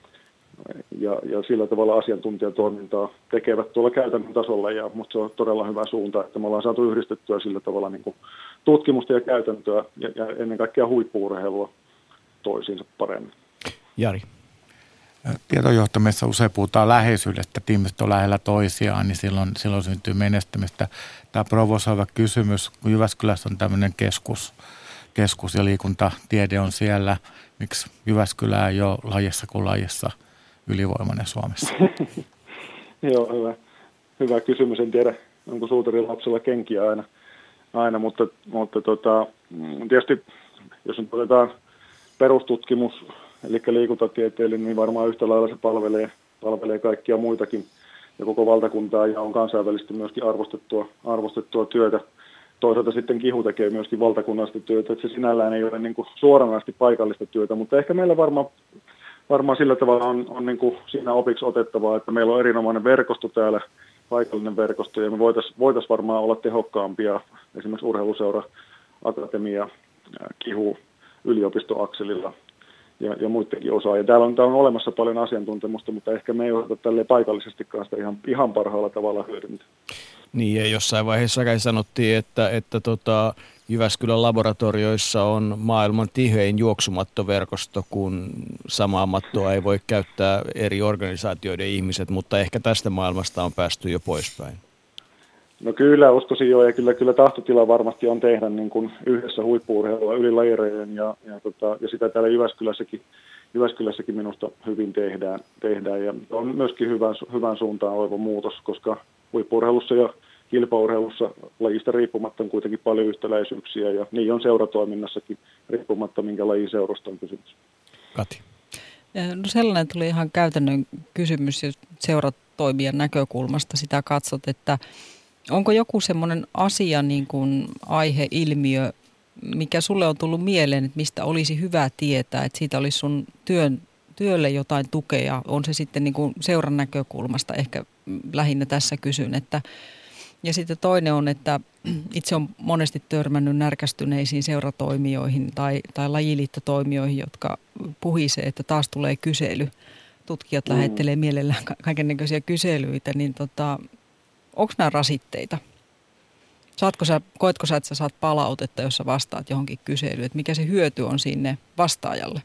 Ja, ja sillä tavalla asiantuntijatoimintaa tekevät tuolla käytännön tasolla, ja mutta se on todella hyvä suunta, että me ollaan saatu yhdistettyä sillä tavalla niin kuin tutkimusta ja käytäntöä ja, ja ennen kaikkea huippu-urheilua toisiinsa paremmin. Jari. Tietojohtamisessa usein puhutaan läheisyydestä, että ihmiset on lähellä toisiaan, niin silloin, silloin syntyy menestymistä. Tämä provosoiva kysymys, kun Jyväskylässä on tämmöinen keskus, keskus ja liikuntatiede on siellä, miksi Jyväskylä ei ole lajissa kuin lajissa ylivoimainen Suomessa? Joo, hyvä, hyvä kysymys. En tiedä, onko suutarin lapsella kenkiä aina, aina mutta, mutta tota, tietysti jos nyt otetaan perustutkimus, eli liikuntatieteellinen, niin varmaan yhtä lailla se palvelee, palvelee kaikkia muitakin ja koko valtakuntaa ja on kansainvälisesti myöskin arvostettua, arvostettua työtä. Toisaalta sitten Kihu tekee myöskin valtakunnallista työtä, että se sinällään ei ole niin kuin suoranaisesti paikallista työtä, mutta ehkä meillä varmaan Varmaan sillä tavalla on, on niin kuin siinä opiksi otettavaa, että meillä on erinomainen verkosto täällä, paikallinen verkosto, ja me voitaisiin voitais varmaan olla tehokkaampia esimerkiksi urheiluseura, akatemia, Kihu, yliopistoakselilla ja, ja muidenkin osaajia. Täällä on, täällä on olemassa paljon asiantuntemusta, mutta ehkä me ei osata tälleen paikallisestikaan sitä ihan, ihan parhaalla tavalla hyödyntää. Niin, ja jossain vaiheessa kai sanottiin, että, että tota, Jyväskylän laboratorioissa on maailman tihein juoksumattoverkosto, kun samaa mattoa ei voi käyttää eri organisaatioiden ihmiset, mutta ehkä tästä maailmasta on päästy jo poispäin. No kyllä, uskoisin jo, ja kyllä, kyllä tahtotila varmasti on tehdä niin kuin yhdessä huippu-urheilua yli lajereiden, ja, ja, tota, ja sitä täällä Jyväskylässäkin, Jyväskylässäkin minusta hyvin tehdään, tehdään ja on myöskin hyvän, hyvän suuntaan oleva muutos, koska huippu-urheilussa ja kilpaurheilussa lajista riippumatta on kuitenkin paljon yhtäläisyyksiä, ja niin on seuratoiminnassakin riippumatta, minkä lajin seurasta on kysymys. Kati. No sellainen tuli ihan käytännön kysymys, jos seuratoimijan näkökulmasta sitä katsot, että onko joku semmoinen asia, niin kuin aihe, ilmiö, mikä sulle on tullut mieleen, että mistä olisi hyvä tietää, että siitä olisi sun työn, työlle jotain tukea, on se sitten niin kuin seuran näkökulmasta, ehkä lähinnä tässä kysyn, että ja sitten toinen on, että itse on monesti törmännyt närkästyneisiin seuratoimijoihin tai, tai lajiliittotoimijoihin, jotka puhisee, että taas tulee kysely. Tutkijat mm. lähettelee mielellään kaikennäköisiä kyselyitä, niin tota, onko nämä rasitteita? Saatko sä, koetko sä, että sä saat palautetta, jos sä vastaat johonkin kyselyyn? Että mikä se hyöty on sinne vastaajalle?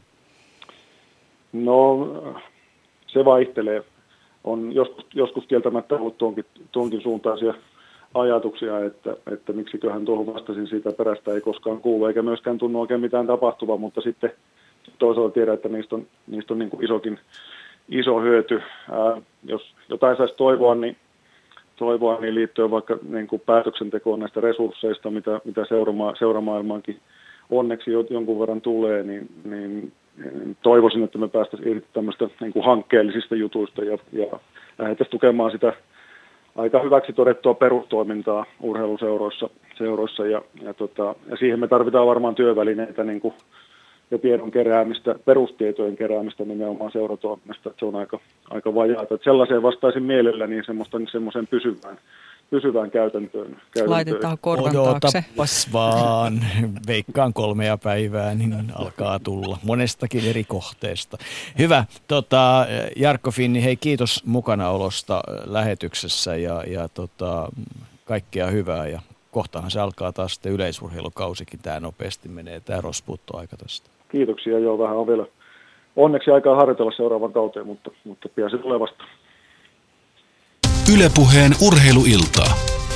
No se vaihtelee. On joskus, joskus kieltämättä ollut tuonkin, tuonkin suuntaisia ajatuksia, että, että miksiköhän tuohon vastasin, siitä perästä ei koskaan kuulu, eikä myöskään tunnu oikein mitään tapahtuva, mutta sitten toisaalta tiedän, että niistä on, niistä on niin kuin isokin iso hyöty. Ää, jos jotain saisi toivoa, niin, toivoa, niin liittyen vaikka niin kuin päätöksentekoon näistä resursseista, mitä, mitä seurama, seuramaailmaankin onneksi jonkun verran tulee, niin, niin toivoisin, että me päästäisiin irti tämmöistä niin kuin hankkeellisista jutuista ja, ja lähdettäisiin tukemaan sitä aika hyväksi todettua perustoimintaa urheiluseuroissa seuroissa ja, ja, tota, ja siihen me tarvitaan varmaan työvälineitä niin kuin jo tiedon keräämistä, perustietojen keräämistä nimenomaan seuratoiminnasta, että se on aika, aika vajaata. Että sellaiseen vastaisin mielelläni semmoista, niin semmoiseen pysyvään, pysyvään käytäntöön. käytäntöön. Laitetaan korvan taakse. Odotapas vaan, veikkaan kolmea päivää, niin alkaa tulla monestakin eri kohteesta. Hyvä, tota, Jarkko Finni, hei kiitos mukanaolosta lähetyksessä ja, ja tota, kaikkea hyvää ja kohtahan se alkaa taas sitten yleisurheilukausikin, tämä nopeasti menee, tämä rospuuttoaika tästä. Kiitoksia, joo, vähän on vielä onneksi aikaa harjoitella seuraavan kauteen, mutta, mutta pian se tulee vastaan. Yle Puheen urheiluiltaa.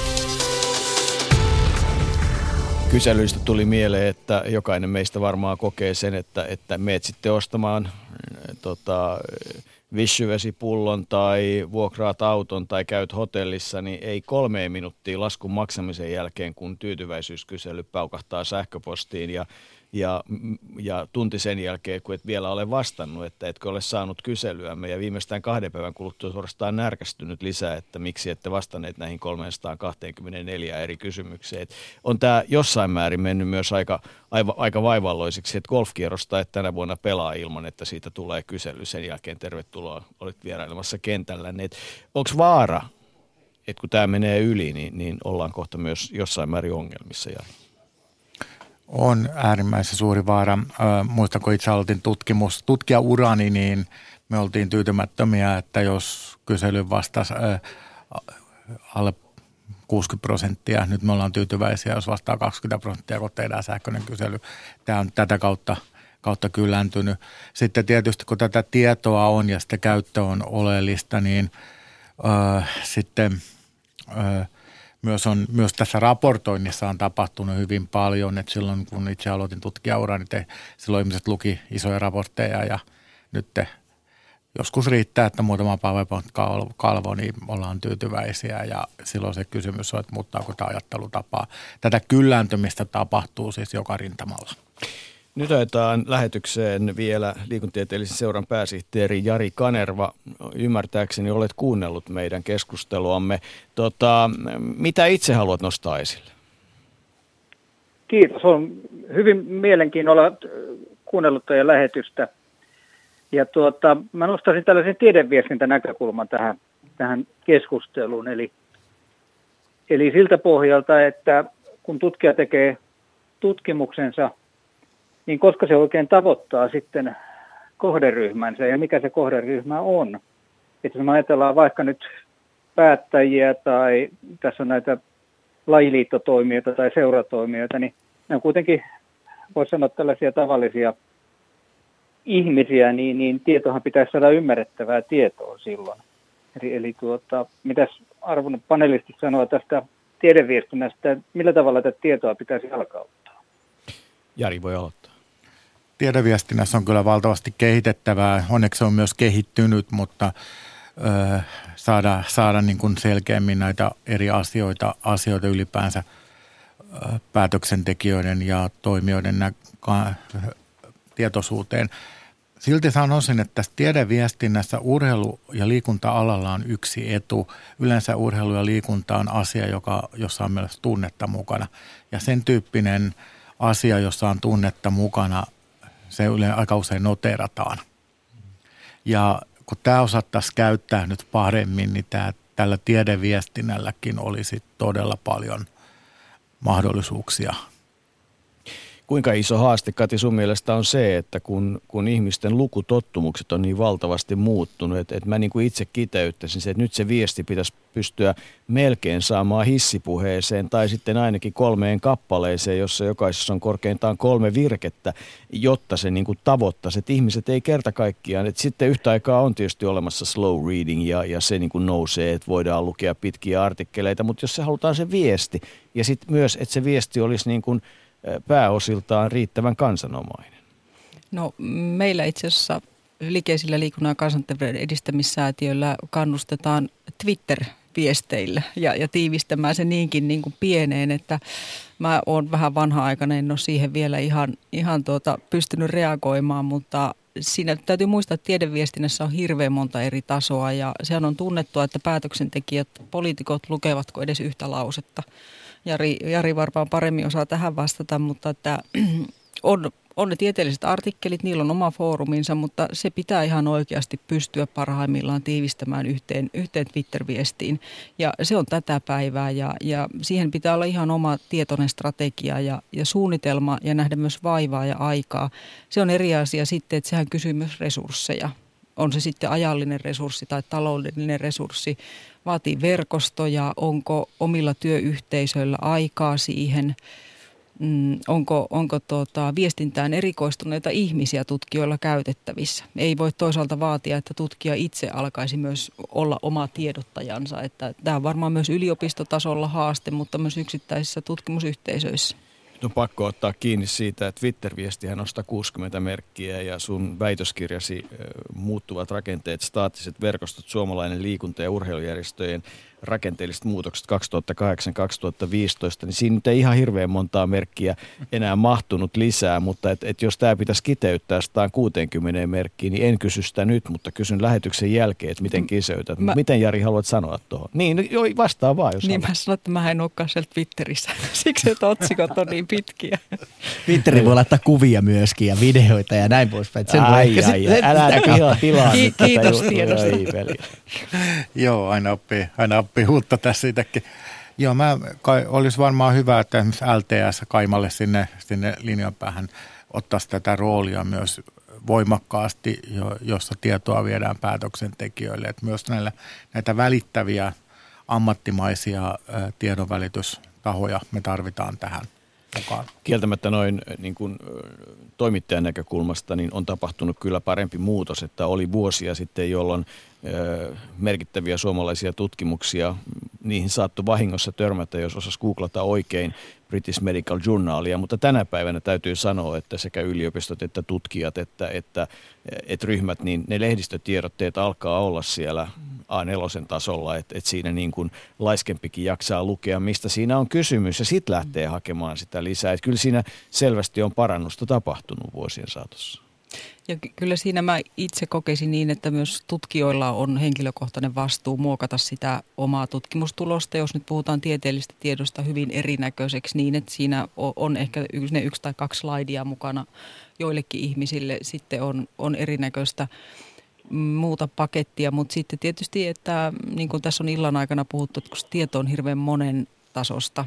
Kyselyistä tuli mieleen, että jokainen meistä varmaan kokee sen, että, että meet sitten ostamaan tota, vissyvesipullon tai vuokraat auton tai käyt hotellissa, niin ei kolmeen minuuttia laskun maksamisen jälkeen, kun tyytyväisyyskysely paukahtaa sähköpostiin ja, ja, ja tunti sen jälkeen, kun et vielä ole vastannut, että etkö ole saanut kyselyämme ja viimeistään kahden päivän kuluttua suorastaan närkästynyt lisää, että miksi ette vastanneet näihin kolmesataakaksikymmentäneljä eri kysymykseen. Et on tämä jossain määrin mennyt myös aika, aiva, aika vaivalloisiksi, että golfkierrosta et tänä vuonna pelaa ilman, että siitä tulee kysely sen jälkeen. Tervetuloa, olit vierailemassa kentällä. Onko vaara, että kun tämä menee yli, niin, niin ollaan kohta myös jossain määrin ongelmissa? Ja on äärimmäisen suuri vaara. Muistan, kun itse aloitin tutkimus, tutkijaurani, niin me oltiin tyytymättömiä, että jos kysely vastasi alle kuusikymmentä prosenttia, nyt me ollaan tyytyväisiä, jos vastaa kaksikymmentä prosenttia, kun tehdään sähköinen kysely. Tämä on tätä kautta, kautta kyllääntynyt. Sitten tietysti, kun tätä tietoa on ja sitä käyttö on oleellista, niin äh, sitten äh, Myös, on, myös tässä raportoinnissa on tapahtunut hyvin paljon, että silloin kun itse aloitin tutkijauraa, niin te, silloin ihmiset luki isoja raportteja ja nyt te, joskus riittää, että muutama PowerPoint-kalvo, niin ollaan tyytyväisiä ja silloin se kysymys on, että muuttaako tämä ajattelutapaa. Tätä kyllääntymistä tapahtuu siis joka rintamalla. Nyt otetaan lähetykseen vielä liikuntitieteellisen seuran pääsihteeri Jari Kanerva. Ymmärtääkseni olet kuunnellut meidän keskusteluamme. Tota, mitä itse haluat nostaa esille? Kiitos. On hyvin mielenkiinnolla kuunnellut teidän lähetystä. Ja tuota, mä nostaisin tällaisen tiedeviestintänäkökulman tähän, tähän keskusteluun. Eli, eli siltä pohjalta, että kun tutkija tekee tutkimuksensa, niin koska se oikein tavoittaa sitten kohderyhmänsä ja mikä se kohderyhmä on. Että jos me ajatellaan vaikka nyt päättäjiä tai tässä on näitä lajiliittotoimijoita tai seuratoimijoita, niin ne on kuitenkin, voisi sanoa, tällaisia tavallisia ihmisiä, niin, niin tietohan pitäisi saada ymmärrettävää tietoa silloin. Eli, eli tuota, mitäs arvon panelisti sanoo tästä tiedeviestinnästä, millä tavalla tätä tietoa pitäisi jalkauttaa? Jari voi aloittaa. Tiedeviestinnässä on kyllä valtavasti kehitettävää. Onneksi se on myös kehittynyt, mutta ö, saada, saada niin kuin selkeämmin näitä eri asioita, asioita ylipäänsä ö, päätöksentekijöiden ja toimijoiden nä- ka- tietoisuuteen. Silti sanoisin, että tässä tiedeviestinnässä urheilu- ja liikunta-alalla on yksi etu. Yleensä urheilu ja liikunta on asia, joka, jossa on myös tunnetta mukana. Ja sen tyyppinen asia, jossa on tunnetta mukana, se yleensä aika usein noterataan. Ja kun tämä osattaisiin käyttää nyt paremmin, niin tämä, tällä tiedeviestinnälläkin olisi todella paljon mahdollisuuksia. Kuinka iso haaste, Kati, sun mielestä on se, että kun, kun ihmisten lukutottumukset on niin valtavasti muuttunut, että, että mä niin kuin itse kiteyttäisin se, että nyt se viesti pitäisi pystyä melkein saamaan hissipuheeseen tai sitten ainakin kolmeen kappaleeseen, jossa jokaisessa on korkeintaan kolme virkettä, jotta se niin kuin tavoittaisi, että ihmiset ei kerta kaikkiaan, että sitten yhtä aikaa on tietysti olemassa slow reading ja, ja se niin kuin nousee, että voidaan lukea pitkiä artikkeleita, mutta jos se halutaan se viesti ja sitten myös, että se viesti olisi niin kuin pääosiltaan riittävän kansanomainen? No meillä itse asiassa Likeisillä liikunnan ja kansanterveyden edistämissäätiöllä kannustetaan Twitter-viesteillä ja, ja tiivistämään se niinkin niin kuin pieneen, että mä oon vähän vanha-aikainen, en ole siihen vielä ihan, ihan tuota, pystynyt reagoimaan, mutta siinä täytyy muistaa, että tiedeviestinnässä on hirveän monta eri tasoa ja sehän on tunnettua, että päätöksentekijät, poliitikot lukevatko edes yhtä lausetta. Jari, Jari varmaan paremmin osaa tähän vastata, mutta että on, on ne tieteelliset artikkelit, niillä on oma fooruminsa, mutta se pitää ihan oikeasti pystyä parhaimmillaan tiivistämään yhteen, yhteen Twitter-viestiin. Ja se on tätä päivää ja, ja siihen pitää olla ihan oma tietoinen strategia ja, ja suunnitelma ja nähdä myös vaivaa ja aikaa. Se on eri asia sitten, että sehän kysyy myös resursseja. On se sitten ajallinen resurssi tai taloudellinen resurssi, vaatii verkostoja, onko omilla työyhteisöillä aikaa siihen, mm, onko, onko tuota, viestintään erikoistuneita ihmisiä tutkijoilla käytettävissä. Ei voi toisaalta vaatia, että tutkija itse alkaisi myös olla oma tiedottajansa. Että tämä on varmaan myös yliopistotasolla haaste, mutta myös yksittäisissä tutkimusyhteisöissä. On pakko ottaa kiinni siitä, että Twitter-viestihän nostaa kuusikymmentä merkkiä ja sun väitöskirjasi muuttuvat rakenteet, staattiset verkostot, suomalainen liikunta- ja urheilujärjestöjen rakenteelliset muutokset kaksituhattakahdeksan kaksituhattaviisitoista, niin siinä nyt ei ihan hirveän montaa merkkiä enää mahtunut lisää, mutta et, et jos tämä pitäisi kiteyttää sata kuusikymmentä merkkiä, niin en kysy sitä nyt, mutta kysyn lähetyksen jälkeen, että miten kiseytät. Mä... Miten Jari haluat sanoa tuohon? Niin, joo, vastaa vaan, jos Niin haluat. Mä sanon, että mä en olekaan siellä Twitterissä, siksi että otsikot on niin pitkiä. Twitteri voi laittaa kuvia myöskin ja videoita ja näin poispäin. Sen ai, voi ai, ai, älä tilaa, tilaa Ki- nyt tätä kiitos juttua. tiedosta. Ei, peli. Joo, aina oppii, aina oppii uutta tässä siitäkin. Joo, mä kai, olisi varmaan hyvä, että esimerkiksi L T S Kaimalle sinne, sinne linjan päähän ottaisi tätä roolia myös voimakkaasti, jo, jossa tietoa viedään päätöksentekijöille. Että myös näillä, näitä välittäviä ammattimaisia ä, tiedonvälitystahoja me tarvitaan tähän mukaan. Kieltämättä noin niin kuin toimittajan näkökulmasta niin on tapahtunut kyllä parempi muutos, että oli vuosia sitten, jolloin ö, merkittäviä suomalaisia tutkimuksia, niihin saattoi vahingossa törmätä, jos osasi googlata oikein British Medical Journalia, mutta tänä päivänä täytyy sanoa, että sekä yliopistot että tutkijat että, että, että ryhmät, niin ne lehdistötiedotteet alkaa olla siellä A neljä tasolla, että, että siinä niin kuin laiskempikin jaksaa lukea, mistä siinä on kysymys ja sitten lähtee hakemaan sitä lisää. Että kyllä siinä selvästi on parannusta tapahtunut vuosien saatossa. Ja ky- kyllä siinä mä itse kokesin niin, että myös tutkijoilla on henkilökohtainen vastuu muokata sitä omaa tutkimustulosta, jos nyt puhutaan tieteellisestä tiedosta hyvin erinäköiseksi niin, että siinä on ehkä yksi, ne yksi tai kaksi slaidia mukana joillekin ihmisille, sitten on, on erinäköistä muuta pakettia, mutta sitten tietysti, että niin kuin tässä on illan aikana puhuttu, että kun tieto on hirveän monen tasosta,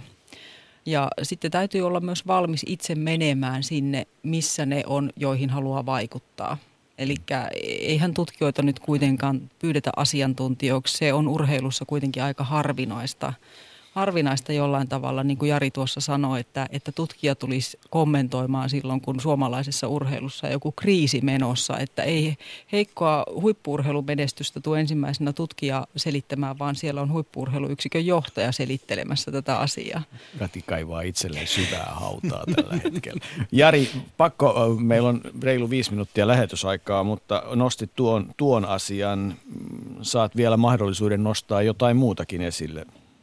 ja sitten täytyy olla myös valmis itse menemään sinne, missä ne on, joihin haluaa vaikuttaa. Eli eihän tutkijoita nyt kuitenkaan pyydetä asiantuntijoiksi. Se on urheilussa kuitenkin aika harvinaista. Harvinaista jollain tavalla, niin kuin Jari tuossa sanoi, että, että tutkija tulisi kommentoimaan silloin, kun suomalaisessa urheilussa on joku kriisi menossa. Että ei heikkoa huippu-urheilumenestystä tule ensimmäisenä tutkija selittämään, vaan siellä on huippu-urheiluyksikön johtaja selittelemässä tätä asiaa. Kati kaivaa itselleen syvää hautaa tällä hetkellä. Jari, pakko, meillä on reilu viisi minuuttia lähetysaikaa, mutta nostit tuon, tuon asian. Saat vielä mahdollisuuden nostaa jotain muutakin esille.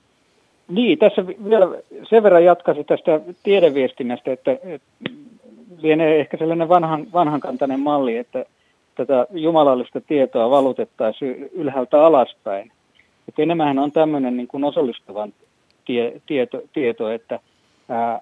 Niin, tässä vielä sen verran jatkaisin tästä tiedeviestinnästä, että, että lienee ehkä sellainen vanhan, vanhankantainen malli, että tätä jumalallista tietoa valutettaisiin ylhäältä alaspäin. Että enemmän on tämmöinen niin kuin osallistuvan tie, tieto, tieto, että ää,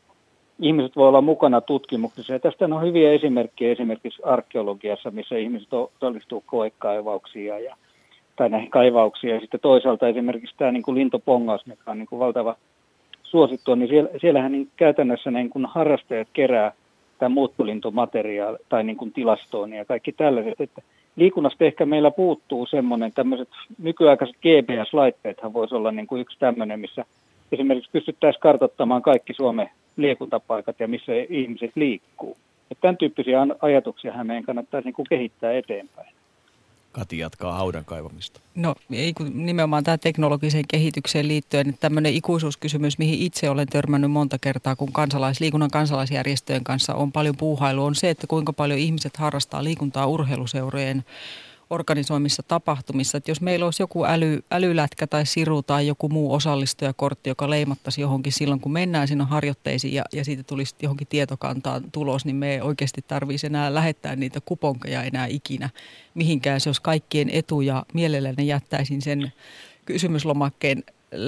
ihmiset voi olla mukana tutkimuksessa. Ja tästä on hyviä esimerkkejä esimerkiksi arkeologiassa, missä ihmiset osallistuu koekaivauksiin ja tai näihin kaivauksiin. Ja sitten toisaalta esimerkiksi tämä niin kuin lintopongaus, mikä on niin kuin valtava suosittua, niin siellä, siellähän niin käytännössä niin kuin harrastajat kerää tämä muuttolintomateriaali tai niin kuin tilastoon ja kaikki tällaiset. Että liikunnasta ehkä meillä puuttuu semmoinen, tämmöiset nykyaikaiset G P S-laitteethan voisi olla niin kuin yksi tämmöinen, missä esimerkiksi pystyttäisiin kartoittamaan kaikki Suomen liikuntapaikat ja missä ihmiset liikkuu. Että tämän tyyppisiä ajatuksia meidän kannattaisi niin kuin kehittää eteenpäin. Kati jatkaa haudan kaivamista. No ei kun nimenomaan tämä teknologiseen kehitykseen liittyen, että tämmöinen ikuisuuskysymys, mihin itse olen törmännyt monta kertaa, kun kansalais, liikunnan kansalaisjärjestöjen kanssa on paljon puuhailu, on se, että kuinka paljon ihmiset harrastaa liikuntaa urheiluseurojen organisoimissa tapahtumissa. Että jos meillä olisi joku äly, älylätkä tai siru tai joku muu osallistujakortti, joka leimattaisi johonkin silloin, kun mennään sinne harjoitteisiin ja, ja siitä tulisi johonkin tietokantaan tulos, niin me ei oikeasti tarvitsisi enää lähettää niitä kuponkeja enää ikinä mihinkään. Se olisi kaikkien etu ja mielelläni jättäisin sen kysymyslomakkeen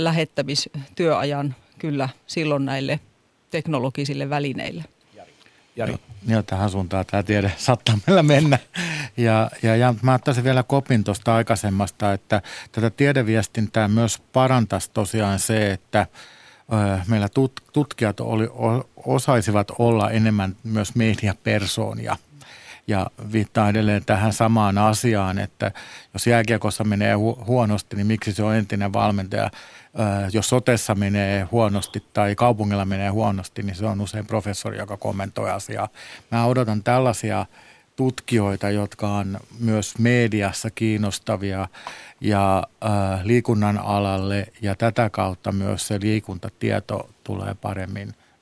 lähettämistyöajan kyllä silloin näille teknologisille välineille. Jari. Joo, tähän suuntaan tämä tiede saattaa meillä mennä. Ja, ja, ja mä ottaisin vielä kopin tuosta aikaisemmasta, että tätä tiedeviestintää myös parantaisi tosiaan se, että ö, meillä tut, tutkijat oli, o, osaisivat olla enemmän myös mediapersoonia. Ja viittaa edelleen tähän samaan asiaan, että jos jääkiekossa menee hu- huonosti, niin miksi se on entinen valmentaja? Ö, jos sotessa menee huonosti tai kaupungilla menee huonosti, niin se on usein professori, joka kommentoi asiaa. Mä odotan tällaisia tutkijoita, jotka on myös mediassa kiinnostavia ja ö, liikunnan alalle ja tätä kautta myös se liikuntatieto tulee paremmin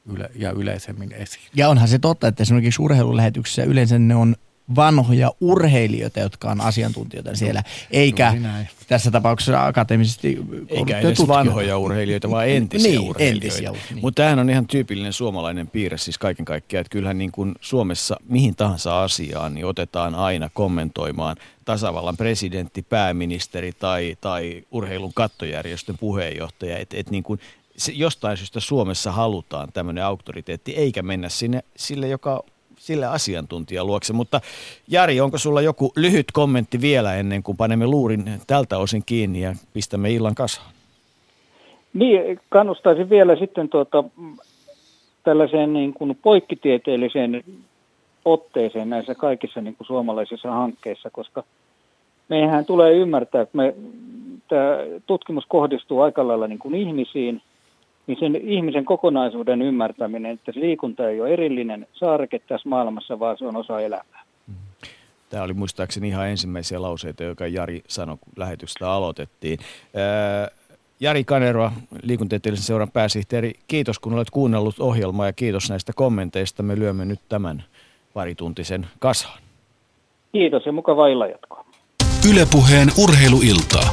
yle, ja yleisemmin esiin. Ja onhan se totta, että esimerkiksi urheilulähetyksissä yleensä ne on vanhoja urheilijoita, jotka on asiantuntijoita siellä, eikä tässä tapauksessa akateemisesti eikä edes tutkijoita. Vanhoja urheilijoita, vaan entisiä niin, urheilijoita. Entisiä, niin. Mutta tämähän on ihan tyypillinen suomalainen piirre siis kaiken kaikkiaan, että kyllähän niin kuin Suomessa mihin tahansa asiaan niin otetaan aina kommentoimaan tasavallan presidentti, pääministeri tai, tai urheilun kattojärjestön puheenjohtaja, että et niin kuin jostain syystä Suomessa halutaan tämmöinen auktoriteetti, eikä mennä sinne sille, joka sille asiantuntijan luokse. Mutta Jari, onko sulla joku lyhyt kommentti vielä ennen kuin panemme luurin tältä osin kiinni ja pistämme illan kasaan? Niin, kannustaisin vielä sitten tuota, tällaiseen niin kuin poikkitieteelliseen otteeseen näissä kaikissa niin kuin suomalaisissa hankkeissa, koska meidän tulee ymmärtää, että me, tämä tutkimus kohdistuu aika lailla niin kuin ihmisiin, niin sen ihmisen kokonaisuuden ymmärtäminen, että se liikunta ei ole erillinen saareke tässä maailmassa, vaan se on osa elämää. Tämä oli muistaakseni ihan ensimmäisiä lauseita, joka Jari sanoi, kun lähetystä aloitettiin. Jari Kanerva, liikuntatieteellisen seuran pääsihteeri, kiitos kun olet kuunnellut ohjelmaa ja kiitos näistä kommenteista. Me lyömme nyt tämän parituntisen kasaan. Kiitos ja mukavaa illanjatkoa. Yle Puheen urheiluiltaa.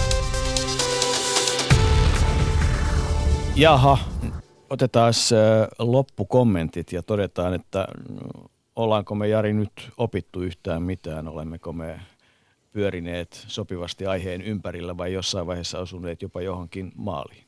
Jaha, otetaan loppukommentit ja todetaan, että ollaanko me Jari nyt opittu yhtään mitään, olemmeko me pyörineet sopivasti aiheen ympärillä vai jossain vaiheessa osuneet jopa johonkin maaliin?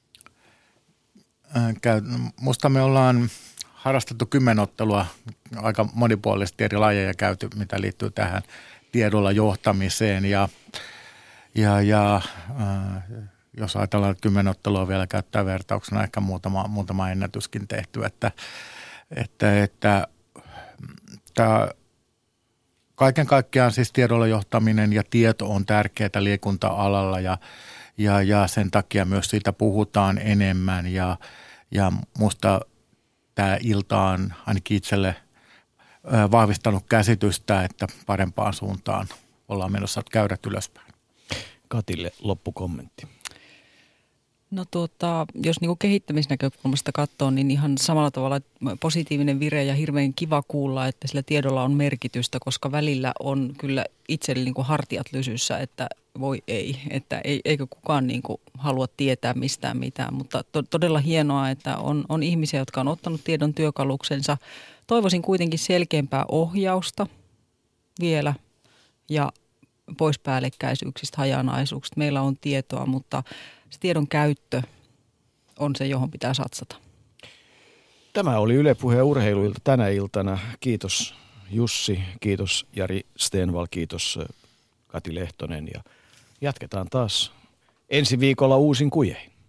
Musta me ollaan harrastettu kymmenottelua, aika monipuolisesti eri lajeja käyty, mitä liittyy tähän tiedolla johtamiseen ja, ja, ja äh, jos ajatellaan, että kymmenottelua vielä käyttää vertauksena, ehkä muutama, muutama ennätyskin tehty, että, että, että tämä kaiken kaikkiaan siis tiedolla johtaminen ja tieto on tärkeää liikunta-alalla ja, ja, ja sen takia myös siitä puhutaan enemmän ja, ja musta tämä ilta on ainakin itselle vahvistanut käsitystä, että parempaan suuntaan ollaan menossa käydä ylöspäin. Katille loppukommentti. No tuota, jos niinku kehittämisnäkökulmasta katsoo, niin ihan samalla tavalla positiivinen vire ja hirveän kiva kuulla, että sillä tiedolla on merkitystä, koska välillä on kyllä itselle niinku hartiat lysyssä, että voi ei, että ei, eikö kukaan niinku halua tietää mistään mitään, mutta to, todella hienoa, että on, on ihmisiä, jotka on ottanut tiedon työkaluksensa. Toivoisin kuitenkin selkeämpää ohjausta vielä ja pois päällekkäisyyksistä, hajanaisuuksista. Meillä on tietoa, mutta se tiedon käyttö on se, johon pitää satsata. Tämä oli Yle Puheen urheiluilta tänä iltana. Kiitos Jussi, kiitos Jari Stenvall, kiitos Kati Lehtonen ja jatketaan taas ensi viikolla uusin kujein.